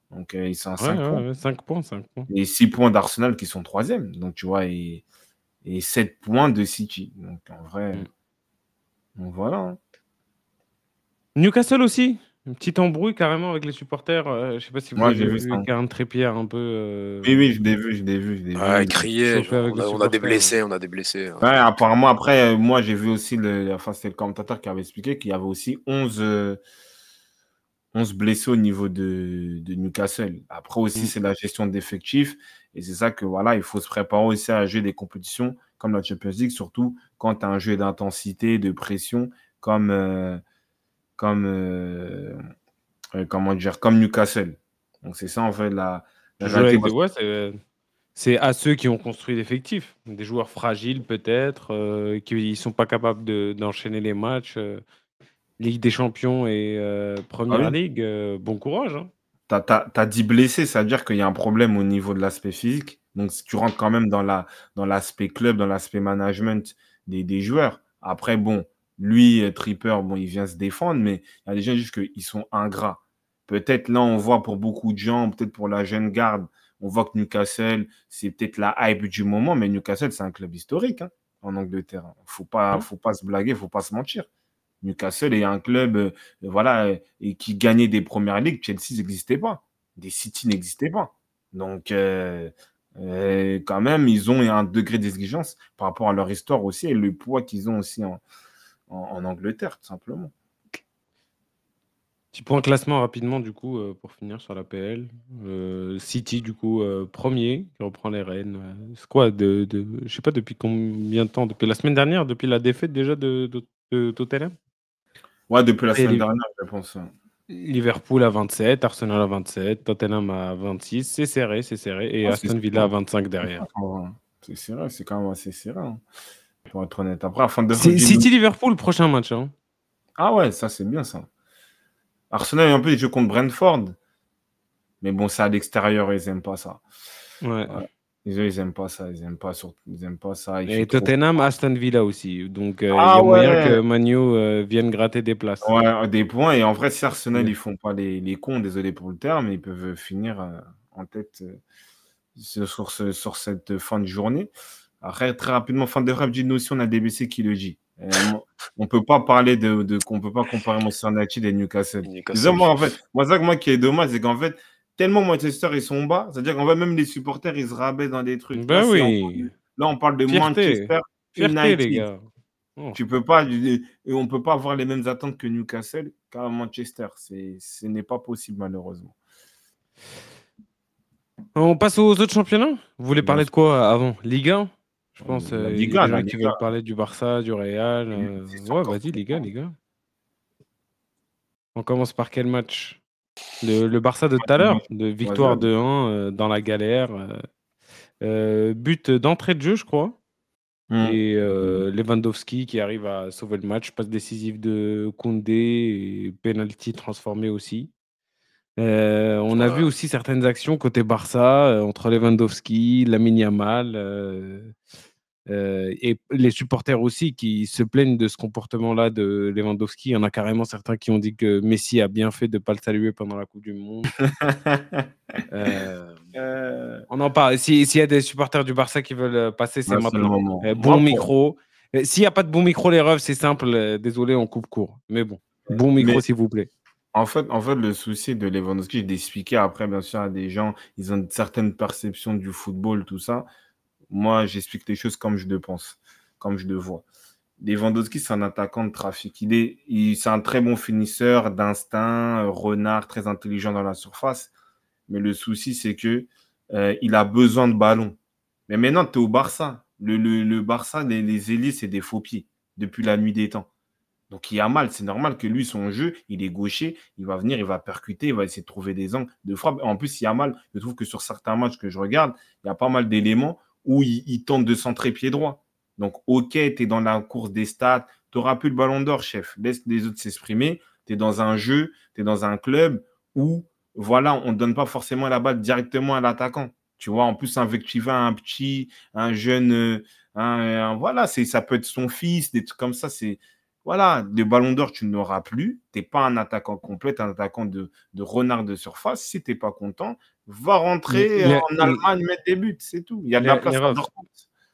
Donc, euh, ils sont à Ouais, cinq points. ouais, ouais, cinq points, cinq points. Et six points d'Arsenal qui sont troisième. Donc, tu vois, et, et sept points de City. Donc, en vrai, Mm. donc voilà. hein. Newcastle aussi, une petite embrouille carrément avec les supporters. euh, je sais pas si vous Moi, j'ai avez vu ça. vu Karen Trippier un peu euh, Oui, oui, je l'ai vu, je l'ai vu, je l'ai Ouais, vu. il criait, chauffer genre, avec on les a, on a des supporters. blessés, on a des blessés. Ouais, apparemment, après, euh, moi, j'ai vu aussi, le, enfin, c'était le commentateur qui avait expliqué qu'il y avait aussi onze, euh, onze blessés au niveau de, de Newcastle. Après aussi, Mm. c'est la gestion d'effectifs. Et c'est ça que, voilà, il faut se préparer aussi à jouer des compétitions comme la Champions League, surtout quand tu as un jeu d'intensité, de pression, comme, euh, comme, euh, euh, comment dire, comme Newcastle. Donc, c'est ça, en fait, la, la Tu joues réalité. avec des... Parce Ouais, c'est... c'est à ceux qui ont construit l'effectif. Des joueurs fragiles peut-être, euh, qui ne sont pas capables de, d'enchaîner les matchs. euh, Ligue des Champions et euh, Ah Première oui, Ligue, euh, bon courage. Hein. tu as dit blessé, ça veut dire qu'il y a un problème au niveau de l'aspect physique. Donc, si tu rentres quand même dans la, dans l'aspect club, dans l'aspect management des, des joueurs. Après, bon, lui, euh, Tripper, bon, il vient se défendre, mais il y a des gens juste qu'ils sont ingrats. Peut-être là, on voit pour beaucoup de gens, peut-être pour la jeune garde, on voit que Newcastle, c'est peut-être la hype du moment, mais Newcastle, c'est un club historique hein, en Angleterre. Il ne faut pas, Ouais. faut pas se blaguer, il ne faut pas se mentir. Newcastle est un club euh, voilà, euh, et qui gagnait des premières ligues. Chelsea n'existait pas. Des City n'existaient pas. Donc, euh, euh, quand même, ils ont un degré d'exigence par rapport à leur histoire aussi et le poids qu'ils ont aussi en, en, en Angleterre, tout simplement. Petit point classement rapidement, du coup, euh, pour finir sur la P L. Euh, City, du coup, euh, premier, qui reprend les rênes. Euh, C'est quoi de, de, je sais pas depuis combien de temps? Depuis la semaine dernière? Depuis la défaite déjà de, de, de Tottenham? Ouais, depuis la Et semaine Li- dernière, je pense. Liverpool à vingt-sept, Arsenal à vingt-sept, Tottenham à vingt-six. C'est serré, c'est serré. Et Ouais, c'est Aston Villa à vingt-cinq derrière. c'est serré, c'est quand même assez serré. Hein, pour être honnête. Après, la fin de C'est du... City-Liverpool, prochain match. Hein. Ah ouais, ça, c'est bien ça. Arsenal, un peu, ils jouent contre Brentford. Mais bon, c'est à l'extérieur, ils n'aiment pas ça. Ouais. Ouais. Ils, eux, ils aiment pas ça, ils aiment pas, sur... ils aiment pas ça. Il Et fait trop. Tottenham, Aston Villa aussi. Donc, il euh, Ah y a moyen ouais, que Manu euh, vienne gratter des places. ouais, des points. Et en vrai, si Arsenal, Ouais. ils font pas les, les cons, désolé pour le terme, ils peuvent finir euh, en tête euh, sur, ce, sur cette fin de journée. Après, très rapidement, fin de rap, nous aussi, on a D B C qui le dit. Euh, on peut pas parler de, de on peut pas comparer Manchester United et Newcastle. Newcastle. C'est ça, moi, en fait, moi, ça, moi qui est dommage, c'est qu'en fait, tellement Manchester, ils sont bas, c'est-à-dire qu'en fait, même les supporters, ils se rabaissent dans des trucs. Ben Là, c'est oui. Là, on parle de Fierté. Manchester Fierté, les United. gars. Oh. Tu peux pas, et on peut pas avoir les mêmes attentes que Newcastle qu'à Manchester. C'est, ce n'est pas possible, malheureusement. On passe aux autres championnats. Vous voulez Bien parler de sûr. quoi avant? Liga? Je pense La euh, il y a Liga, des la gens qui Liga. veulent parler du Barça, du Real. euh, C'est Ouais, encore vas-y, plus Liga, fort. Liga. On commence par quel match? Le, le Barça de tout à l'heure, de victoire Vas-y, vas-y. deux un euh, dans la galère. euh, euh, but d'entrée de jeu, je crois. Hmm. Et euh, Lewandowski qui arrive à sauver le match, passe décisive de Koundé et penalty transformé aussi. Euh, on a vu aussi certaines actions côté Barça euh, entre Lewandowski, Lamine Yamal euh, euh, et les supporters aussi qui se plaignent de ce comportement-là de Lewandowski. Il y en a carrément certains qui ont dit que Messi a bien fait de ne pas le saluer pendant la Coupe du Monde. Euh, Euh, on en parle. Si- S'il y a des supporters du Barça qui veulent euh, passer, c'est là, c'est le maintenant. moment. Euh, Moi, bon pour- micro. Euh, S'il n'y a pas de bon micro, les refs, c'est simple. euh, Désolé, on coupe court. Mais bon, bon micro, Mais s'il vous plaît. en fait, en fait, le souci de Lewandowski, je l'ai expliqué après, bien sûr, à des gens, ils ont une certaine perception du football, tout ça. Moi, j'explique les choses comme je le pense, comme je le vois. Lewandowski, c'est un attaquant de trafic. Il est, il, c'est un très bon finisseur d'instinct, euh, renard, très intelligent dans la surface. Mais le souci, c'est que euh, il a besoin de ballon. Mais maintenant, tu es au Barça. Le, le, le Barça, les, les ailiers, c'est des faux pieds depuis la nuit des temps. Donc, il y a mal. C'est normal que lui, son jeu, il est gaucher. Il va venir, il va percuter, il va essayer de trouver des angles de frappe. En plus, il y a mal. Je trouve que sur certains matchs que je regarde, il y a pas mal d'éléments où il, il tente de centrer pied droit. Donc, OK, tu es dans la course des stats. Tu n'auras plus le ballon d'or, chef. Laisse les autres s'exprimer. Tu es dans un jeu, tu es dans un club où, voilà, on ne donne pas forcément la balle directement à l'attaquant. Tu vois, en plus, invectiver un petit, un jeune, un, un, voilà, c'est, ça peut être son fils, des trucs comme ça. C'est, Voilà, le ballon d'or, tu ne l'auras plus. Tu n'es pas un attaquant complet, tu es un attaquant de, de renard de surface. Si tu n'es pas content, va rentrer Les, en Allemagne mettre des buts, c'est tout. Il y a de la les, place les à refs, Dortmund.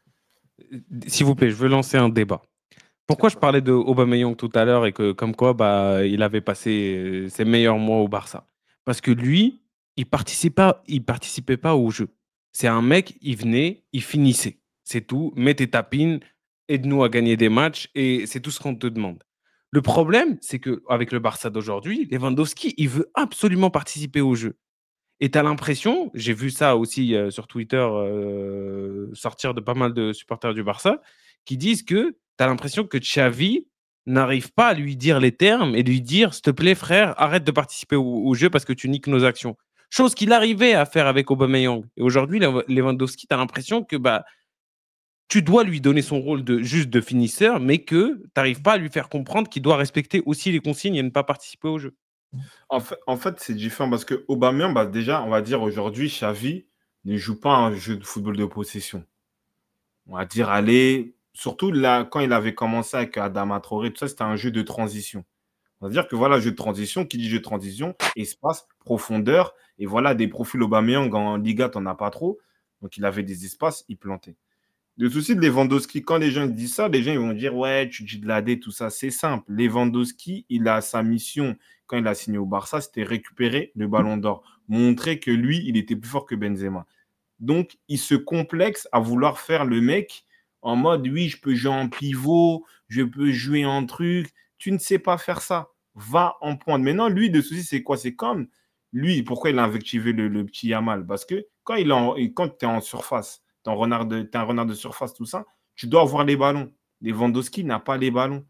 s'il vous plaît, je veux lancer un débat. Pourquoi je parlais de Aubameyang tout à l'heure et que comme quoi bah, il avait passé euh, ses meilleurs mois au Barça? Parce que lui, il participait pas, il participait pas au jeu. C'est un mec, il venait, il finissait. C'est tout. Mets tes tapines, aide-nous à gagner des matchs et c'est tout ce qu'on te demande. Le problème, c'est que avec le Barça d'aujourd'hui, Lewandowski, il veut absolument participer au jeu. Et tu as l'impression, j'ai vu ça aussi euh, sur Twitter euh, sortir de pas mal de supporters du Barça, qui disent que tu as l'impression que Xavi n'arrive pas à lui dire les termes et lui dire s'il te plaît frère, arrête de participer au, au jeu parce que tu niques nos actions. Chose qu'il arrivait à faire avec Aubameyang. Et aujourd'hui, Lew- Lewandowski, tu as l'impression que bah, tu dois lui donner son rôle de juste de finisseur, mais que tu n'arrives pas à lui faire comprendre qu'il doit respecter aussi les consignes et ne pas participer au jeu. En fait, en fait, c'est différent parce que Aubameyang, bah, déjà, on va dire aujourd'hui, Xavi ne joue pas un jeu de football de possession. On va dire, allez, surtout là, quand il avait commencé avec Adama Traoré, tout ça, c'était un jeu de transition. On va dire que voilà, jeu de transition, qui dit jeu de transition, espace, profondeur, et voilà, des profils Aubameyang en Liga, t'en as pas trop. Donc, il avait des espaces, il plantait. Le souci de Lewandowski, quand les gens disent ça, les gens ils vont dire ouais, tu dis de la D, tout ça, c'est simple. Lewandowski, il a sa mission quand il a signé au Barça, c'était récupérer le ballon d'or, montrer que lui, il était plus fort que Benzema. Donc, il se complexe à vouloir faire le mec en mode oui, je peux jouer en pivot, je peux jouer en truc. Tu ne sais pas faire ça. Va en pointe. Maintenant, lui, le souci, c'est quoi? C'est comme lui, pourquoi il a invectivé le, le petit Yamal? Parce que quand, il est en, quand tu es en surface, tu es un renard de, t'es un renard de surface, tout ça, tu dois avoir les ballons. Lewandowski n'a pas les ballons.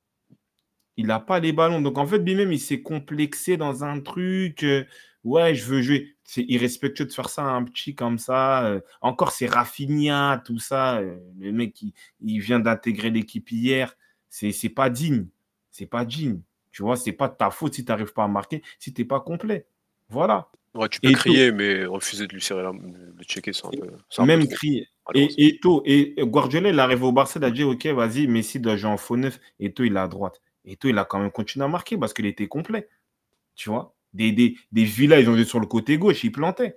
Il n'a pas les ballons. Donc, en fait, lui-même, il s'est complexé dans un truc. euh, ouais, je veux jouer. C'est irrespectueux de faire ça à un petit comme ça. euh, encore, c'est Rafinha, tout ça. euh, le mec, il, il vient d'intégrer l'équipe hier. C'est, c'est pas digne. C'est pas digne. Tu vois, c'est pas de ta faute si tu n'arrives pas à marquer, si tu n'es pas complet. Voilà. Ouais, tu peux Et crier, mais refuser de lui serrer la de le checker, c'est un peu, c'est un peu même trop, crier. malheureusement. Et Eto'o, et Guardiola, il arrive au Barça, il a dit ok, vas-y, Messi doit jouer en faux neuf. Eto'o, il est à droite. Eto'o, il a quand même continué à marquer parce qu'il était complet. Tu vois, des, des, des Villas, ils ont joué sur le côté gauche, ils plantaient.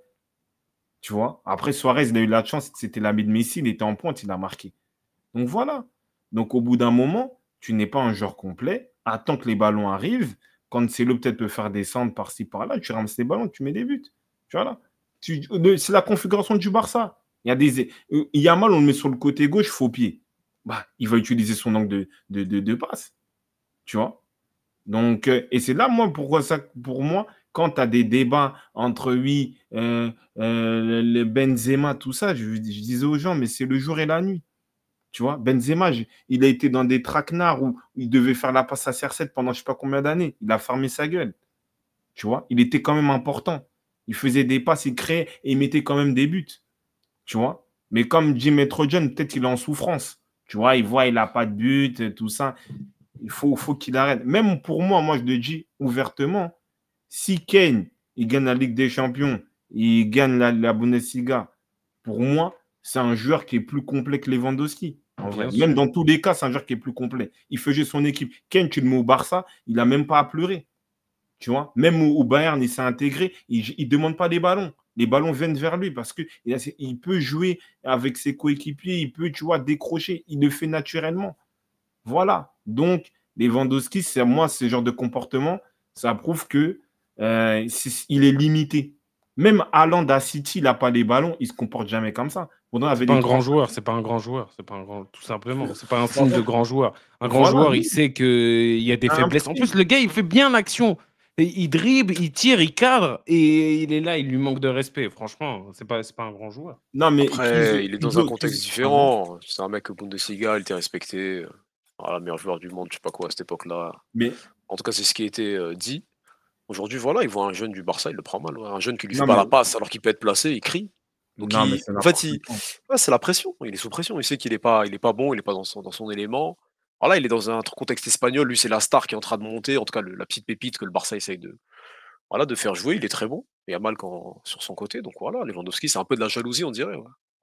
Tu vois, après Suarez, il a eu la chance, c'était l'ami de Messi, il était en pointe, il a marqué. Donc voilà. Donc au bout d'un moment, tu n'es pas un joueur complet. Attends que les ballons arrivent. Quand Cancelo peut-être peut faire descendre par-ci, par-là, tu ramasses les ballons, tu mets des buts. Tu vois là. Tu- le- c'est la configuration du Barça. Il y a des. euh, Yamal, on le met sur le côté gauche, faux pied. Bah, il va utiliser son angle de, de, de, de passe. Tu vois. Donc, euh, et c'est là, moi, pourquoi ça, pour moi, quand tu as des débats entre oui, euh, euh, le Benzema, tout ça, je, je disais aux gens, mais c'est le jour et la nuit. Tu vois, Benzema, je- il a été dans des traquenards où il devait faire la passe à C R sept pendant je ne sais pas combien d'années. Il a fermé sa gueule. Tu vois, il était quand même important. Il faisait des passes, il créait et il mettait quand même des buts. Tu vois, mais comme Jim Metrojohn, peut-être il est en souffrance. Tu vois, il voit, il n'a pas de but, tout ça. Il faut, faut qu'il arrête. Même pour moi, moi, je le dis ouvertement, si Kane, il gagne la Ligue des Champions, il gagne la, la Bundesliga, pour moi, c'est un joueur qui est plus complet que Lewandowski. En vrai. Bien Même sûr. dans tous les cas, c'est un joueur qui est plus complet. Il faisait son équipe. Kane, tu le mets au Barça, il n'a même pas à pleurer. Tu vois, même au, au Bayern, il s'est intégré. Il ne demande pas les ballons. Les ballons viennent vers lui parce qu'il il peut jouer avec ses coéquipiers, il peut, tu vois, décrocher. Il le fait naturellement. Voilà. Donc, Lewandowski, c'est moi, ce genre de comportement, ça prouve que euh, c'est- il est limité. Même Haaland à City, il n'a pas les ballons, il se comporte jamais comme ça. Pourtant, C'est avait pas les un grand trois. joueur, c'est pas un grand joueur, c'est pas un grand, tout simplement. C'est pas un signe de grand joueur. Un grand Voilà, joueur, il oui, sait qu'il y a des c'est faiblesses. En plus, impossible. le gars, il fait bien l'action. Et il dribble, il tire, il cadre, et il est là, il lui manque de respect. Franchement, c'est pas, c'est pas un grand joueur. Non, mais qu'ils Après, il est dans un qu'ils- contexte qu'ils- pardon. différent. C'est un mec au Bundesliga, il était respecté. Voilà, meilleur joueur du monde, je sais pas quoi à cette époque-là. Mais En tout cas, c'est ce qui a été euh, dit. Aujourd'hui, voilà, il voit un jeune du Barça, il le prend mal. Ouais. Un jeune qui lui fait non, pas mais la passe alors qu'il peut être placé, il crie. Donc, non, mais il... c'est en fait, n'importe il... quoi. ouais, c'est la pression. Il est sous pression. Il sait qu'il est pas, il est pas bon, il est pas dans son, dans son élément. Alors là, il est dans un contexte espagnol. Lui, c'est la star qui est en train de monter. En tout cas, le- la petite pépite que le Barça essaye de, voilà, de faire jouer. Il est très bon. Il y a mal quand... sur son côté. Donc voilà, Lewandowski, c'est un peu de la jalousie, on dirait. Ouais.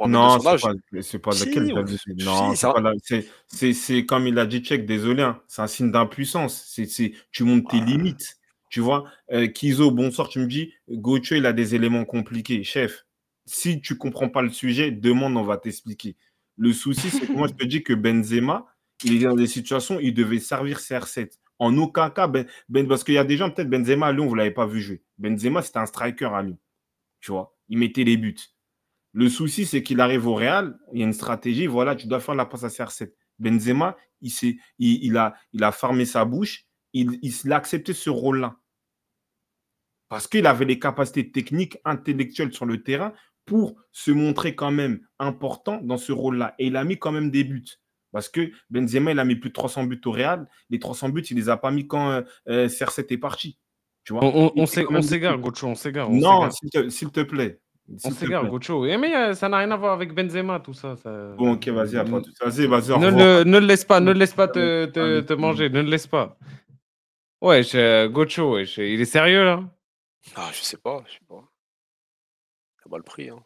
Mohamed de Non, son c'est âge. pas, c'est pas de quelle Si, ou- jalousie. Non, si, c'est pas ça. la, c'est, c'est, c'est comme il a dit Tchèque, désolé, hein, c'est un signe d'impuissance. C'est, c'est, tu montes tes Ouais. limites. Tu vois, euh, Kizo, bonsoir, tu me dis, Gocho, il a des éléments compliqués. Chef, si tu comprends pas le sujet, demande, on va t'expliquer. Le souci, c'est que moi, je te dis que Benzema, il est dans des situations où il devait servir C R sept. En aucun cas, ben, Ben- parce qu'il y a des gens, peut-être Benzema à Lyon, vous l'avez pas vu jouer. Benzema, c'était un striker à Lyon. Tu vois, il mettait les buts. Le souci, c'est qu'il arrive au Real, il y a une stratégie, voilà, tu dois faire la passe à C R sept. Benzema, il, s'est- il, il a, il a fermé sa bouche, il, il a accepté ce rôle-là. Parce qu'il avait les capacités techniques, intellectuelles sur le terrain pour se montrer quand même important dans ce rôle-là. Et il a mis quand même des buts. Parce que Benzema, il a mis plus de trois cents buts au Real. Les trois cents buts, il les a pas mis quand euh, euh, C R sept est parti. Tu On, vois, on, il on fait s'é- quand on même des s'égare, buts. Gocho, on s'égare, on Non, s'égare. s'il te, s'il te plaît. On S'il te s'égare, plaît. Gocho. Eh, mais euh, ça n'a rien à voir avec Benzema, tout ça. ça... Bon, ok, vas-y, à pas N- de souci. Vas-y, vas-y, au Ne revoir. le, ne le laisse pas, ne le laisse pas Allez, te, te, allez, te salut. manger, ne le laisse pas. Ouais, je- Gocho, wesh, il est sérieux là? Ah, je sais pas, je sais pas. C'est pas le prix, hein.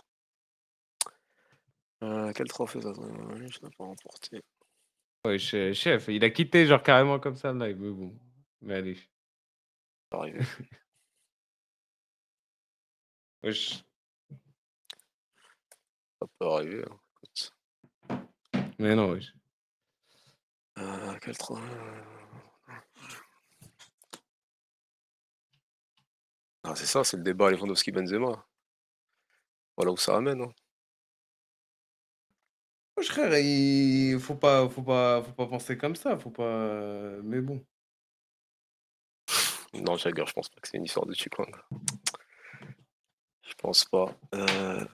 Euh, quel trophée ça? euh, Je l'ai pas remporté. Ouais, che- chef, il a quitté genre carrément comme ça là. Mais bon, mais allez. Pas arrivé. Wesh. Ça peut arriver, hein. Écoute. Mais non, wesh. Euh, quel trophée? Ah, c'est ça, c'est le débat Lewandowski-Benzema. Voilà où ça amène, hein. Wesh, frère, il faut pas, faut pas, faut pas penser comme ça, faut pas. Mais bon. Non, Jagger, je pense pas que c'est une histoire de Chikwang. Je pense pas. Euh...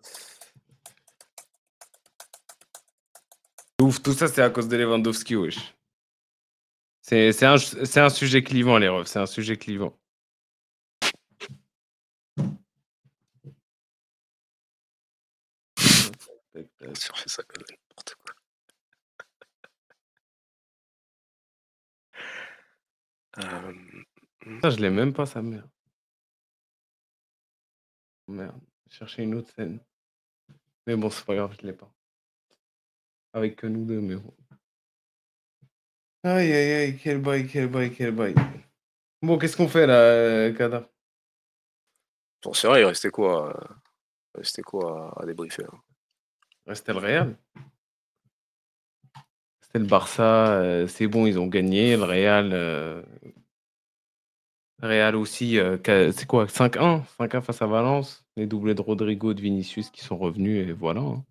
Ouf, tout ça c'est à cause de Lewandowski, wesh. C'est c'est un, c'est un sujet clivant, les refs, c'est un sujet clivant. Surfait ça comme n'importe quoi. Euh... Ça, je l'ai même pas, sa mère. Merde, chercher une autre scène. Mais bon, c'est pas grave, je l'ai pas. Avec que nous deux, mais bon. Aïe, aïe, aïe, quel bail, quel bail, quel bail. Bon, qu'est-ce qu'on fait là, euh, Kada? J'en sais rien, il restait quoi, euh, il restait quoi à, à débriefer, hein. C'était le Real. C'était le Barça, euh, c'est bon, ils ont gagné. Le Real, euh, Real aussi, euh, qu'a- c'est quoi, cinq un? cinq un face à Valence. Les doublés de Rodrigo, de Vinicius qui sont revenus, et voilà, hein.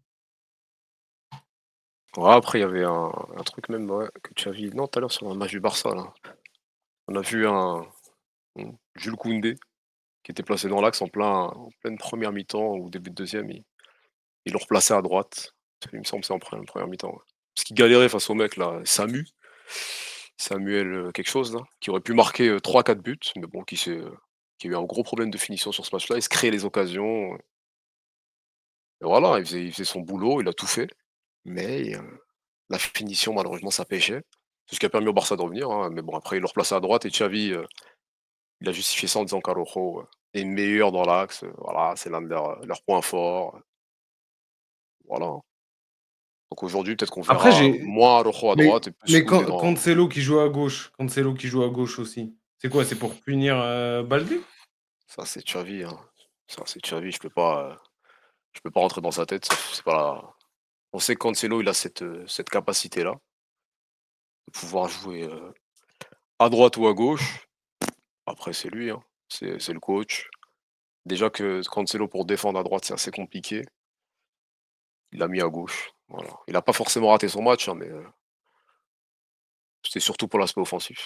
Ouais, après, il y avait un, un truc même ouais, que tu as vu non, tout à l'heure sur un match du Barça. Là. On a vu un, un Jules Koundé qui était placé dans l'axe en, plein, en pleine première mi-temps ou début de deuxième. Ils il l'ont replacé à droite. Il me semble que c'est en première, première mi-temps. Ouais. Parce qu'il galérait face au mec, là, Samu. Samuel euh, quelque chose, là, qui aurait pu marquer euh, trois quatre buts, mais bon, qui, s'est, euh, qui a eu un gros problème de finition sur ce match-là. Il se créait les occasions. Et voilà, il faisait, il faisait son boulot, il a tout fait. Mais euh, la finition, malheureusement, ça pêchait. C'est ce qui a permis au Barça de revenir, hein. Mais bon, après, il l'a replacé à droite et Xavi, euh, il a justifié ça en disant qu'Araujo euh, est meilleur dans l'axe. euh, Voilà, c'est l'un de leurs, leurs points forts. Voilà, hein. Donc aujourd'hui, peut-être qu'on Après, verra j'ai. moins Araujo à Mais, droite et plus mais Koundé Can- dans. Cancelo qui joue à gauche. Cancelo qui joue à gauche aussi. C'est quoi? C'est pour punir euh, Baldé? Ça, c'est Xavi, hein. Ça, c'est Xavi. Je peux pas, euh, je peux pas rentrer dans sa tête. ça, C'est pas la- On sait que Cancelo, il a cette, euh, cette capacité-là de pouvoir jouer euh, à droite ou à gauche. Après, c'est lui, hein. C'est c'est le coach. Déjà que Cancelo, pour défendre à droite, c'est assez compliqué. Il l'a mis à gauche. Voilà. Il n'a pas forcément raté son match, hein, mais euh, c'était surtout pour l'aspect offensif.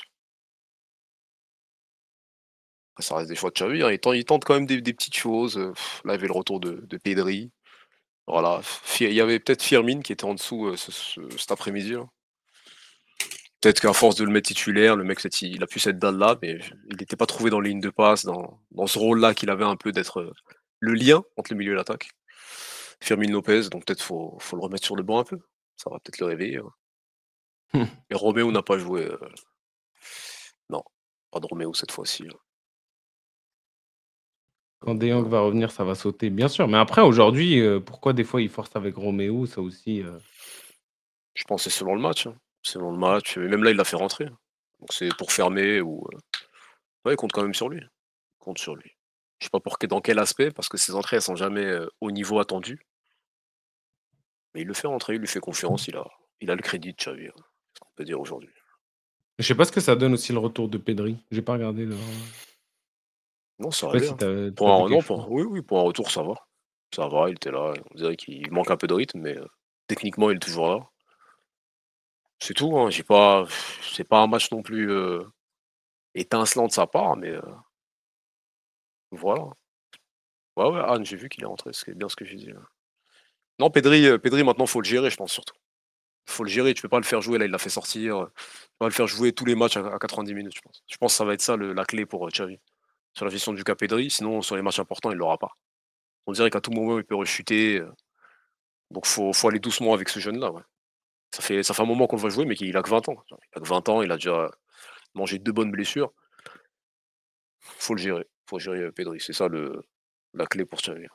Après, ça reste des choix de Xavi, hein. Il tente, il tente quand même des, des petites choses. euh, pff, Là, il y avait le retour de, de Pedri. Voilà. Fi- Il y avait peut-être Firmine qui était en dessous euh, ce- ce- cet après-midi, là. Peut-être qu'à force de le mettre titulaire, le mec, peut-être, il a pu cette dalle-là, mais il n'était pas trouvé dans les lignes de passe, dans, dans ce rôle-là qu'il avait un peu d'être euh, le lien entre le milieu et l'attaque. Firmine Lopez, donc peut-être faut, faut le remettre sur le banc un peu. Ça va peut-être le réveiller, hein. Hmm. Et Roméo n'a pas joué. euh, Non, pas de Roméo cette fois-ci, là. Quand De Jong va revenir, ça va sauter, bien sûr. Mais après, aujourd'hui, euh, pourquoi des fois il force avec Roméo, ça aussi. euh, Je pense que c'est selon le match. hein. Selon le match. Et même là, il l'a fait rentrer. Donc c'est pour fermer ou. euh, Ouais, il compte quand même sur lui. Il compte sur lui. Je sais pas pour que- dans quel aspect, parce que ses entrées, elles sont jamais euh, au niveau attendu. Mais il le fait rentrer, il lui fait confiance, il a, il a le crédit de Xavi. hein. C'est ce qu'on peut dire aujourd'hui. Je sais pas ce que ça donne aussi le retour de Pedri. J'ai pas regardé le. Je Non, ça sais pas allait. si hein. t'as Pour t'as vu un, non, quelque chose. pour, oui, oui, pour un retour, ça va. Ça va, il était là. On dirait qu'il manque un peu de rythme, mais euh, techniquement, il est toujours là. C'est tout. Hein. J'ai pas, c'est pas un match non plus euh, étincelant de sa part, mais euh, voilà. Ouais, ouais, Anne, j'ai vu qu'il est rentré, c'est bien ce que j'ai dit. là. Non, Pedri, euh, Pedri, maintenant, faut le gérer, je pense surtout. Faut le gérer, tu peux pas le faire jouer, là, il l'a fait sortir. euh, Tu peux pas le faire jouer tous les matchs à, à quatre-vingt-dix minutes, je pense. Je pense que ça va être ça le- la clé pour euh, Xavi. Sur la gestion du cas Pedri, sinon, sur les matchs importants, il l'aura pas. On dirait qu'à tout moment, il peut rechuter. euh, Donc, faut, faut aller doucement avec ce jeune-là, ouais. Ça fait, ça fait un moment qu'on le voit jouer, mais qu'il a que vingt ans. Il a que vingt ans, il a déjà mangé deux bonnes blessures. Faut le gérer. Faut gérer euh, Pedri. C'est ça le, la clé pour Xavi.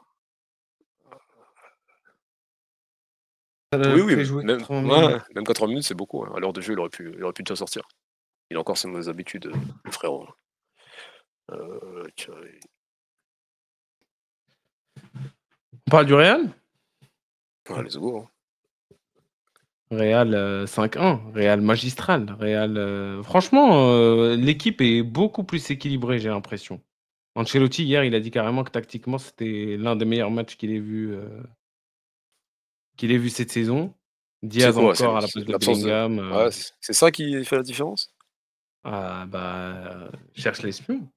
Ça Oui, le oui, fait jouer même, quatre-vingts ouais, minutes. même quatre-vingts minutes, c'est beaucoup. hein. À l'heure de jeu, il aurait pu, il aurait pu déjà sortir. Il a encore ses mauvaises habitudes, euh, le frérot. Euh, Xavi. On parle du Real Ouais, let's go. hein. Real euh, cinq un, Real magistral. Real, euh, Franchement, euh, l'équipe est beaucoup plus équilibrée, j'ai l'impression. Ancelotti, hier, il a dit carrément que tactiquement, c'était l'un des meilleurs matchs qu'il ait vu, euh, qu'il ait vu cette saison. C'est Diaz quoi? C'est encore à la c'est place de l'absence de. Bellingham. euh, Ouais, c'est c'est ça qui fait la différence? ah, bah, euh, cherche l'espion.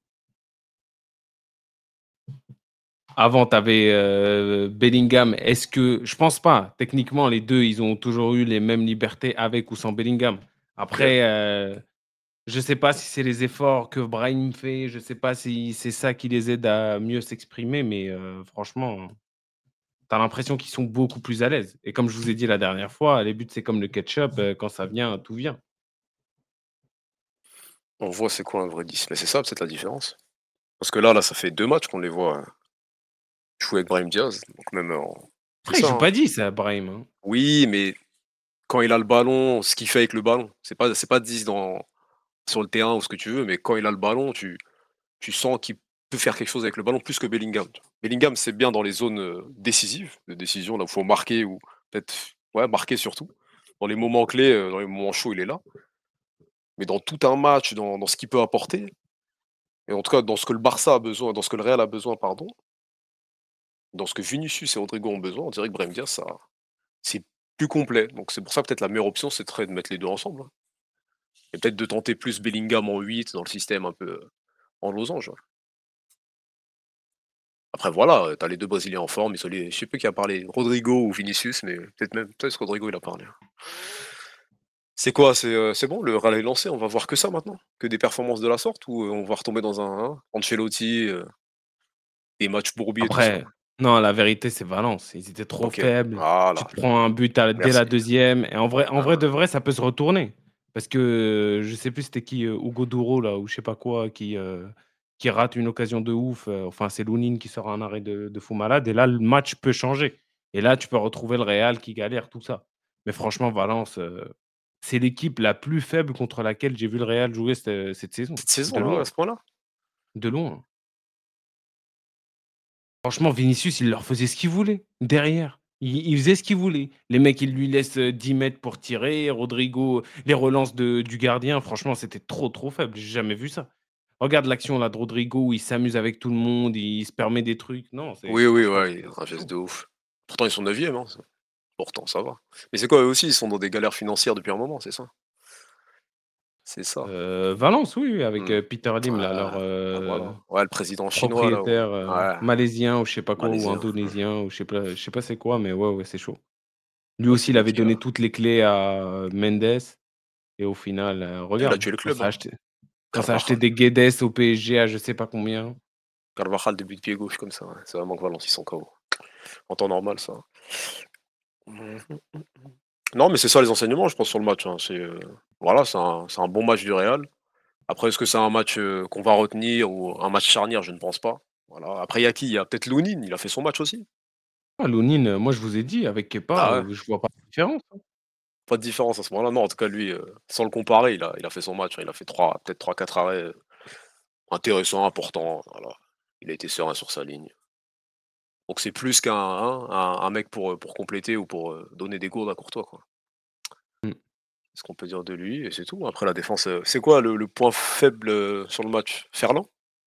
Avant, tu avais Bellingham. Est-ce que. Je pense pas. Techniquement, les deux, ils ont toujours eu les mêmes libertés avec ou sans Bellingham. Ok. Après, euh, je sais pas si c'est les efforts que Brahim fait. Je sais pas si c'est ça qui les aide à mieux s'exprimer. Mais euh, franchement, tu as l'impression qu'ils sont beaucoup plus à l'aise. Et comme je vous ai dit la dernière fois, les buts, c'est comme le ketchup. euh, Quand ça vient, tout vient. On voit c'est quoi un vrai dix. Mais c'est ça peut-être la différence. Parce que là, là, ça fait deux matchs qu'on les voit euh, jouer avec Brahim Diaz. Donc même en. C'est Après, il ça. joue hein. pas dix, ça, Brahim. hein. Oui, mais quand il a le ballon, ce qu'il fait avec le ballon, c'est pas, c'est pas dix dans, sur le terrain ou ce que tu veux, mais quand il a le ballon, tu, tu sens qu'il peut faire quelque chose avec le ballon plus que Bellingham. tu vois. Bellingham, c'est bien dans les zones euh, décisives, de décision, là où il faut marquer ou peut-être ouais, marquer surtout. Dans les moments clés, euh, dans les moments chauds, il est là. Mais dans tout un match, dans, dans ce qu'il peut apporter, et en tout cas dans ce que le Barça a besoin, dans ce que le Real a besoin, pardon, dans ce que Vinicius et Rodrigo ont besoin, on dirait que Brahim Diaz, ça, c'est plus complet. Donc c'est pour ça peut-être la meilleure option, c'est de mettre les deux ensemble. hein. Et peut-être de tenter plus Bellingham en huit dans le système un peu euh, en losange. ouais. Après voilà, euh, t'as les deux Brésiliens en forme, ils sont les- je sais plus qui a parlé, Rodrigo ou Vinicius, mais peut-être même peut-être Rodrigo il a parlé. hein. C'est quoi? C'est euh, c'est bon, le Real est lancé, on va voir que ça maintenant? Que des performances de la sorte ou euh, on va retomber dans un hein, Ancelotti, euh, des matchs bourbiers et tout ça? Après, non, la vérité, c'est Valence. Ils étaient trop Ok, faibles. Tu voilà, te prends un but à- dès la merci. deuxième. Et en vrai, en vrai Ah, de vrai, ça peut se retourner. Parce que euh, je sais plus c'était qui, euh, Hugo Duro, là, ou je sais pas quoi, qui, euh, qui rate une occasion de ouf. euh, Enfin, c'est Lounine qui sort un arrêt de, de fou malade. Et là, le match peut changer. Et là, tu peux retrouver le Real qui galère, tout ça. Mais franchement, Valence, euh, c'est l'équipe la plus faible contre laquelle j'ai vu le Real jouer cette, cette saison. cette saison De là, à loin. ce point-là? De loin. Franchement, Vinicius, il leur faisait ce qu'il voulait, derrière. Il il faisait ce qu'il voulait. Les mecs, ils lui laissent, heu, dix mètres pour tirer. Rodrigo, les relances de du gardien, franchement, c'était trop, trop faible. J'ai jamais vu ça. Regarde l'action là de Rodrigo où il s'amuse avec tout le monde, il se permet des trucs. Non, Oui, c'est oui, franchement, ouais, il c'était un c'était geste chaud. de ouf. Pourtant ils sont neuvième, hein, c'est- pourtant ça va. Mais c'est quoi eux aussi, ils sont dans des galères financières depuis un moment, c'est ça? C'est ça. Heu, Valence, oui, oui, avec, Mmh. heu, Peter Lim là, leur, Ah, ah heu, voilà. Ouais, le président chinois là, ou propriétaire, heu, ouais, malaisien ou je sais pas quoi, ou malaisien. Mmh. indonésien ou je sais pas je sais pas c'est quoi, mais ouais, ouais, c'est chaud. Lui Ouais, aussi, c'est il avait délicat. donné toutes les clés à Mendes et au final, heu, Il a regarde, tué le quand club, ça a hein. acheté Quand ça a acheté Carvajal. des Guedes au P S G à je sais pas combien. Carvajal, début de pied gauche comme ça, ouais. C'est vraiment que Valence, ils sont K O. En temps normal, ça. Mmh mh. Non, mais c'est ça les enseignements, je pense, sur le match, hein. C'est, heu, voilà, c'est un c'est un bon match du Real. Après, est-ce que c'est un match, heu, qu'on va retenir ou un match charnière? Je ne pense pas. Voilà. Après, il y a qui? Il y a peut-être Lounine, il a fait son match aussi. Ah, Lounine, euh, moi je vous ai dit, avec Kepa, Ah ouais, euh, je vois pas de différence. hein. pas de différence à ce moment-là. Non, en tout cas, lui, euh, sans le comparer, il a, il a fait son match, hein. Il a fait trois, peut-être trois, quatre arrêts euh, intéressants, importants. Voilà. Il a été serein sur sa ligne. Donc c'est plus qu'un hein, un, un mec pour, euh, pour compléter ou pour euh, donner des gourdes à Courtois, quoi. Mm. C'est ce qu'on peut dire de lui, et c'est tout. Après, la défense, euh, c'est quoi le, le point faible euh, sur le match? Ferland?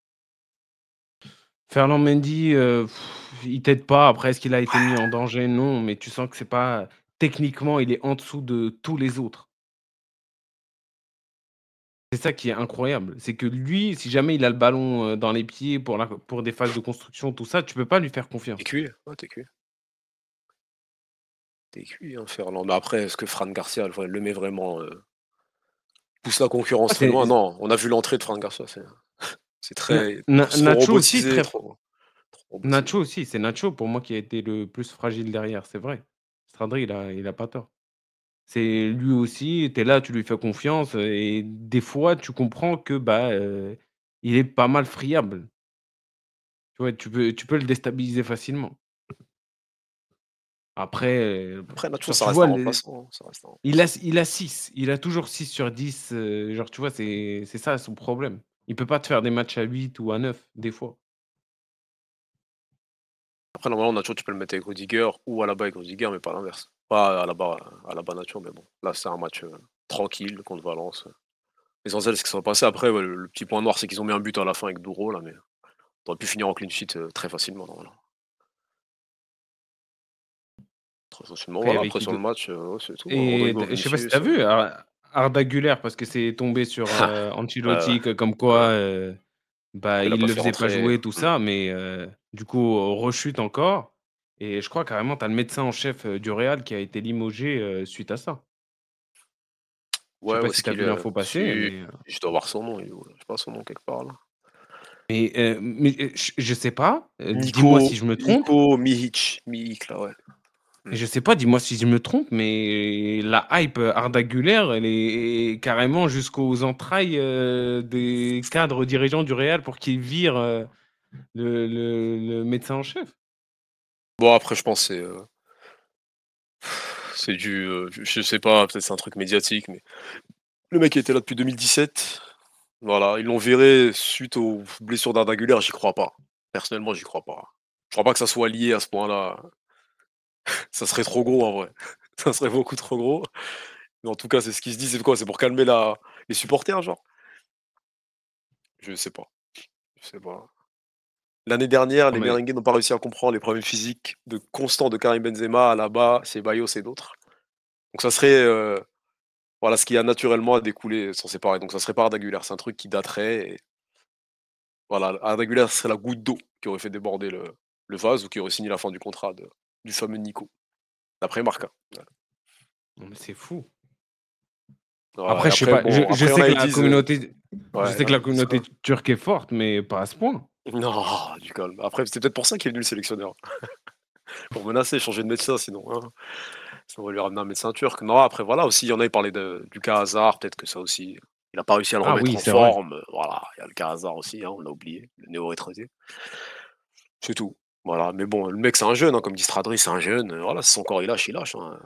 Ferland Mendy, euh, pff, il t'aide pas. Après, est-ce qu'il a été mis en danger? Non, mais tu sens que c'est pas. Techniquement, il est en dessous de tous les autres. C'est ça qui est incroyable. C'est que lui, si jamais il a le ballon euh, dans les pieds pour, la- pour des phases de construction, tout ça, tu peux pas lui faire T'es confiance. cuit, ouais, t'es cuit. T'es cuit, hein, Ferland. Mais après, est-ce que Fran Garcia le le met vraiment euh, pousse la concurrence Ah, très c'est- loin? Non, on a vu l'entrée de Fran Garcia, c'est c'est Na- très Na- trop Nacho aussi, robotisé, très. trop, trop robotisé. Nacho aussi, c'est Nacho pour moi qui a été le plus fragile derrière, c'est vrai. Stradri, il a, il a pas tort. C'est lui aussi, tu es là, tu lui fais confiance euh, et des fois, tu comprends que bah euh, il est pas mal friable. Tu vois, tu peux, tu peux le déstabiliser facilement. Après, euh, Après, Nacho, genre, ça tu reste un vois, le- remplaçant, hein, ça reste un il a, remplaçant. il a six, il a toujours six sur dix. euh, genre, tu vois, c'est c'est ça son problème. Il peut pas te faire des matchs à huit ou à neuf des fois. Après, normalement, Nacho, tu peux le mettre avec Rudiger ou à la bas avec Rudiger, mais pas l'inverse. Pas à la bas, à la bas Nacho, mais bon. Là, c'est un match euh, tranquille contre Valence. L'essentiel, c'est ce qui s'est passé. Après, ouais, le, le petit point noir, c'est qu'ils ont mis un but à la fin avec Douro, là, mais on aurait pu finir en clean sheet euh, très facilement, normalement. Très facilement, Après, il y voilà. avait Après, qui sur le d'autre? match, euh, ouais, c'est tout, hein. Et Rodrigo, d- je sais pas si tu Vinicius. as euh, vu Ar- Arda Güler, parce que c'est tombé sur euh, ouais, ouais, Ancelotti, que comme quoi ouais. euh, bah, Il a il pas le fait faisait pas rentrer. jouer, tout Hmm. ça, mais euh, du coup, euh, rechute encore. Et je crois carrément, tu as le médecin en chef euh, du Real qui a été limogé euh, suite à ça. Je sais Ouais, pas où si est-ce tu as qu'il vu est? l'info passer, Si, mais, euh, je dois voir son nom. Il est où, là? Je sais pas son nom quelque part là. mais, euh, mais, euh, je, je sais pas. euh, dis-moi si Nico, je me trompe. Nico Mihic, Mihic là, ouais. Et Hmm. je sais pas, dis-moi si je me trompe, mais la hype euh, Arda Güler, elle est carrément jusqu'aux entrailles euh, des cadres dirigeants du Real pour qu'ils virent euh, le, le- le médecin en chef. Bon, après, je pense que c'est euh, c'est du. euh, je je sais pas, peut-être c'est un truc médiatique, mais le mec était là depuis deux mille dix-sept. Voilà, ils l'ont viré suite aux blessures d'Arda Güler, j'y crois pas. Personnellement, j'y crois pas. Je crois pas que ça soit lié à ce point-là. Ça serait trop gros en vrai. Ça serait beaucoup trop gros. Mais en tout cas, c'est ce qui se dit. C'est quoi? C'est pour calmer la... les supporters, genre? Je sais pas. Je sais pas. L'année dernière, Non, les mais Merengues n'ont pas réussi à comprendre les problèmes physiques de constant de Karim Benzema, Alaba, Ceballos et d'autres. Donc ça serait euh, voilà ce qui a naturellement à découler sans séparer. Donc ça serait pas Arda Güler, c'est un truc qui daterait. Et voilà, Arda Güler serait la goutte d'eau qui aurait fait déborder le, le vase ou qui aurait signé la fin du contrat de- du fameux Nico. D'après Marca. non, mais c'est fou. Voilà, et Après, je sais après, pas. Je, bon, je après, il y en sais a, que ils la disent. euh, communauté, je ouais, sais que non, la ils disent communauté quoi? turque est forte, mais pas à ce point. Non, du calme. Après, c'était peut-être pour ça qu'il est venu le sélectionneur. Pour menacer, changer de médecin, sinon. Hein. Sinon, on va lui ramener un médecin turc. Non, après, voilà, aussi, il y en a, ils parlaient de, du cas Hazard, peut-être que ça aussi. Il n'a pas réussi à le Ah remettre oui, en c'est vrai. forme. Voilà, il y a le cas Hazard aussi, hein, on l'a oublié, le néo-rétraité. C'est tout. Voilà, mais bon, le mec, c'est un jeune, hein, comme dit Stradri, c'est un jeune. euh, Voilà, si son corps il lâche, il lâche. Hein.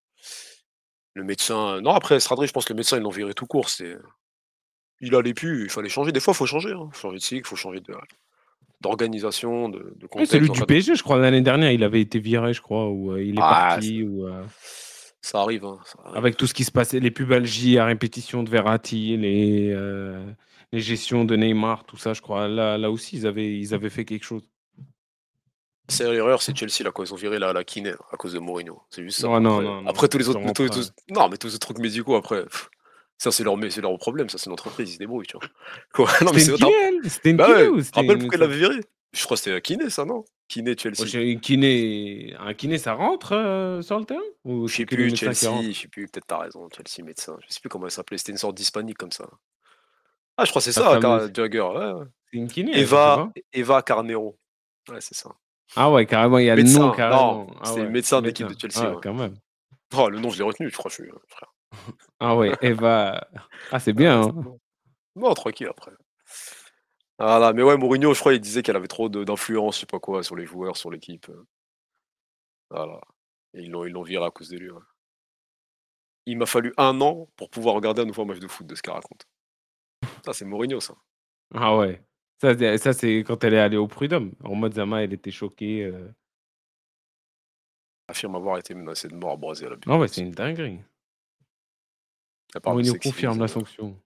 Le médecin. Non, après, Stradri, je pense que le médecin, ils l'ont viré tout court. C'est... Il allait plus, il fallait changer. Des fois, il faut changer. Il faut changer de cycle, il faut changer de, d'organisation, de, de Oui, contexte. celui En du fait, dans- P S G, je crois, l'année dernière, il avait été viré, je crois, ou euh, il est Ah, ça, parti, ou euh, ça arrive, hein, ça arrive. avec tout ce qui se passait, les pubalgies à répétition de Verratti, les, euh, les gestions de Neymar, tout ça, je crois. Là, là aussi, ils avaient, ils avaient fait quelque chose. C'est l'erreur, c'est Chelsea là quand ils ont viré la, la kiné à cause de Mourinho. C'est juste ça. Oh non, Après, non, non, après tous les autres, sûrement tous les- pas. tous- non mais tous ces trucs médicaux après, pff, ça c'est leur, mais c'est leur problème, ça c'est une entreprise, ils se débrouillent, tu vois. Quoi, non mais C'était une c'est kiné, autre. elle? C'était une Bah kiné ouais, tu ou te c'était rappelles une pourquoi il médecin? l'avait viré? Je crois que c'était kiné ça, non? Kiné Moi, Chelsea. j'ai une kiné, un kiné, ça rentre euh, sur le terrain? Ou Je c'est sais que les plus, médecins qui Chelsea, rentrent? je sais plus, peut-être t'as raison, Chelsea médecin. Je sais plus comment elle s'appelait, c'était une sorte d'hispanique comme ça. Ah je crois que c'est La ça, Car- fameuse. Jagger, ouais, ouais. C'est une kiné, elle, je sais Eva, pas. Eva Carnero. Ouais, c'est ça. Ah ouais, carrément, il y a le nom, Médecin, non, carrément. Ah c'était une ouais, médecin de l'équipe de médecin. Chelsea, Ah, ouais. quand même. Oh, le nom, je l'ai retenu, je crois, je suis, frère. Ah ouais, Eva. Ah, c'est Ouais, bien, c'est hein. bon. Non, tranquille après. Voilà, mais ouais, Mourinho, je crois, il disait qu'elle avait trop de- d'influence, je sais pas quoi, sur les joueurs, sur l'équipe. euh. Voilà. Et ils l'ont ils l'ont viré à cause de lui. Ouais. Il m'a fallu un an pour pouvoir regarder un nouveau match de foot de ce qu'elle raconte. Ça, c'est Mourinho, ça. Ah ouais. Ça, c'est ça, c'est quand elle est allée au Prud'homme. En mode Zama, elle était choquée. euh. Affirme avoir été menacé de mort à Brésil à la Ah ouais, c'est B B C. une dinguerie. Elle parle de Mourinho sexisme. confirme la sanction.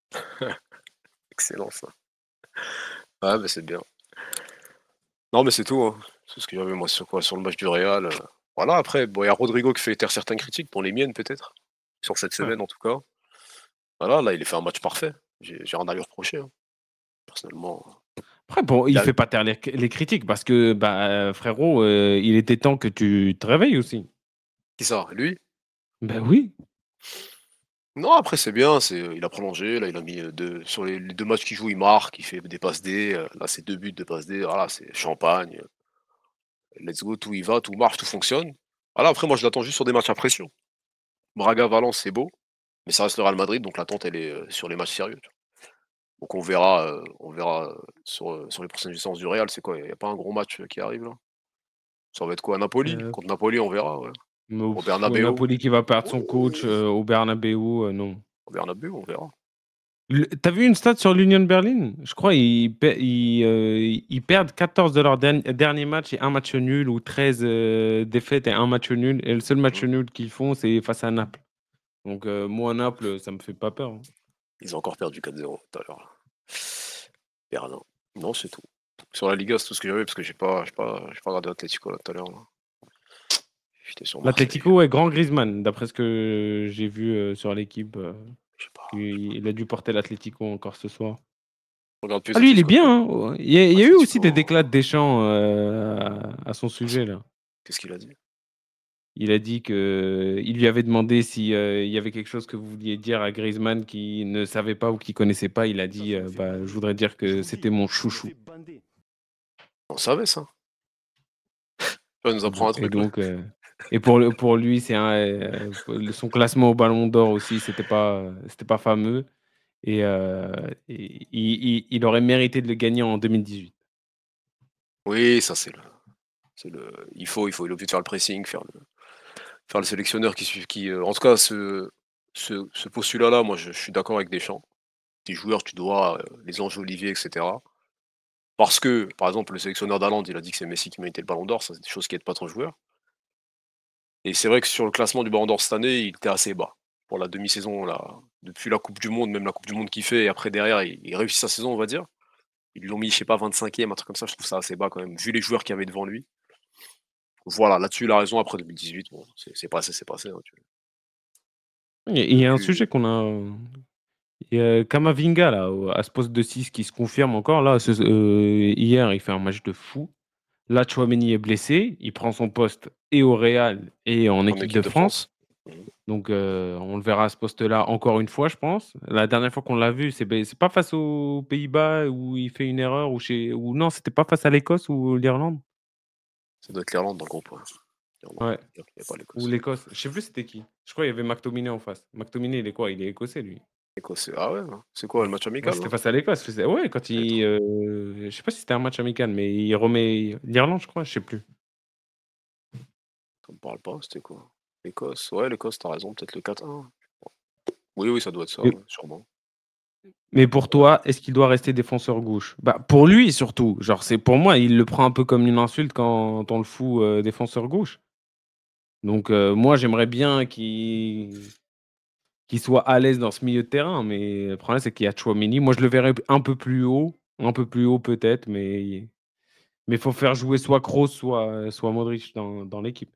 Excellent, ça. Ouais, mais c'est bien. Non, mais c'est tout. Hein. C'est ce que j'avais, moi, sur quoi? Sur le match du Real. euh. Voilà, après, bon, il y a Rodrigo qui fait taire certaines critiques, pour les miennes, peut-être. Sur cette Ouais. semaine, en tout cas. Voilà, là, il a fait un match parfait. J'ai j'ai rien à lui reprocher. Hein. Personnellement. Après, bon, Il il a... fait pas taire les, les critiques parce que, bah, euh, frérot, euh, il était temps que tu te réveilles aussi. Qui ça? Lui? Ben oui. Non, après, c'est bien. C'est, il a prolongé. Là, il a mis euh, deux. Sur les, les deux matchs qu'il joue, il marque. Il fait des passes D. euh, Là, c'est deux buts de passes D. Voilà, c'est champagne. euh, Let's go, tout y va, tout marche, tout fonctionne. Voilà, après, moi, je l'attends juste sur des matchs à pression. Braga-Valence, c'est beau. Mais ça reste le Real Madrid, donc l'attente, elle est euh, sur les matchs sérieux. tu vois. Donc on verra, euh, on verra euh, sur, euh, sur les prochaines licences du Real, c'est quoi? Il n'y a pas un gros match euh, qui arrive là? Ça va être quoi? Napoli? Euh, Contre Napoli, on verra, ouais. mais au- Au pff, au Bernabeu? Napoli qui va perdre son coach Oui. euh, au Bernabeu, euh, non. Au Bernabeu, on verra. Le- T'as vu une stat sur l'Union Berlin? Je crois qu'ils pe- ils, euh, ils perdent quatorze de leurs derni- derniers matchs et un match nul ou treize euh, défaites et un match nul. Et le seul match Mhm. nul qu'ils font, c'est face à Naples. Donc, euh, moi, Naples, ça me fait pas peur. hein. Ils ont encore perdu quatre zéro tout à l'heure. là. Berlin. Non, c'est tout. Sur la Liga, c'est tout ce que j'avais parce que j'ai pas, j'ai pas, j'ai pas regardé Atlético là tout à l'heure. là. J'étais sur Marseille. L'Atlético est grand Griezmann, d'après ce que j'ai vu euh, sur l'équipe. euh, Je sais pas. il, il a dû porter l'Atlético encore ce soir. Je regarde plus Ah, lui, il est Atlético. bien. hein. Il y a, il y a eu aussi des Atlético. déclats de Deschamps euh, à, à son sujet, là. Qu'est-ce qu'il a dit? Il a dit que il lui avait demandé si euh, il y avait quelque chose que vous vouliez dire à Griezmann qui ne savait pas ou qui connaissait pas. Il a dit euh, bah, je voudrais dire que c'était mon chouchou. On savait ça. Tu vas nous apprendre un Et truc là. donc euh, et pour le- pour lui c'est un, euh, son classement au Ballon d'Or aussi c'était pas c'était pas fameux et, euh, et il, il- il aurait mérité de le gagner en deux mille dix-huit. Oui, ça c'est le, c'est le. Il faut, il faut, il est obligé de faire le pressing, faire le, faire le sélectionneur qui suit, qui, euh, en tout cas, ce, ce, ce postulat-là, moi, je, je suis d'accord avec Deschamps. Tes joueurs, tu dois euh, les enjoliver, et cetera. Parce que, par exemple, le sélectionneur d'Hollande, il a dit que c'est Messi qui méritait le Ballon d'Or, ça c'est des choses qui n'aident pas ton joueur. Et c'est vrai que sur le classement du Ballon d'Or cette année, il était assez bas. Pour la demi-saison, là, depuis la Coupe du Monde, même la Coupe du Monde qu'il fait, et après derrière, il, il réussit sa saison, on va dire. Ils l'ont mis, je sais pas, vingt-cinquième, un truc comme ça, je trouve ça assez bas quand même, vu les joueurs qu'il y avait devant lui. Voilà, là-dessus, il a raison, après deux mille dix-huit, bon, c'est c'est passé, c'est passé. hein, tu- Il y a- il y a un plus- sujet qu'on a. Il y a Kamavinga là, au- à ce poste de six qui se confirme encore. Là, ce- euh, hier, il fait un match de fou. Là, Tchouaméni est blessé. Il prend son poste et au Real et en en équipe équipe de de France. France. Mhm. Donc, euh, on le verra à ce poste-là encore une fois, je pense. La dernière fois qu'on l'a vu, c'est ben, c'est pas face aux Pays-Bas où il fait une erreur ou chez ou non, c'était pas face à l'Écosse ou l'Irlande. Ça doit être l'Irlande dans le groupe. Ouais. L'Irlande, Ouais. il n'y a pas Ou l'Écosse. l'Écosse. Je sais plus c'était qui. Je crois qu'il y avait McTominay en face. McTominay, il est quoi? Il est écossais lui. L'Écosse, c'est- ah ouais, hein. C'est quoi le match Ouais, amical c'était là face à l'Écosse. C'est- Ouais, quand il. euh, je sais pas si c'était un match amical, mais il remet l'Irlande, je crois, je sais plus. Ça me parle pas, c'était quoi? L'Écosse, ouais, l'Écosse, t'as raison, peut-être le quatre un. Oui, oui, ça doit être ça, Mais, ouais, sûrement. mais pour toi, est-ce qu'il doit rester défenseur gauche? Bah, pour lui surtout. Genre, c'est pour moi, il le prend un peu comme une insulte quand on le fout euh, défenseur gauche. Donc, euh, moi, j'aimerais bien qu'il qu'il soit à l'aise dans ce milieu de terrain, mais le problème, c'est qu'il y a Tchouaméni. Moi, je le verrais un peu plus haut, un peu plus haut peut-être, mais mais faut faire jouer soit Kroos, soit, soit Modric dans, dans l'équipe.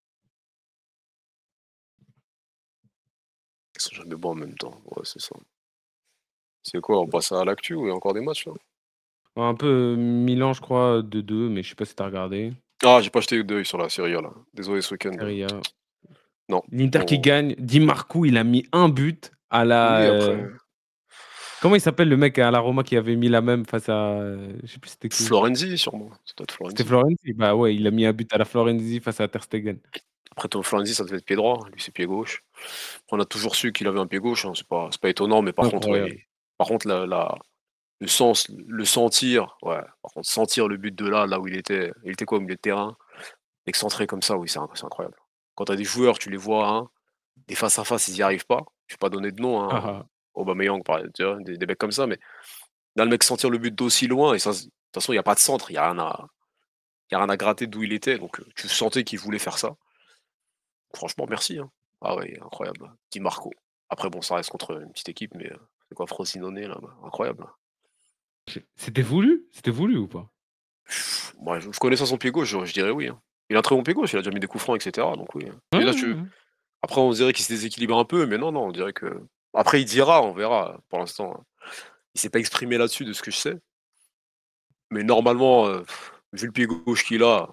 Ils sont jamais bons en même temps. Ouais, c'est ça. C'est quoi, on passe à l'actu ou il y a encore des matchs là? Un peu euh, Milan, je crois, deux deux, mais je sais pas si tu as regardé. Ah, j'ai pas jeté d'œil sur la Serie A là. Désolé ce week-end. Serie A. Non. L'Inter qui Bon. gagne. Di Marco, il a mis un but à la. Oui, euh, après. Comment il s'appelle le mec à la Roma qui avait mis la même face à. euh, Je sais plus c'était qui. Florenzi, sûrement. Ça doit être C'était Florenzi. Florenzi. Bah ouais, il a mis un but à la Florenzi face à Ter Stegen. Après, ton Florenzi, ça devait être pied droit. Lui, c'est pied gauche. On a toujours su qu'il avait un pied gauche. hein, C'est pas, c'est pas étonnant, mais par contre, Incroyable. ouais, par contre, la, la, le sens, le sentir, ouais. Par contre, sentir le but de là, là où il était, il était quoi au milieu de terrain, excentré comme ça, oui, c'est inc- c'est incroyable. Quand tu as des joueurs, tu les vois, hein, des face à face, ils n'y arrivent pas. Je vais pas donner de nom, Ah, hein, ah. Aubameyang, par exemple, tu vois, des, des mecs comme ça, mais là, le mec sentir le but d'aussi loin, et ça, se- de toute façon, il n'y a pas de centre, il n'y a rien à, il y a rien à gratter d'où il était, donc euh, tu sentais qu'il voulait faire ça. Franchement, merci, hein. Ah ouais, incroyable. Di Marco. Après, bon, ça reste contre une petite équipe, mais euh, c'est quoi, Frosinone, là, bah, incroyable. C'était voulu? C'était voulu ou pas? Pff, Moi, je, je connais ça son pied gauche, je, je dirais oui, hein. Il a un très bon pied gauche, il a déjà mis des coups francs, et cetera. Donc oui, hein. Ouais, Mais là, ouais, tu... ouais. après, on dirait qu'il se déséquilibre un peu, mais non, non, on dirait que. Après, il dira, on verra. Pour l'instant, hein. Il s'est pas exprimé là-dessus de ce que je sais. Mais normalement, euh, pff, vu le pied gauche qu'il a,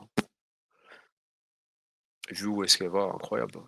vu où est-ce qu'elle va, incroyable.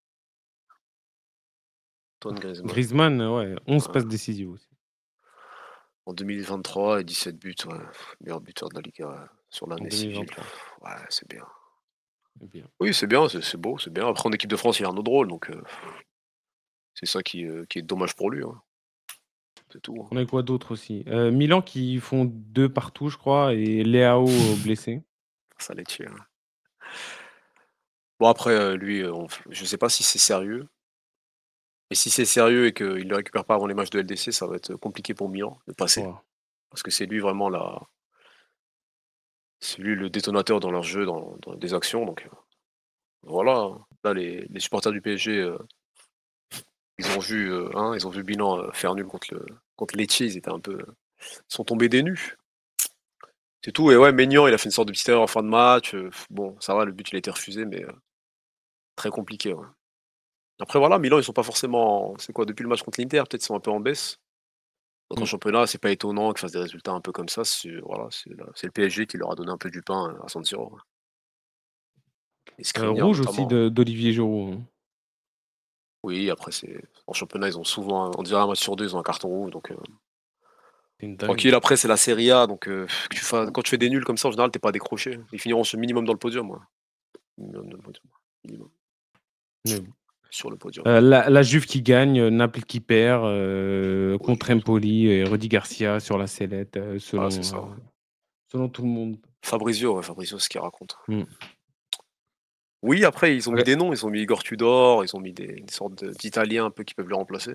Antoine Griezmann. Griezmann, ouais, onze Ouais. passes décisives aussi. En deux mille vingt-trois et dix-sept buts, ouais. Meilleur buteur de la Liga ouais. Sur En l'année civile. deux mille vingt-trois. Ouais, c'est bien. C'est bien. Oui, c'est bien, c'est c'est beau, c'est bien. Après, en équipe de France, il a un autre rôle, donc euh, c'est ça qui, euh, qui est dommage pour lui, hein. C'est tout, hein. On a quoi d'autre aussi? Euh, Milan qui font deux partout, je crois, et Leao euh, blessé. Ça les tue, hein. Bon, après, euh, lui, euh, on- je sais pas si c'est sérieux. Et si c'est sérieux et qu'il ne le récupère pas avant les matchs de L D C, ça va être compliqué pour Milan de passer. Ouais. Parce que c'est lui vraiment la... c'est lui le détonateur dans leur jeu, dans, dans des actions. Donc euh, voilà, hein. Là, les, les supporters du P S G, euh, ils ont vu, euh, hein, ils ont vu Milan euh, faire nul contre le contre Lecce, ils étaient un peu, ils sont tombés des nues. C'est tout. Et ouais, Maignan, il a fait une sorte de petite erreur en fin de match. euh, bon, ça va, le but il a été refusé, mais euh, très compliqué. Ouais. Après voilà, Milan, ils sont pas forcément, c'est quoi, depuis le match contre l'Inter, peut-être ils sont un peu en baisse. Donc en Mm. championnat, c'est pas étonnant qu'ils fassent des résultats un peu comme ça. C'est voilà, c'est la- c'est le P S G qui leur a donné un peu du pain euh, à San Siro, ouais. Et Euh, Skriniar rouge aussi notamment. de- d'Olivier Giroud, hein. Oui, après c'est en championnat, ils ont souvent, on dirait un match sur deux, ils ont un carton rouge, donc euh, C'est une tranquille. dingue. Après c'est la Serie A, donc euh, que tu fasses, quand tu fais des nuls comme ça, en général, t'es pas décroché. Ils finiront ce minimum dans le podium, ouais. Minimum dans le podium. Minimum. Mais bon. Sur le podium. Euh, la, la Juve qui gagne, euh, Naples qui perd, euh, Oui. contre Empoli et Rudy Garcia sur la sellette, euh, Ah, selon, c'est ça. euh, selon tout le monde. Fabrizio, ouais, Fabrizio, ce qu'il raconte. Mm. Oui, après, ils ont mis Ouais. des noms, ils ont mis Igor Tudor, ils ont mis des, des sortes de- d'Italiens un peu qui peuvent le remplacer.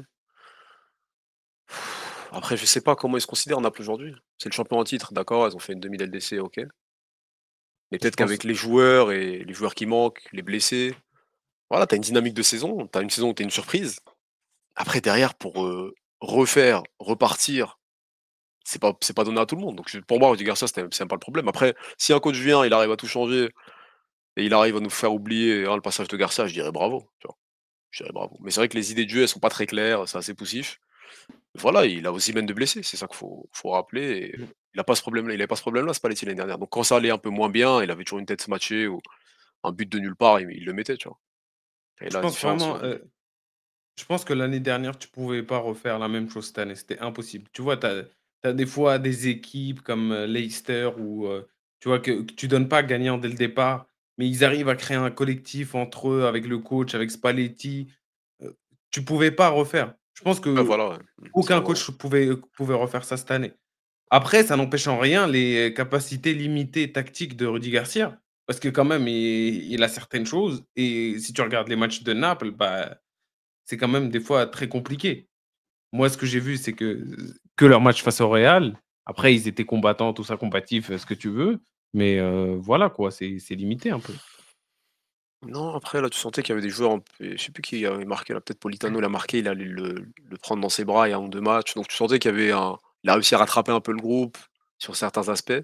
Après, je sais pas comment ils se considèrent Naples aujourd'hui. C'est le champion en titre, d'accord, ils ont fait une demi-L D C, ok. Mais Je peut-être pense. qu'avec les joueurs et les joueurs qui manquent, les blessés, voilà, t'as une dynamique de saison, t'as une saison où t'es une surprise. Après, derrière, pour euh, refaire, repartir, c'est pas, c'est pas donné à tout le monde. Donc je- pour moi, Rudy Garcia, c'était- c'est même pas le problème. Après, si un coach vient, il arrive à tout changer et il arrive à nous faire oublier hein, le passage de Garcia, je dirais bravo. Tu vois. Je dirais bravo. Mais c'est vrai que les idées de jeu, elles sont pas très claires, c'est assez poussif. Voilà, il a aussi même de blessés, c'est ça qu'il faut, faut rappeler. Et Mm. il a pas ce problème-là, il avait pas ce problème-là, c'est pas l'année dernière. Donc quand ça allait un peu moins bien, il avait toujours une tête matchée ou un but de nulle part, il, il le mettait, tu vois. Et Je la pense différence vraiment. aujourd'hui. euh, je pense que l'année dernière, tu pouvais pas refaire la même chose cette année. C'était impossible. Tu vois, tu as, des fois des équipes comme euh, Leicester où euh, tu vois que, que tu donnes pas gagnant dès le départ, mais ils arrivent à créer un collectif entre eux, avec le coach, avec Spalletti. Euh, tu pouvais pas refaire. Je pense Ouais, que voilà, ouais. Mm, c'est aucun vraiment vrai. coach pouvait, pouvait refaire ça cette année. Après, ça n'empêche en rien les capacités limitées tactiques de Rudy Garcia. Parce que quand même, il, il a certaines choses. Et si tu regardes les matchs de Naples, bah, c'est quand même des fois très compliqué. Moi, ce que j'ai vu, c'est que, que leur match face au Real, après, ils étaient combattants, tout ça, combatifs, ce que tu veux. Mais euh, voilà, quoi, c'est c'est limité un peu. Non, après, là, tu sentais qu'il y avait des joueurs, un peu- je sais plus qui avait marqué, là, peut-être Politano l'a marqué, il allait le, le prendre dans ses bras il y a un ou deux matchs. Donc tu sentais qu'il y avait un. Il a réussi à rattraper un peu le groupe sur certains aspects.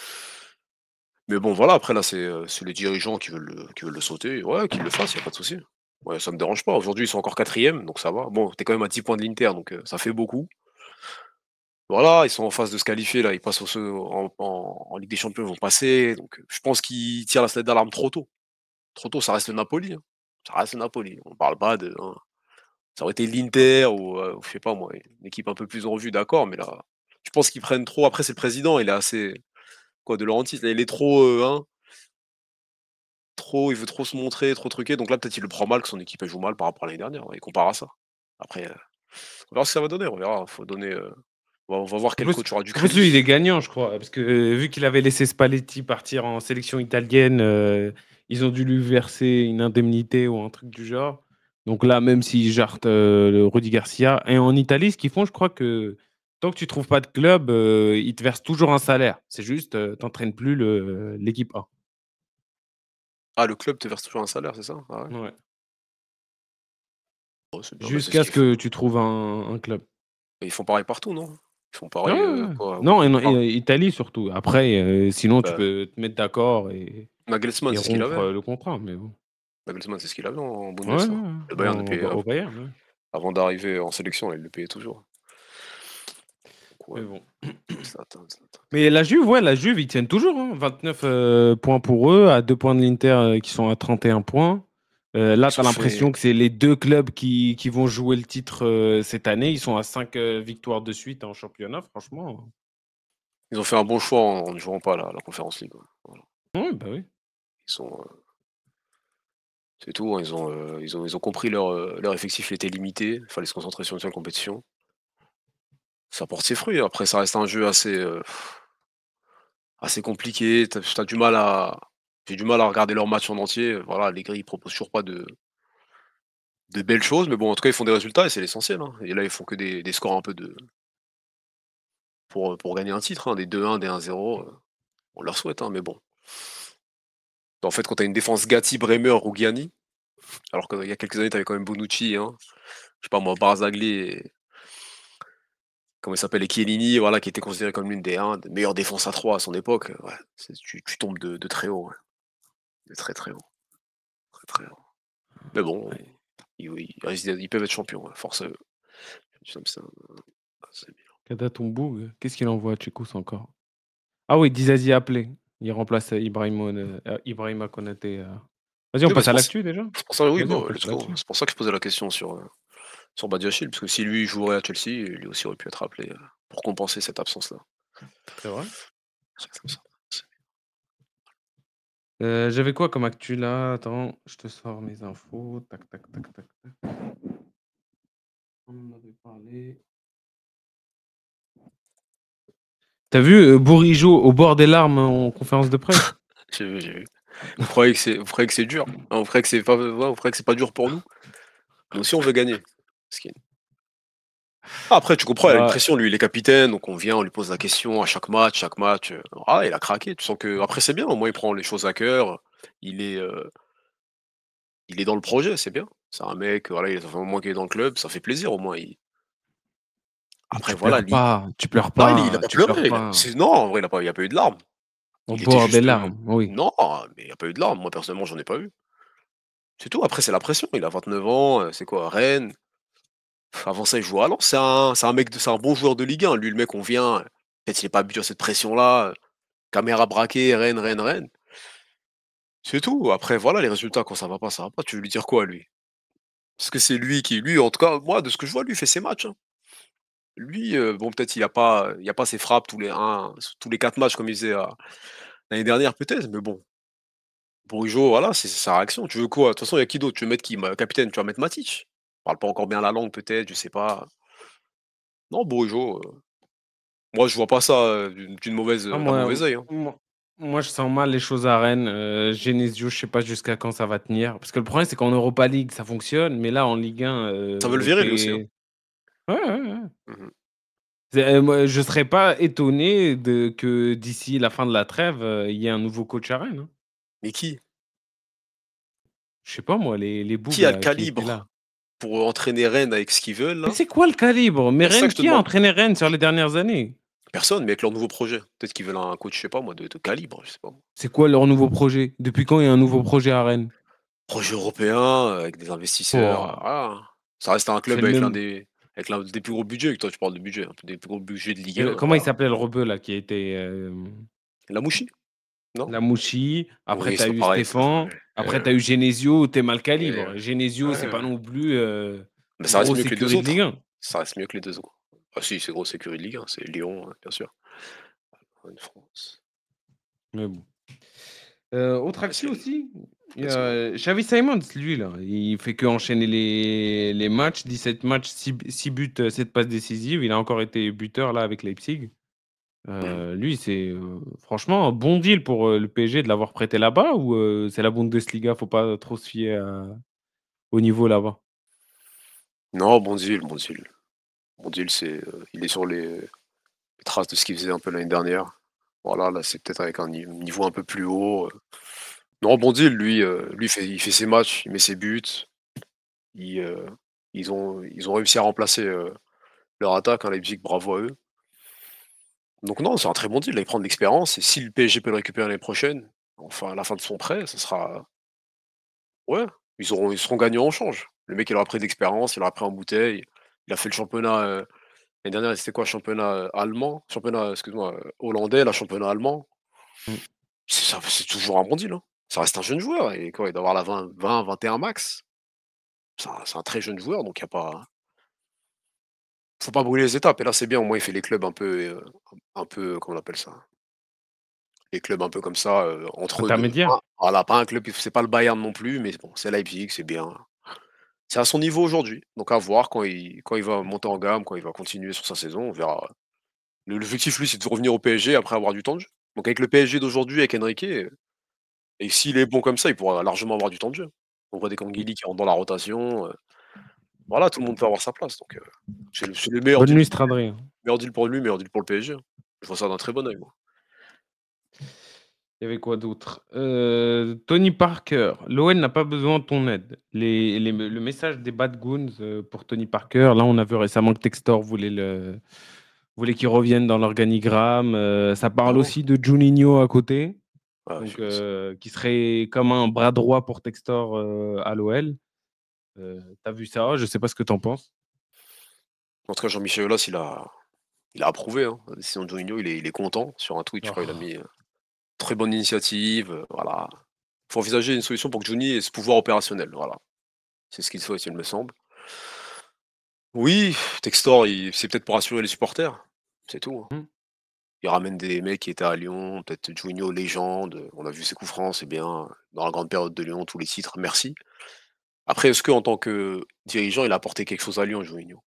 Mais bon, voilà, après, là, c'est euh, c'est les dirigeants qui veulent le, qui veulent le sauter. Ouais, qu'ils le fassent, il n'y a pas de souci. Ouais, ça me dérange pas. Aujourd'hui, ils sont encore quatrième, donc ça va. Bon, t'es quand même à dix points de l'Inter, donc euh, ça fait beaucoup. Voilà, ils sont en phase de se qualifier, là, ils passent au, se- en, en- en Ligue des Champions, ils vont passer. Donc euh, je pense qu'ils tirent la sonnette d'alarme trop tôt. Trop tôt, ça reste le Napoli, hein. Ça reste le Napoli. On parle pas de. Hein, ça aurait été l'Inter ou, euh, ou je sais pas moi, une équipe un peu plus en vue, d'accord, mais là, je pense qu'ils prennent trop. Après, c'est le président, il est assez. Quoi, de Laurentiis, là, il est trop. euh, hein, trop, il veut trop se montrer, trop truquer. Donc là, peut-être il le prend mal, que son équipe elle joue mal par rapport à l'année dernière. Ouais, il compare à ça. Après, euh, on verra ce que ça va donner. On verra. Faut donner. euh, On va, on va voir En quel plus, coach aura du en plus, lui, il est crédit. gagnant, je crois. Parce que euh, vu qu'il avait laissé Spalletti partir en sélection italienne, euh, ils ont dû lui verser une indemnité ou un truc du genre. Donc là, même s'ils jartent euh, le Rudy Garcia. Et en Italie, ce qu'ils font, je crois que tant que tu trouves pas de club, euh, ils te versent toujours un salaire. C'est juste, euh, t'entraînes plus le- l'équipe A. Ah, le club te verse toujours un salaire, c'est ça? Ah ouais. Ouais. Oh, c'est bien, bah, c'est ce Jusqu'à ce qu'ils font. que tu trouves un, un club. Ils font pareil partout, non? Ils font Ouais, pareil, ouais, euh, ouais. quoi, Non, où et ils non, partent. et, euh, Italie surtout. Après, euh, sinon, tu Bah, peux te mettre d'accord et, Nagelsmann, et c'est ce qu'il rompre avait. euh, le contrat. Mais bon. Nagelsmann, c'est ce qu'il avait en Ouais, ouais, Bundes, là. ouais. Le Bayern le En- payait au av- Bayern. Ouais. avant d'arriver en sélection, là, il le payait toujours. Donc, ouais, Mais bon. Zlatan, Zlatan. Mais la Juve, ouais, la Juve, ils tiennent toujours. Hein. vingt-neuf euh, points pour eux, à deux points de l'Inter euh, qui sont à trente et un points. Euh, là, Ils tu as ont l'impression fait. que c'est les deux clubs qui, qui vont jouer le titre euh, cette année. Ils sont à cinq victoires de suite en championnat, franchement. Ils ont fait un bon choix en en ne jouant pas la, la Conference League. Ouais. Voilà. Ouais, bah oui. Ils sont, euh, c'est tout. Hein. Ils ont, euh, ils ont, ils ont compris leur, euh, leur effectif était limité. Il fallait se concentrer sur une seule compétition. Ça porte ses fruits. Après, ça reste un jeu assez, euh, assez compliqué. T'as, t'as du mal à, j'ai du mal à regarder leur match en entier. Voilà, les grilles, ils proposent toujours pas de, de belles choses, mais bon, en tout cas, ils font des résultats et c'est l'essentiel. Hein. Et là, ils font que des, des scores un peu de, pour, pour gagner un titre, hein, des deux un, des un zéro. euh, on leur souhaite, hein, mais bon. En fait, quand tu as une défense Gatti, Bremer ou Gianni, alors qu'il y a quelques années, tu avais quand même Bonucci, hein, je sais pas moi, Barzagli, et, comment il s'appelle, et Chiellini, voilà, qui était considéré comme l'une des, hein, des meilleures défenses à trois à son époque. Ouais, c'est- tu, tu tombes de, de très haut, ouais, de très très haut, très très haut. Mais bon, Ouais. ils, ils- ils- ils peuvent être champions, ouais, force à eux. Ça me- ça- c'est bien. Kadatumbu, qu'est-ce qu'il envoie à Tchékous encore? Ah oui, Dizazi a appelé. Il remplace euh, Ibrahimo, euh, euh, Ibrahima Konaté. euh. Vas-y, on Oui, bah, passe c'est à pour, l'actu déjà? c'est pour ça, oui, Vas-y, on bon, passe let's à go. l'actu. C'est pour ça que je posais la question sur, euh, sur Badiachil, parce que si lui jouerait à Chelsea, lui aussi aurait pu être appelé euh, pour compenser cette absence-là. C'est vrai? C'est comme ça. C'est- Euh, J'avais quoi comme actu là? Attends, je te sors mes infos. Tac, tac, tac, tac, tac. On en avait parlé. T'as vu euh, Bourigeaud au bord des larmes en conférence de presse? J'ai vu, j'ai vu. Vous croyez que c'est, vous croyez que c'est dur? Hein, vous croyez que c'est pas, ouais, vous croyez que c'est pas dur pour nous? Nous aussi, on veut gagner. Skin. Ah, après, tu comprends, il a une Ah, pression, lui, il est capitaine, donc on vient, on lui pose la question à chaque match, chaque match. euh, Ah, il a craqué. Tu sens que après c'est bien, au moins il prend les choses à cœur. Il est, euh, il est dans le projet, c'est bien. C'est un mec, voilà, il ça fait un moment qu'il est dans le club, ça fait plaisir au moins. il- mais Après, tu voilà, pleures li- pas, tu pleures non, il, il a pas, pas tu pleures pleuré. il a- pas. c'est- Non, en vrai, il a pas, il y a pas eu de larmes. Au Il était bord des juste, euh, larmes, oui. non, mais il n'y a pas eu de larmes. Moi personnellement, j'en ai pas eu. C'est tout. Après, c'est la pression. Il a vingt-neuf ans, euh, c'est quoi, Rennes. Pff, Avant ça, il jouait à Lens. C'est un, c'est un mec, de, c'est un bon joueur de Ligue un. Lui, le mec, on vient. Peut-être il n'est pas habitué à cette pression-là. Caméra braquée, Rennes, Rennes, Rennes. C'est tout. Après, voilà, les résultats, quand ça va pas, ça va pas. Tu veux lui dire quoi, lui? Parce que c'est lui qui, lui, en tout cas, moi, de ce que je vois, lui, il fait ses matchs. Hein. Lui, euh, bon, peut-être il a pas, il y a pas ses frappes tous les un, tous les quatre matchs comme il faisait euh, l'année dernière, peut-être. Mais bon, Bourigeaud, voilà, c'est c'est sa réaction. Tu veux quoi? De toute façon, il y a qui d'autre? Tu veux mettre qui? Ma- Capitaine, tu vas mettre Matic. Parle pas encore bien la langue, peut-être, je sais pas. Non, Bourigeaud, euh, moi, je vois pas ça euh, d'une d'une mauvaise, Ah, euh, d'un moi, mauvais œil. Hein. moi, moi, je sens mal les choses à Rennes. Euh, Genesio, je sais pas jusqu'à quand ça va tenir. Parce que le problème, c'est qu'en Europa League, ça fonctionne. Mais là, en Ligue un, Ça veut le euh, virer, lui aussi. Hein. t'es. Ouais, ouais, ouais. Mhm. C'est- euh, moi, je serais pas étonné de, que d'ici la fin de la trêve, euh, il y ait un nouveau coach à Rennes. Hein. Mais qui? Je sais pas, moi, les, les Qui bougs a le là, qui étaient là. calibre pour entraîner Rennes avec ce qu'ils veulent, Mais là? c'est quoi le calibre? Mais Bah, c'est ça Rennes, que je te qui a demande. entraîné Rennes sur les dernières années? Personne, mais avec leur nouveau projet. Peut-être qu'ils veulent un coach, je sais pas moi, de, de calibre, je sais pas. C'est quoi leur nouveau projet? Depuis quand il y a un nouveau projet à Rennes? Projet européen, euh, avec des investisseurs, euh, Oh, voilà. Ça reste un c'est club le avec l'un même. des, avec l'un des plus gros budgets. Toi, tu parles de budget, un peu des plus gros budgets de Ligue Et un, le- euh, comment il voilà. s'appelait le rebeu là qui a été euh, La Mouchi, non? la Mouchi? Après, Oui, tu as c'est pas eu pareil, ça. Stéphane. Ouais, Après, ouais, tu as eu Genesio, t'es mal ouais, calibre. Genesio, c'est pas ouais. non plus euh, Mais ça reste grosse mieux que les deux écurie de Ligue autres. un. Ça reste mieux que les deux autres. Ah si, c'est gros, c'est écurie de Ligue un, c'est Lyon, hein, bien sûr. En France. Mais bon. Euh, autre Ouais, actu c'est aussi, il y let's go. a Xavi Simons, lui, là, il fait que enchaîner les, les matchs, dix-sept matchs, six buts, euh, sept passes décisives. Il a encore été buteur là avec Leipzig. Mmh. Euh, lui, c'est euh, franchement un bon deal pour euh, le P S G de l'avoir prêté là-bas ou euh, c'est la Bundesliga, faut pas trop se fier à- au niveau là-bas. Non, bon deal, bon deal. Bon deal, c'est, heu, il est sur les les traces de ce qu'il faisait un peu l'année dernière. Voilà, là, c'est peut-être avec un ni niveau un peu plus haut, heu. Non, bon deal, lui, heu, lui, il fait il fait ses matchs, il met ses buts. Ils, heu, ils ont ils ont réussi à remplacer, heu, leur attaque, hein, Leipzig, bravo à eux. Donc non, c'est un très bon deal, là, il prend de l'expérience et si le P S G peut le récupérer l'année prochaine, enfin à la fin de son prêt, ce sera ouais, ils auront ils seront gagnants en change. Le mec, il aura pris de l'expérience, il aura pris en bouteille, il a fait le championnat, heu, l'année dernière, c'était quoi? Championnat, heu, allemand? Championnat, excuse-moi, heu, hollandais, là, championnat allemand. Mm. C'est ça c'est toujours un bon deal, hein. Ça reste un jeune joueur et quoi, il doit avoir la vingt vingt vingt et un max. C'est un c'est un très jeune joueur, donc il y a pas faut pas brûler les étapes et là, c'est bien, au moins, il fait les clubs un peu, heu, un peu, comment on appelle ça? Les clubs un peu comme ça, heu, entre deux. Intermédiaire. Pas voilà, pas un club qui c'est pas le Bayern non plus, mais bon, c'est Leipzig, c'est bien. C'est à son niveau aujourd'hui, donc à voir quand il quand il va monter en gamme, quand il va continuer sur sa saison, on verra. Le l'objectif, lui, c'est de revenir au P S G après avoir du temps de jeu. Donc avec le P S G d'aujourd'hui, avec Enrique, heu et s'il est bon comme ça, il pourra largement avoir du temps de jeu. On voit des Kangili qui rentrent dans la rotation, heu, voilà, tout le monde peut avoir sa place, donc heu, c'est le c'est le meilleur Bonne deal nuit, Stradré. meilleur deal pour lui, meilleur deal pour le P S G, hein. Je vois ça d'un très bon œil, moi. Il y avait quoi d'autre? Euh, Tony Parker, l'O L n'a pas besoin de ton aide. Les, les- le message des Bad Goons euh, pour Tony Parker, là on a vu récemment que Textor voulait, le, voulait qu'il revienne dans l'organigramme. Euh, ça Ah parle bon? aussi de Juninho à côté, Ah, donc je c'est euh, qui serait comme un bras droit pour Textor euh, à l'O L. Euh, T'as vu ça? Je sais pas ce que t'en penses. en tout cas, Jean-Michel Aulas, il a il a approuvé, hein. La décision de Juninho, il est il est content. Sur un tweet, je crois, il a Oh. mis, heu: «Très bonne initiative», heu, voilà. Faut envisager une solution pour que Juni ait ce pouvoir opérationnel, voilà. C'est ce qu'il souhaite, il me semble. Oui, Textor, il c'est peut-être pour rassurer les supporters, c'est tout, hein. Hmm. Il ramène des mecs qui étaient à Lyon, peut-être Juninho, légende, on a vu ses coups francs, c'est bien. Dans la grande période de Lyon, tous les titres, merci. Après, est-ce qu'en tant que dirigeant, il a apporté quelque chose à Lyon, Juninho?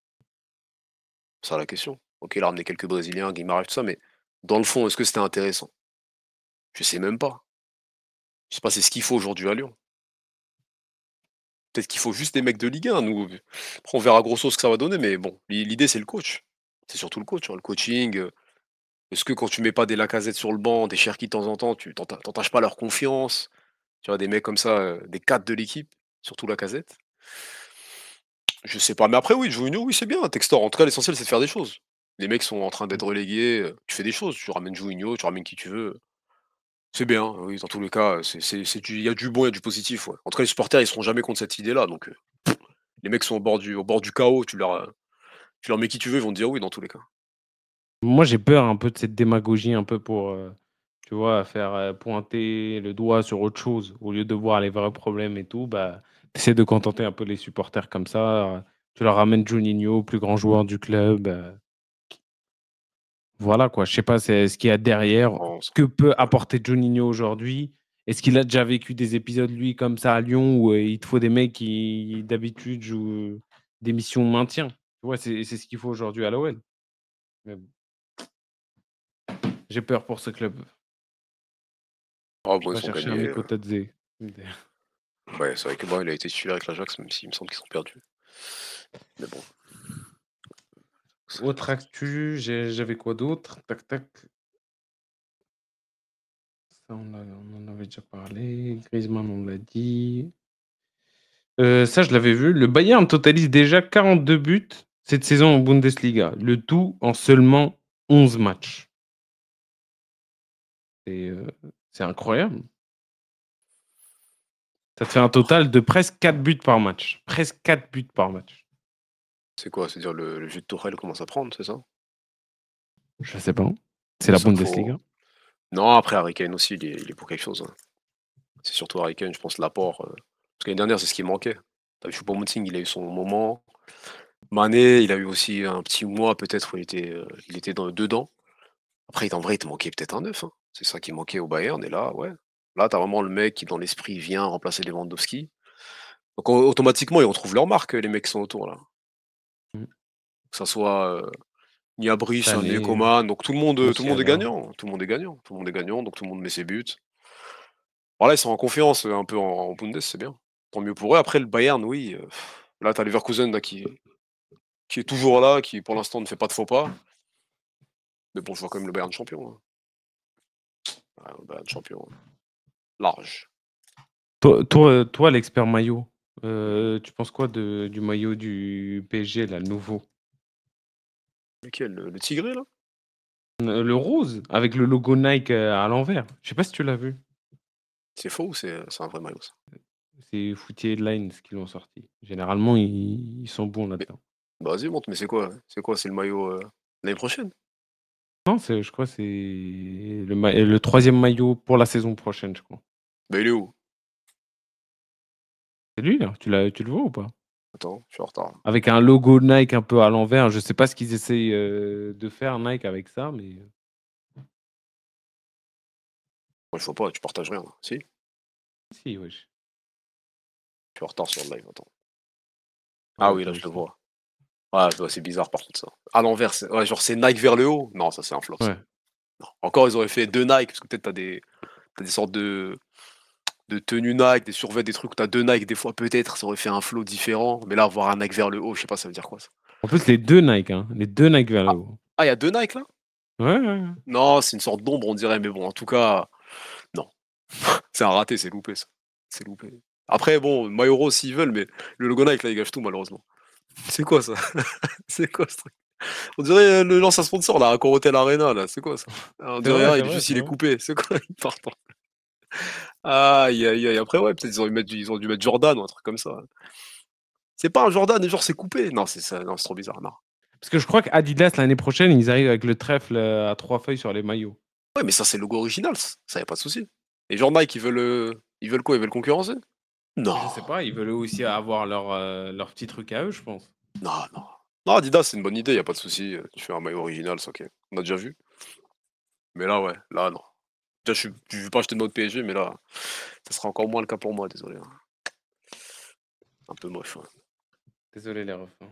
C'est ça la question. OK, il a ramené quelques brésiliens, Guimarães, tout ça, mais dans le fond, est-ce que c'était intéressant? Je sais même pas. Je sais pas, c'est ce qu'il faut aujourd'hui à Lyon. Peut-être qu'il faut juste des mecs de Ligue un, nous, après on verra grosso ce que ça va donner, mais bon, l'i l'idée c'est le coach. C'est surtout le coach, hein, le coaching, heu, est-ce que quand tu mets pas des Lacazette sur le banc, des Cherki de temps en temps, tu t'enta tu pas leur confiance? Tu vois, des mecs comme ça, heu, des cadres de l'équipe, surtout Lacazette. Je sais pas, mais après oui, Juninho, oui, c'est bien, Textor. En tout cas, l'essentiel, c'est de faire des choses. Les mecs sont en train d'être relégués, heu, tu fais des choses, tu ramènes Juninho, tu ramènes qui tu veux, c'est bien, oui, dans tous les cas, c'est c'est c'est du il y a du bon, il y a du positif, ouais. En tout cas, les supporters, ils seront jamais contre cette idée-là, donc heu, les mecs sont au bord du au bord du chaos, tu leur, heu, tu leur mets qui tu veux, ils vont te dire oui dans tous les cas. Moi, j'ai peur un peu de cette démagogie, un peu pour, euh, tu vois, faire euh, pointer le doigt sur autre chose. Au lieu de voir les vrais problèmes et tout, bah, essaie de contenter un peu les supporters comme ça. euh, Tu leur ramènes Juninho, plus grand joueur du club. euh, Voilà, quoi. Je sais pas c'est ce qu'il y a derrière. Non, ça Que peut ouais. apporter Juninho aujourd'hui? Est-ce qu'il a déjà vécu des épisodes, lui, comme ça à Lyon, où euh, il te faut des mecs qui, d'habitude, jouent des missions maintien? Tu vois, c'est c'est ce qu'il faut aujourd'hui à l'O L. Mais bon, j'ai peur pour ce club. Ah Je bon, vais ils ont chercher un gagné, Miko heu, Tadze. ouais, c'est vrai que bon, il a été titulaire avec l'Ajax, même s'il me semble qu'ils sont perdus. Mais bon, Autre actu, j'ai- j'avais quoi d'autre? Tac, tac. Ça, on, a- on en avait déjà parlé. Griezmann, on l'a dit. Euh, ça, je l'avais vu. Le Bayern totalise déjà quarante-deux buts cette saison en Bundesliga. Le tout en seulement onze matchs. C'est euh, c'est incroyable. Ça te fait un total de presque quatre buts par match. Presque quatre buts par match. c'est quoi? C'est-à-dire le le jeu de Tourelle commence à prendre, c'est ça? Je sais pas. C'est C'est la ça qu'il faut Bundesliga. non, après Harry Kane aussi, il est il est pour quelque chose, hein. C'est surtout Harry Kane, je pense l'apport, heu, parce que l'année dernière, c'est ce qui manquait. Tu as vu Choupo-Moting, il a eu son moment. Mané, il a eu aussi un petit mois peut-être où il était, heu, il était dans dedans. Après, en vrai, il te manquait peut-être un neuf, hein. C'est ça qui manquait au Bayern et là, ouais. Là, tu as vraiment le mec qui, dans l'esprit, vient remplacer Lewandowski. Donc au- automatiquement, ils retrouvent leur marque, les mecs qui sont autour là. Mm. Que ça soit euh, Niabri, Sané, Sané, Coman, donc tout le monde, tout le monde est Musiala. gagnant. Tout le monde est gagnant. Tout le monde est gagnant, donc tout le monde met ses buts. Voilà, ils sont en confiance euh, un peu en, en Bundes, c'est bien. Tant mieux pour eux. Après, le Bayern, oui. euh, Là, tu as Leverkusen là, qui, qui est toujours là, qui pour l'instant ne fait pas de faux pas. Mais bon, je vois quand même le Bayern champion. hein. Ouais, le Bayern champion. hein. Large. Toi, toi, toi, l'expert maillot, euh, tu penses quoi de, du maillot du P S G, là, le nouveau? Lequel Le, le Tigré, là Euh, Le rose, avec le logo Nike euh, à l'envers. Je sais pas si tu l'as vu. C'est faux ou c'est c'est un vrai maillot ça C'est Footy Headlines qui l'ont sorti. Généralement, ils, ils sont bons Mais là-dedans. bah, vas-y, montre, mais c'est quoi C'est quoi C'est le maillot euh, l'année prochaine Non, c'est- je crois que c'est le, ma- le troisième maillot pour la saison prochaine, je crois. Bah, il est où C'est lui, là. Tu, l'as, tu le vois ou pas? Attends, je suis en retard. Avec un logo Nike un peu à l'envers. Je sais pas ce qu'ils essayent euh, de faire, Nike, avec ça, mais... Moi, je vois pas, tu partages rien. là. Si Je Si, wesh. suis en retard sur le live, attends. Ouais, Ah oui, là, toi je le aussi. vois. Ouais, je vois, c'est bizarre par contre ça. À l'envers, c'est- ouais, genre c'est Nike vers le haut. Non, ça c'est un flop. ça. Ouais. Non. Encore, ils auraient fait deux Nike, parce que peut-être t'as des, t'as des sortes de, de tenues Nike, des survêtements, des trucs où t'as deux Nike, des fois peut-être, ça aurait fait un flow différent. Mais là, avoir un Nike vers le haut, je sais pas, ça veut dire quoi ça En plus, les deux Nike, hein. Les deux Nike vers le Ah, haut. ah, il y a deux Nike là Ouais, ouais, ouais. Non, c'est une sorte d'ombre, on dirait, mais bon, en tout cas, non. C'est un raté, c'est loupé ça. C'est loupé. Après, bon, maillot rose s'ils veulent, mais le logo Nike là, il gâche tout malheureusement. C'est quoi ça C'est quoi ce truc On dirait euh, le lance à sponsor là, à Corotel Arena là, c'est quoi ça On C'est dirait vrai, rien, c'est il est vrai, juste c'est il est vrai. coupé, c'est quoi il part en- Aïe aïe aïe, après ouais, peut-être ils ont, dû mettre, ils ont dû mettre Jordan ou un truc comme ça. C'est pas un Jordan et genre c'est coupé. Non, c'est ça, non, c'est trop bizarre, non. Parce que je crois qu'Adidas, l'année prochaine, ils arrivent avec le trèfle euh, à trois feuilles sur les maillots. Ouais, mais ça c'est le logo original, ça, ça y a pas de souci. Et genre Nike, ils veulent, euh, ils veulent quoi Ils veulent concurrencer Non, Je sais pas, ils veulent aussi avoir leur, euh, leur petit truc à eux, je pense. non, non. Non, Adidas, c'est une bonne idée, y a pas de souci. Tu fais un maillot original, c'est ok. On a déjà vu. Mais là, ouais, là, non. Déjà, je suis- je vais pas acheter de mode P S G, mais là, ça sera encore moins le cas pour moi, désolé. hein. Un peu moche. ouais. Désolé les refs.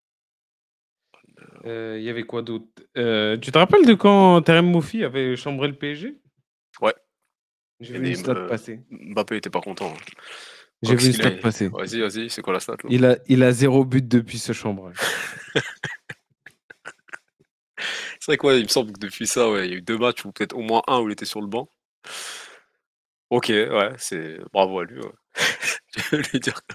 Euh, Il y avait quoi d'autre? Euh, tu te rappelles de quand Terem Moufi avait chambré le P S G? Ouais. J'ai Et vu une des- stat euh, passer. Mbappé était pas content. hein. J'ai Quoi vu une qu'il stat ait- passer. Vas-y, vas-y, c'est quoi la stat là Il a, il a zéro but depuis ce chambrage. C'est vrai quoi, il me semble que depuis ça, ouais, il y a eu deux matchs ou peut-être au moins un où il était sur le banc. Ok, ouais, c'est bravo à lui. ouais. Je vais lui dire.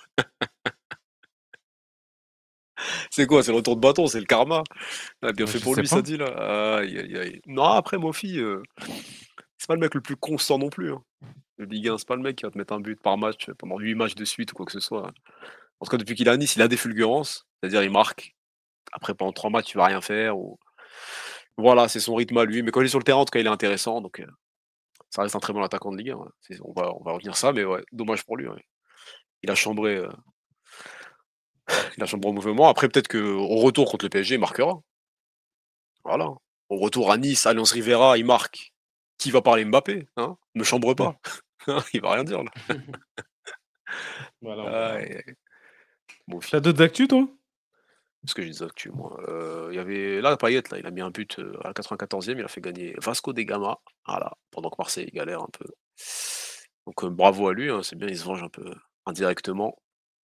C'est quoi, c'est le retour de bâton, c'est le karma. Ah, bien Ouais, fait je pour sais lui, pas. ça dit là. Aïe, aïe, aïe. Non, après Mofi, euh, c'est pas le mec le plus constant non plus. hein. Le Ligue un, c'est pas le mec qui va te mettre un but par match pendant huit matchs de suite ou quoi que ce soit. En tout cas, depuis qu'il est à Nice, il a des fulgurances, c'est-à-dire il marque. Après, pendant trois matchs, il va rien faire. Ou... Voilà, c'est son rythme à lui. Mais quand il est sur le terrain, en tout cas, il est intéressant. Donc, euh, ça reste un très bon attaquant de Ligue un. ouais. C'est- On va, on va retenir ça, mais ouais, dommage pour lui. ouais. Il a chambré, euh, il a chambré au mouvement. Après, peut-être qu'au retour contre le P S G, il marquera. Voilà. Au retour à Nice, Alliance Rivera, il marque. Qui va parler Mbappé hein Ne chambre pas. il va rien dire là. Voilà, on verra. Aïe, aïe. Bon, T'as d'autres actus, toi? ce que je disais actu, moi. Euh, Il y avait là, Payet, là, il a mis un but euh, à la quatre-vingt-quatorzième, il a fait gagner Vasco da Gama, voilà, pendant que Marseille galère un peu. Donc euh, bravo à lui, hein, c'est bien, il se venge un peu indirectement.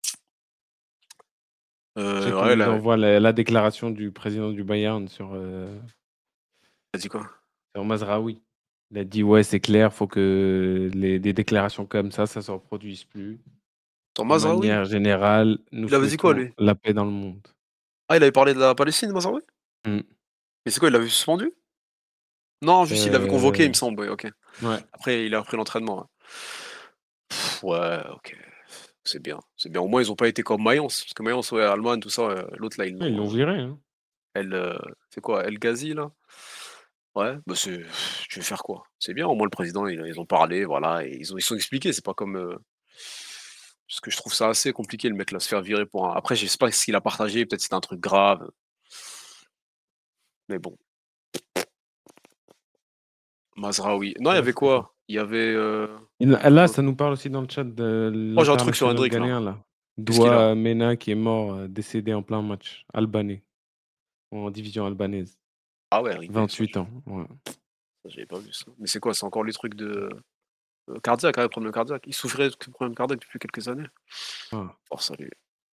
Je sais Euh, qu'il ouais, nous là, envoie la, la déclaration du président du Bayern sur, euh, t'as dit quoi sur Mazraoui. Il a dit ouais, c'est clair, faut que les, des déclarations comme ça, ça se reproduise plus. Sur De Mazraoui manière générale, nous Il avait dit quoi, souhaitons lui la paix dans le monde. Ah, il avait parlé de la Palestine, Mazraoui Mm. Mais c'est quoi, il l'avait suspendu Non, juste il l'avait convoqué, il Euh, me semble, ouais, ok. ouais. Après, il a repris l'entraînement. ouais. Pff, Ouais, ok. C'est bien, c'est bien. Au moins, ils ont pas été comme Mayence. Parce que Mayence, ouais, Allemagne, tout ça, euh, l'autre là, ils Ouais, ils l'ont. l'ont viré. Hein. Elle, euh, c'est quoi, El Ghazi, là Ouais, bah c'est. Tu veux faire quoi C'est bien, au moins le président, ils, ils ont parlé, voilà, et ils ont ils sont expliqués, c'est pas comme. euh, Parce que je trouve ça assez compliqué, le mec là, se faire virer pour un. Après, je sais pas ce qu'il a partagé, peut-être c'était un truc grave. Mais bon. Mazraoui. Non, il y Ouais, avait c'était pas. quoi Il y avait. euh, Il- Là, ça nous parle aussi dans le chat de Oh, j'ai un truc sur l'international Hendrick là. ghanéen, là. Qu'est-ce qu'il a? Doua Mena qui est mort, euh, décédé en plein match. Albanais, en division albanaise. Ah ouais, Hendrick, ça, vingt-huit je- ans. Ouais. ça, j'avais pas vu ça. Mais c'est quoi? C'est encore les trucs de. euh, cardiaque, hein, problème cardiaque. Il souffrait de problème cardiaque depuis quelques années. Ah. Force à lui.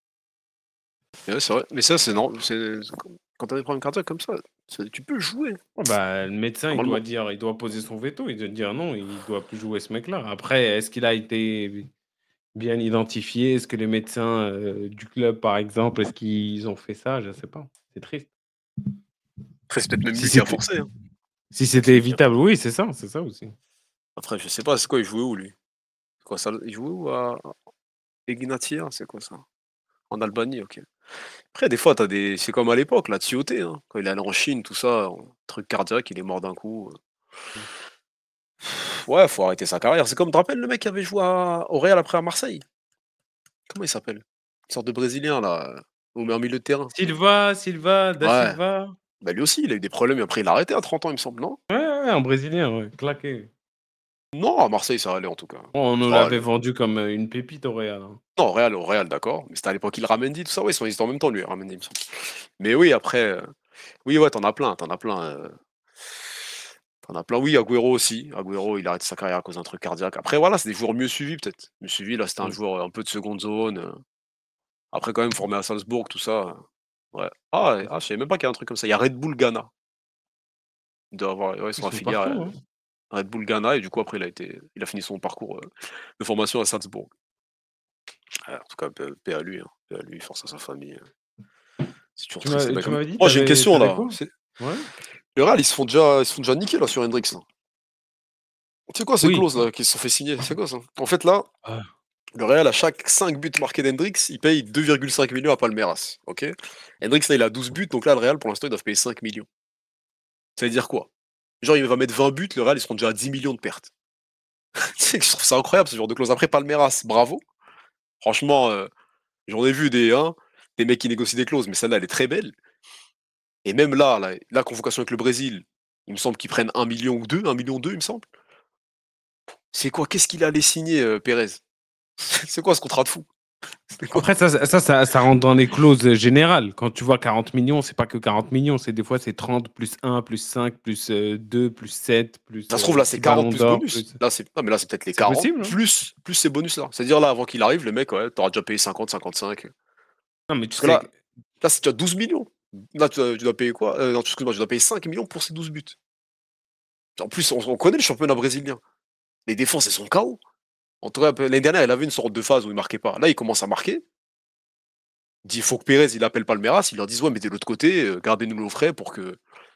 Mais ouais, c'est vrai. Mais ça, c'est non. c'est- Quand t'as des problèmes cardiaques comme ça, c'est- tu peux jouer. Ouais, bah, le médecin, il Normalement. doit dire, il doit poser son veto, il doit dire non, il doit plus jouer ce mec-là. Après, est-ce qu'il a été bien identifié? Est-ce que les médecins euh, du club, par exemple, est-ce qu'ils ont fait ça? Je sais pas. C'est triste. Après, c'est peut-être même Si lui qui a c'était forcé. hein. si c'était évitable, oui, c'est ça, c'est ça aussi. Après, je sais pas, c'est quoi, il jouait où lui? C'est quoi ça? Il jouait où à Egnatia? C'est quoi ça? En Albanie, ok. Après, des fois, t'as des. C'est comme à l'époque, là, Tioté, hein, quand il est allé en Chine, tout ça, en- truc cardiaque, il est mort d'un coup. euh. Ouais, faut arrêter sa carrière. C'est comme, tu te rappelles le mec qui avait joué à- au Real après à Marseille? Comment il s'appelle? Une sorte de Brésilien, là, euh, au meilleur milieu de terrain. Silva, Silva, Da Ouais. Silva. Bah lui aussi, il a eu des problèmes, et après il a arrêté à trente ans, il me semble, non? Ouais, ouais, un Brésilien, ouais, claqué. Non, à Marseille, ça allait en tout cas. On nous Ça l'avait allait. vendu comme euh, une pépite au Real. hein. Non, au Real, au Real, d'accord. Mais c'était à l'époque, il Ramendi, tout ça, ouais, ils sont existants en même temps, lui, Ramendi, il me semble. Mais oui, après, euh, oui, ouais, t'en as plein, t'en as plein. euh, T'en as plein, oui, Agüero aussi. Agüero, il a arrêté sa carrière à cause d'un truc cardiaque. Après, voilà, c'est des joueurs mieux suivis, peut-être. Mieux suivis, là, c'était un Mm. joueur un peu de seconde zone. euh. Après, quand même, formé à Salzbourg, tout ça. euh, Ouais. Ah, ouais, ah, je savais même pas qu'il y a un truc comme ça. Il y a Red Bull Ghana. Il doit avoir, ouais, ils sont Ils sont affiliés à partout. hein. Red Bull Ghana, et du coup, après, il a été, il a fini son parcours euh, de formation à Salzbourg. Ouais, en tout cas, paix paix à lui, hein. Paix à lui, force à sa famille. hein. C'est toujours Tu triste, m'as- les mecs tu comme- m'avais dit, Moi, j'ai une t'avais question, t'avais là. quoi? C'est- Ouais. Le Real, ils se font déjà, ils se font déjà niquer, là, sur Hendrix, là. C'est quoi ces Oui. clauses, là, qui se sont fait signer? C'est quoi, ça? En fait, là, Ah. le Real, à chaque cinq buts marqués d'Hendrix, il paye deux virgule cinq millions à Palmeiras. Ok. Hendrix, là, il a douze buts, donc là, le Real, pour l'instant, ils doivent payer cinq millions. Ça veut dire quoi? Genre, il va mettre vingt buts, le Real, ils seront déjà à dix millions de pertes. Tu sais que je trouve ça incroyable, ce genre de clause. Après, Palmeiras, bravo. Franchement, euh, j'en ai vu des, hein, des mecs qui négocient des clauses, mais celle-là, elle est très belle. Et même là, là, la convocation avec le Brésil, il me semble qu'ils prennent un million ou deux, un million deux, il me semble. C'est quoi? Qu'est-ce qu'il allait signer, euh, Pérez? C'est quoi ce contrat de fou? C'est quoi? Après, ça, ça, ça, ça rentre dans les clauses générales. Quand tu vois quarante millions, c'est pas que quarante millions. C'est des fois, c'est trente plus un, plus cinq, plus euh, deux, plus sept, plus Ça se trouve, là, c'est six quarante ballons plus d'or. bonus. Plus... Là, c'est... Non, mais là, c'est peut-être les C'est quarante possible, hein. plus, plus ces bonus-là. C'est-à-dire, là, avant qu'il arrive, le mec, ouais, t'auras déjà payé cinquante, cinquante-cinq. Non, mais tu Parce que sais. là, que- là c'est déjà douze millions. Là, tu dois, tu dois payer quoi? Euh, Non, excuse-moi, tu dois payer cinq millions pour ces douze buts. En plus, on, on connaît le championnat brésilien. Les défenses, elles sont K O. En tout cas, l'année dernière, elle avait une sorte de phase où il marquait pas. Là, il commence à marquer. Il dit, il faut que Pérez, il appelle Palmeiras. Il leur dit, ouais, mais de l'autre côté, euh, gardez-nous l'eau frais pour que.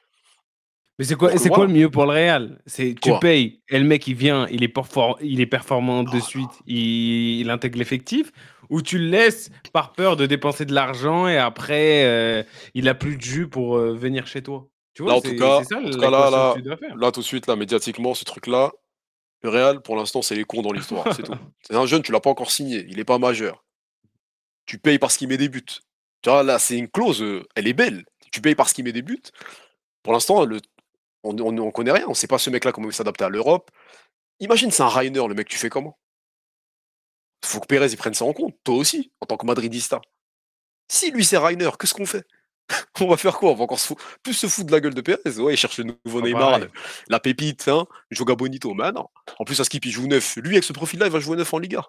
Mais c'est quoi, Pour que c'est quoi voilà. le mieux pour le Real? C'est tu Quoi? payes et le mec il vient, il est, perfor- il est performant de Ah, suite, il, il intègre l'effectif, ou tu le laisses par peur de dépenser de l'argent et après euh, il a plus de jus pour euh, venir chez toi. Tu Là, vois, en tout c'est cas, c'est ça en tout cas là, l'équation que là, tu dois faire. là, tout de suite, là, médiatiquement, ce truc-là, le Real, pour l'instant, c'est les cons dans l'histoire, c'est tout. C'est un jeune, tu l'as pas encore signé, il est pas majeur. Tu payes parce qu'il met des buts. Tu vois, là, c'est une clause, euh, elle est belle. Tu payes parce qu'il met des buts. Pour l'instant, le... on, on, on connaît rien, on sait pas ce mec-là comment il s'adapter à l'Europe. Imagine, c'est un Rainer, le mec, tu fais comment? Faut que Pérez il prenne ça en compte, toi aussi, en tant que madridista. Si lui c'est Rainer, qu'est-ce qu'on fait? On va faire quoi? On va encore se fou- plus se foutre de la gueule de Pérez. Ouais, il cherche le nouveau Pas Neymar, pareil. le- la pépite, hein, Joga Bonito. Mais non. En plus, à Skip, il joue neuf. Lui, avec ce profil-là, il va jouer neuf en Liga.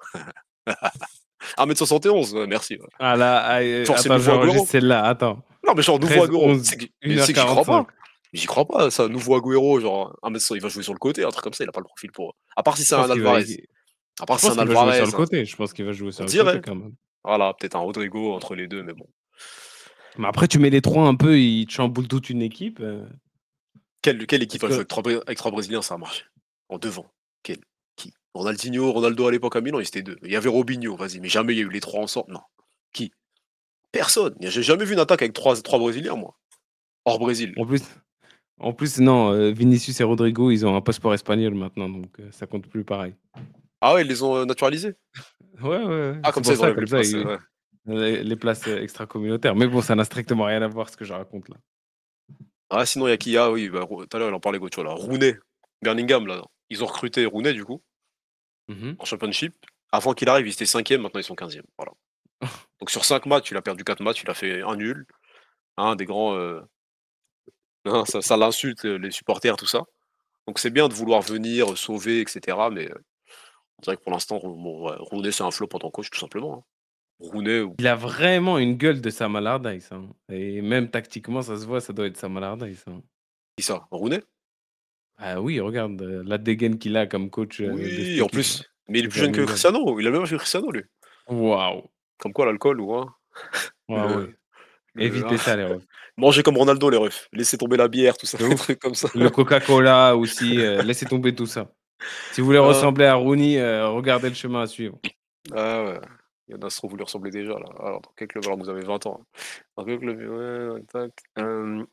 un mètre soixante et onze, ouais, merci. ouais. Ah là, ah, euh, Genre, c'est attends, le nouveau j'enregistre Agüero. celle-là, attends. Non, mais genre, nouveau treize, Agüero. onze, C'est que- Mais c'est que j'y crois pas. J'y crois pas, ça. Nouveau Agüero, genre, un mètre, il va jouer sur le côté, un truc comme ça, il a pas le profil pour. À part si Je c'est pense un qu'il va, Alvarez. je À part si c'est pense un qu'il va jouer Alvarez. sur le hein. côté. Je pense qu'il va jouer On sur le dirait. côté quand même. Voilà, peut-être un Rodrigo entre les deux, mais bon. Mais après, tu mets les trois un peu, ils te chamboulent toute une équipe. euh. Quelle, quelle équipe a Parce joué que- avec trois, Bré- avec trois Brésiliens, ça a marché? En devant. Quelle? Qui? Ronaldinho, Ronaldo à l'époque à Milan, ils étaient deux. Il y avait Robinho, vas-y, mais jamais il y a eu les trois ensemble. Non. Qui? Personne. J'ai jamais vu une attaque avec trois, trois Brésiliens, moi. Hors Brésil. En plus, en plus, non, euh, Vinicius et Rodrigo, ils ont un passeport espagnol maintenant, donc euh, ça compte plus pareil. Ah ouais, ils les ont euh, naturalisés? Ouais, ouais, ouais. Ah, C'est comme pour ça, ils enlèvent comme les ça, places. ils- ouais. les, les places euh, extra-communautaires. Mais bon, ça n'a strictement rien à voir ce que je raconte là. Ah, sinon, il y a qui? Ah oui, bah, Rou- tout à l'heure, il en parlait Gocho, là. Rooney. Birmingham, là. ils ont recruté Rooney, du coup, Mhm. en Championship. Avant qu'il arrive, ils étaient cinquième, maintenant ils sont quinzième. Voilà. Donc sur cinq matchs, il a perdu quatre matchs, il a fait un nul. Un des grands. euh, hein, ça, ça l'insulte, les supporters, tout ça. Donc c'est bien de vouloir venir euh, sauver, et cetera. Mais euh, on dirait que pour l'instant, Rou- bon, ouais, Rooney, c'est un flop en tant que coach, tout simplement. hein. Rooney, ou- Il a vraiment une gueule de Sam Allardyce, hein. Et même tactiquement, ça se voit, ça doit être Sam Allardyce, hein. qui ça Rooney Ah oui, regarde euh, la dégaine qu'il a comme coach euh, de cette Oui, en équipe, là, plus. Mais il est de plus jeune que Birmingham. Cristiano. Il a le même âge que Cristiano, lui. Waouh. Comme quoi, l'alcool, ou hein, Ah le, oui. le, hein, Évitez ça, les refs. manger comme Ronaldo, les refs. Laisser tomber la bière, tout ça, De des ouf. trucs comme ça. Le Coca-Cola aussi, euh, laissez tomber tout ça. Si vous voulez Hein. ressembler à Rooney, euh, regardez le chemin à suivre. Ah ouais. Il y en a qui sont voulu ressembler déjà, là. Alors, dans quel club alors que vous avez vingt ans hein. Dans quel club ouais, ouais, tac. Euh,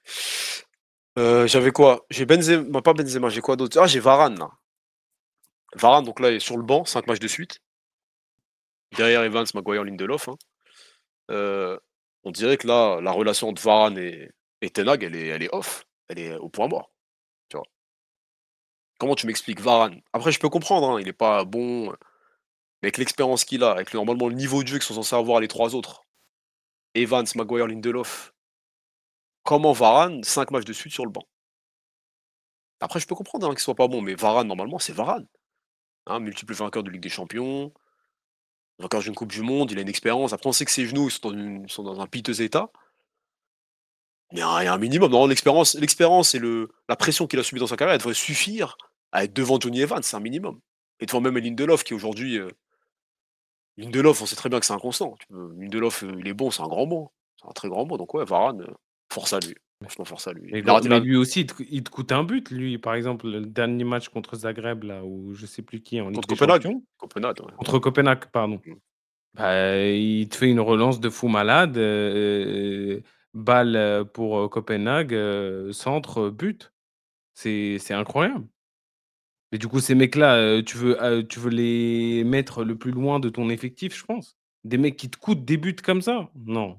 euh, J'avais quoi J'ai Benzema, bah, pas Benzema, j'ai quoi d'autre Ah, j'ai Varane, là. Varane, donc là, il est sur le banc, cinq matchs de suite. Derrière Evans, Maguire, Lindelof. hein. Euh, on dirait que là, la relation entre Varane et, et Ten Hag, elle est, elle est off. Elle est au point mort. Tu vois. Comment tu m'expliques Varane Après, je peux comprendre, hein, il est pas bon, mais avec l'expérience qu'il a, avec le- normalement le niveau de jeu qu'ils sont censés avoir les trois autres, Evans, Maguire, Lindelof, comment Varane, cinq matchs de suite sur le banc Après, je peux comprendre hein, qu'il soit pas bon, mais Varane, normalement, c'est Varane. Hein, multiple vainqueur de Ligue des Champions, vainqueur d'une Coupe du Monde, il a une expérience. Après, on sait que ses genoux ils sont dans, une- sont dans un piteux état. Mais il y a un il y a un minimum. Non, l'expérience, l'expérience et le, la pression qu'il a subie dans sa carrière, elle devrait suffire à être devant Johnny Evans, c'est un minimum. Et devant même Lindelof, qui aujourd'hui. euh, Lindelof, on sait très bien que c'est inconstant. Tu peux- Lindelof, euh, il est bon, c'est un grand mot. C'est un très grand mot. Donc, ouais, Varane, euh, force à lui. Franchement, force à lui. Mais, Il a gros- raté mais la. lui aussi, il te, il te coûte un but. Lui, par exemple, le dernier match contre Zagreb, là, ou je sais plus qui, en Ligue Contre des Copenhague. Champions. Copenhague, ouais. Contre Copenhague, pardon. Mm. Bah, il te fait une relance de fou malade. euh, balle euh, pour euh, Copenhague, euh, centre, euh, but. C'est c'est incroyable. Mais du coup, ces mecs-là, euh, tu veux, euh, tu veux les mettre le plus loin de ton effectif, je pense. Des mecs qui te coûtent des buts comme ça? Non.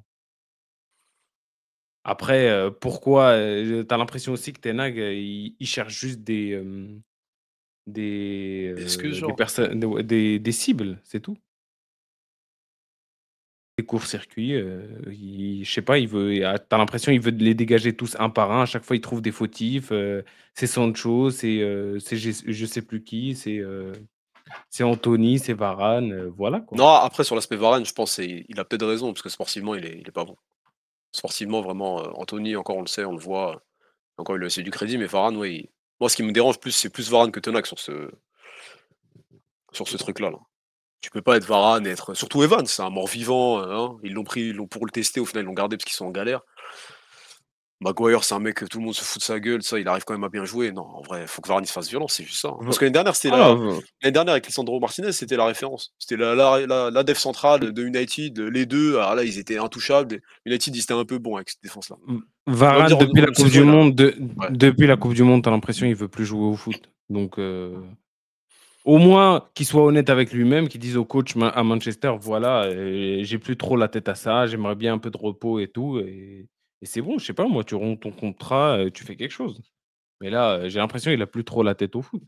Après, euh, pourquoi euh, tu as l'impression aussi que Ten Hag, euh, il, il cherche juste des, euh, des, Est-ce que euh, des, genre. personnes, des, des- des cibles, c'est tout. Des courts-circuits, euh, il- je sais pas, il veut, tu as l'impression qu'il veut les dégager tous un par un. À chaque fois, il trouve des fautifs. euh, c'est Sancho, c'est euh, c'est je, je sais plus qui, c'est euh, c'est Anthony, c'est Varane, euh, voilà quoi. Non, après, sur l'aspect Varane, je pense qu'il a peut-être raison, parce que sportivement, il est, il est pas bon. Sportivement, vraiment, euh, Anthony, encore, on le sait, on le voit. Encore, il lui a laissé du crédit, mais Varane, oui. il- Moi, ce qui me dérange plus, c'est plus Varane que Ten Hag sur ce, sur ce truc-là. Là. Tu peux pas être Varane et être. Surtout Evans, c'est un mort-vivant. Hein. Ils l'ont pris, ils l'ont pour le tester, au final, ils l'ont gardé parce qu'ils sont en galère. Maguire, c'est un mec que tout le monde se fout de sa gueule, ça, il arrive quand même à bien jouer. Non, en vrai, il faut que Varane il se fasse violence, c'est juste ça. hein. Parce que l'année dernière, c'était Ah, la. v- L'année dernière, avec Lisandro Martinez, c'était la référence. C'était la, la, la, la def centrale de United, les deux. Alors là, ils étaient intouchables. United, ils étaient un peu bons avec cette défense-là. Je peux même Varane, dire, en, depuis en la une Coupe saison, du il a. Monde, de- Ouais. depuis la Coupe du Monde, tu as l'impression qu'il veut plus jouer au foot. Donc, euh, au moins qu'il soit honnête avec lui-même, qu'il dise au coach ma- à Manchester, voilà, euh, j'ai plus trop la tête à ça, j'aimerais bien un peu de repos et tout. Et, et c'est bon, je sais pas, moi, tu romps ton contrat, euh, tu fais quelque chose. Mais là, euh, j'ai l'impression qu'il a plus trop la tête au foot.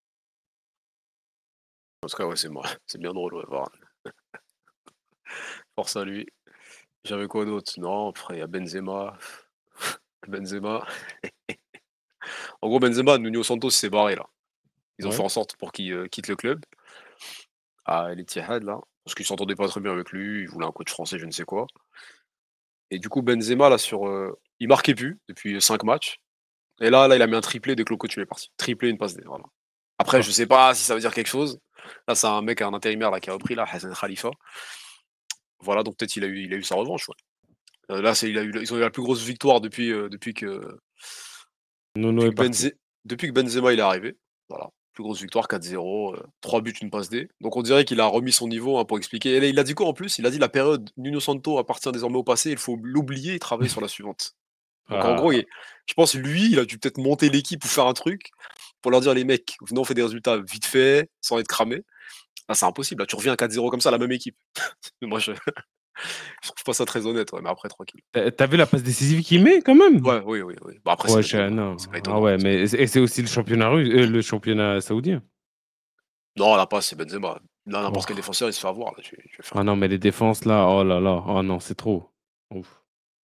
En tout cas, ouais, c'est moi. C'est bien drôle, ouais, Varane. Force à lui. J'avais quoi d'autre? Non, après, il y a Benzema. Benzema. En gros, Benzema, Nuno Santos s'est barré là. Ils ont fait Ouais. en sorte pour qu'il euh, quitte le club. À l'Etihad là. Parce qu'ils s'entendaient pas très bien avec lui. Ils voulaient un coach français, je ne sais quoi. Et du coup, Benzema, là, sur. euh, il marquait plus depuis cinq matchs. Et là, là, il a mis un triplé dès que le coach il est parti. Triplé, une passe D. Voilà. Après, Ah. je sais pas si ça veut dire quelque chose. Là, c'est un mec, un intérimaire là, qui a repris, là, Hassan Khalifa. Voilà, donc peut-être il a eu, il a eu sa revanche. Ouais. Euh, là, c'est, il a eu, ils ont eu la plus grosse victoire depuis, euh, depuis, que, Nono depuis, est que parti. Benze- depuis que Benzema il est arrivé. Voilà. Plus grosse victoire, quatre zéro, euh, trois buts, une passe D. Donc on dirait qu'il a remis son niveau hein, pour expliquer. Et là, il a dit quoi en plus? Il a dit la période Nuno Santo appartient désormais au passé, il faut l'oublier et travailler sur la suivante. Donc en gros, Ah. il- je pense lui, il a dû peut-être monter l'équipe ou faire un truc pour leur dire les mecs, venez on fait des résultats vite fait, sans être cramé. Là, c'est impossible. Là, tu reviens à quatre zéro comme ça, la même équipe. Moi, je... Je trouve pas ça très honnête, ouais, mais après, tranquille. T'as t'as vu la passe décisive qu'il met quand même? Ouais, oui, oui, oui. Bah, après, Ouais, c'est je- Benzema, non. c'est pas Ah étonnant. ouais, c'est- mais et c'est aussi le championnat russe, euh, le championnat saoudien. Non, là, pas, c'est Benzema. Là, n'importe Oh. quel défenseur, il se fait avoir. Là. Je, vais- je vais faire Ah non, mais les défenses là, oh là là, oh non, c'est trop. Ouf.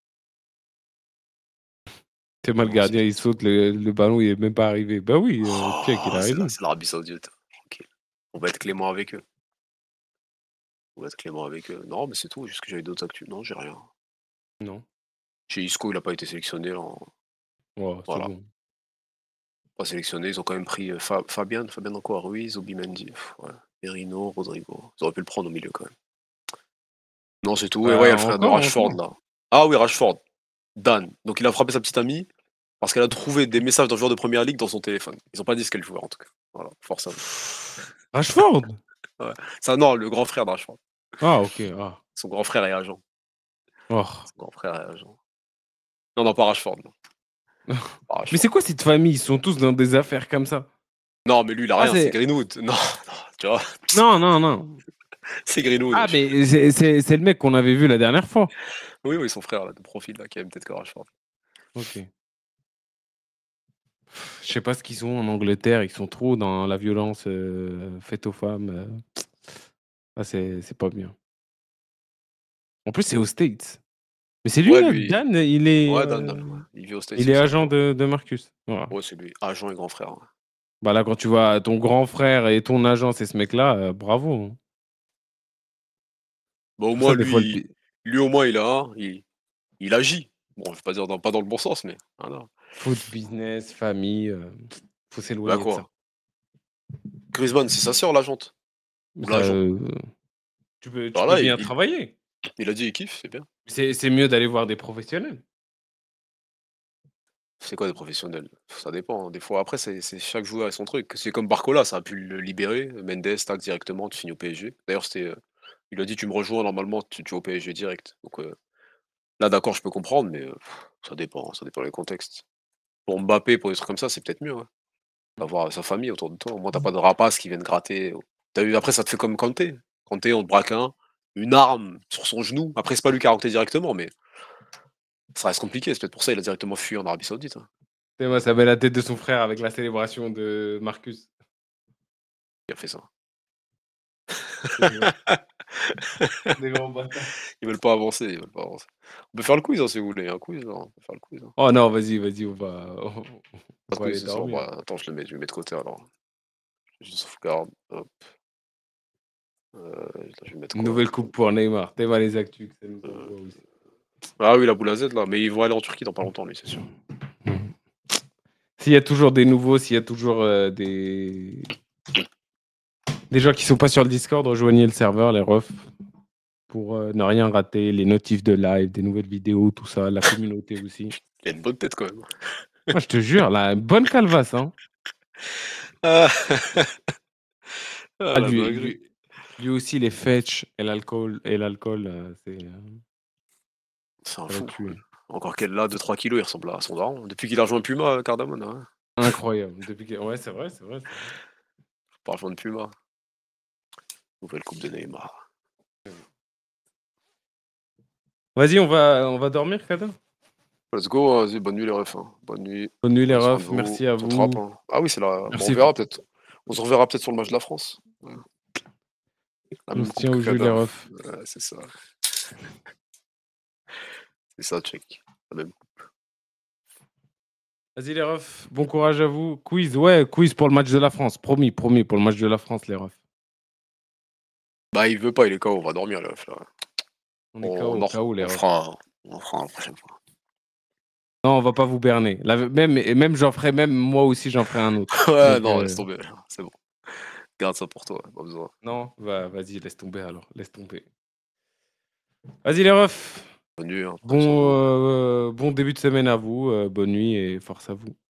C'est mal, le Non, c'est- gardien, il saute, le, le ballon, il est même pas arrivé. Bah oui, euh, Oh, Tchèque, il a c'est la- raison. c'est l'Arabie Saoudite. Tranquille. On va être clément avec eux. On va être clément avec eux. Non, mais c'est tout. Juste que j'avais d'autres actus. Non, j'ai rien. Non. Chez Isco, il a pas été sélectionné. Là. Ouais, c'est Voilà. bon. Pas sélectionné. Ils ont quand même pris euh, Fa- Fabian, Fabian encore, Ruiz, Obimendi, pff, ouais. Merino, Rodrigo. Ils auraient pu le prendre au milieu quand même. Non, c'est tout. Et Bah, ouais, il y a le frère de encore, Rashford encore. là. Ah oui, Rashford. Dan. Donc il a frappé sa petite amie parce qu'elle a trouvé des messages d'un joueur de première ligue dans son téléphone. Ils ont pas dit ce qu'elle jouait en tout cas. Voilà, forcément. Rashford. Ça, non, le grand frère de Rashford. Ah, ok. Ah. Son grand frère est agent. Oh. Son grand frère est agent. Non, non, pas Rashford. Non, Pas Mais Rashford. c'est quoi cette famille? Ils sont tous dans des affaires comme ça. Non, mais lui, il a Ah, rien, c'est c'est- Greenwood. Non, non, tu vois, Non, non, non. c'est Greenwood. Ah, mais c'est c'est- c'est le mec qu'on avait vu la dernière fois. Oui, oui, son frère, là, de profil, là, qui aime peut-être que Rashford. Ok. Je sais pas ce qu'ils ont en Angleterre. Ils sont trop dans la violence euh, faite aux femmes. euh. Ah, c'est c'est pas bien. En plus, c'est aux States. Mais c'est lui, Ouais, là, lui. Dan, il est, Ouais, euh, Dan, Dan, ouais. Il vit aux States il est aussi. agent de, de Marcus. Voilà. Ouais, c'est lui. Agent et grand frère. Ouais. Bah là, quand tu vois ton grand frère et ton agent, c'est ce mec-là, euh, bravo. hein. Bah, au Pour moins, ça, des fois, le lui, pi- lui, au moins, il a un, il, il agit. Bon, je vais pas dire dans, pas dans le bon sens, mais voilà. foot, business, famille, euh, faut Bah s'éloigner de ça. quoi Griezmann, c'est sa sœur, l'agente. Ou Ça, l'agent. euh, tu peux, tu peux Voilà, bien il, travailler. il a dit il kiffe, c'est bien. C'est c'est mieux d'aller voir des professionnels. C'est quoi des professionnels? Ça dépend. hein. Des fois, après, c'est c'est chaque joueur et son truc. C'est comme Barcola, ça a pu le libérer. Mendes, tac, directement, tu finis au P S G. D'ailleurs, c'était, euh, il a dit tu me rejoins, normalement, tu, tu vas au P S G direct. Donc euh, là, d'accord, je peux comprendre, mais euh, pff, ça dépend. Ça dépend des contextes. Pour Mbappé, pour des trucs comme ça, c'est peut-être mieux. Ouais. Avoir sa famille autour de toi. Au moins, t'as pas de rapaces qui viennent gratter. T'as vu, après, ça te fait comme Kanté. Kanté, on te braque un, une arme sur son genou. Après, c'est pas lui qui a raconté directement, mais ça reste compliqué. C'est peut-être pour ça qu'il a directement fui en Arabie Saoudite. hein. Et moi, ça met la tête de son frère avec la célébration de Marcus. Qui a fait ça. Des grands bâtards. Ils veulent pas avancer, ils veulent pas avancer. On peut faire le quiz hein, si vous voulez, un quiz, hein, on peut faire le quiz. hein. Oh non, vas-y, vas-y, on va, on Pas de va aller quiz ce soir, dormir. bah, attends, je le mets, je le mets de côté alors. Je sauvegarde, hop. Euh, attends, je vais mettre Une quoi nouvelle coupe pour Neymar. T'es mal les actus. que ça nous envoie aussi. Ah oui, la boule à Z là, mais ils vont aller en Turquie dans pas longtemps, lui, c'est sûr. S'il y a toujours des nouveaux, s'il y a toujours euh, des... des gens qui sont pas sur le Discord, rejoignez le serveur, les refs, pour euh, ne rien rater, les notifs de live, des nouvelles vidéos, tout ça, la communauté aussi. Il a une bonne tête quand même. Moi, je te jure, là, bonne calvasse, hein. Ah, Ah, la lui, dinguerie. lui, lui aussi, les fetch et l'alcool, et l'alcool, euh, c'est euh, C'est un ça va fou. tuer. Encore qu'elle là, deux trois kilos, il ressemble à son daron. Depuis qu'il a rejoint Puma, euh, Cardamone, hein. Incroyable. Depuis que... Ouais, c'est vrai, c'est vrai. c'est vrai. Pas rejoindre Puma. Nouvelle coupe de Neymar. Vas-y, on va, on va dormir, Kada. Let's go, vas-y, bonne nuit les refs. hein. Bonne nuit. Bonne nuit, les Prenez soin refs. de vous. Merci à On se vous. rattrape, hein. Ah oui, c'est là. Bon, Merci. on verra peut-être. On se reverra peut-être sur le match de la France. Ouais. La On même se coupe tient au que jeu, les Kadhafi. refs. Ouais, c'est ça. C'est ça, check. La même coupe. Vas-y, les refs. Bon courage à vous. Quiz, ouais, quiz pour le match de la France. Promis, promis, pour le match de la France, les refs. Bah, il veut pas, il est K O, on va dormir les refs là. On est On, K O, en- K O, les on refs. fera, un- on fera un la prochaine fois. Non, on va pas vous berner. La- même, et même j'en ferai, même moi aussi, j'en ferai un autre. Ouais, Donc, non, euh, laisse tomber. C'est bon. Garde ça pour toi, pas besoin. Non, bah, vas-y, laisse tomber alors. Laisse tomber. Vas-y, les refs. Bonne nuit. Hein, Bon, euh, bon début de semaine à vous. euh, bonne nuit et force à vous.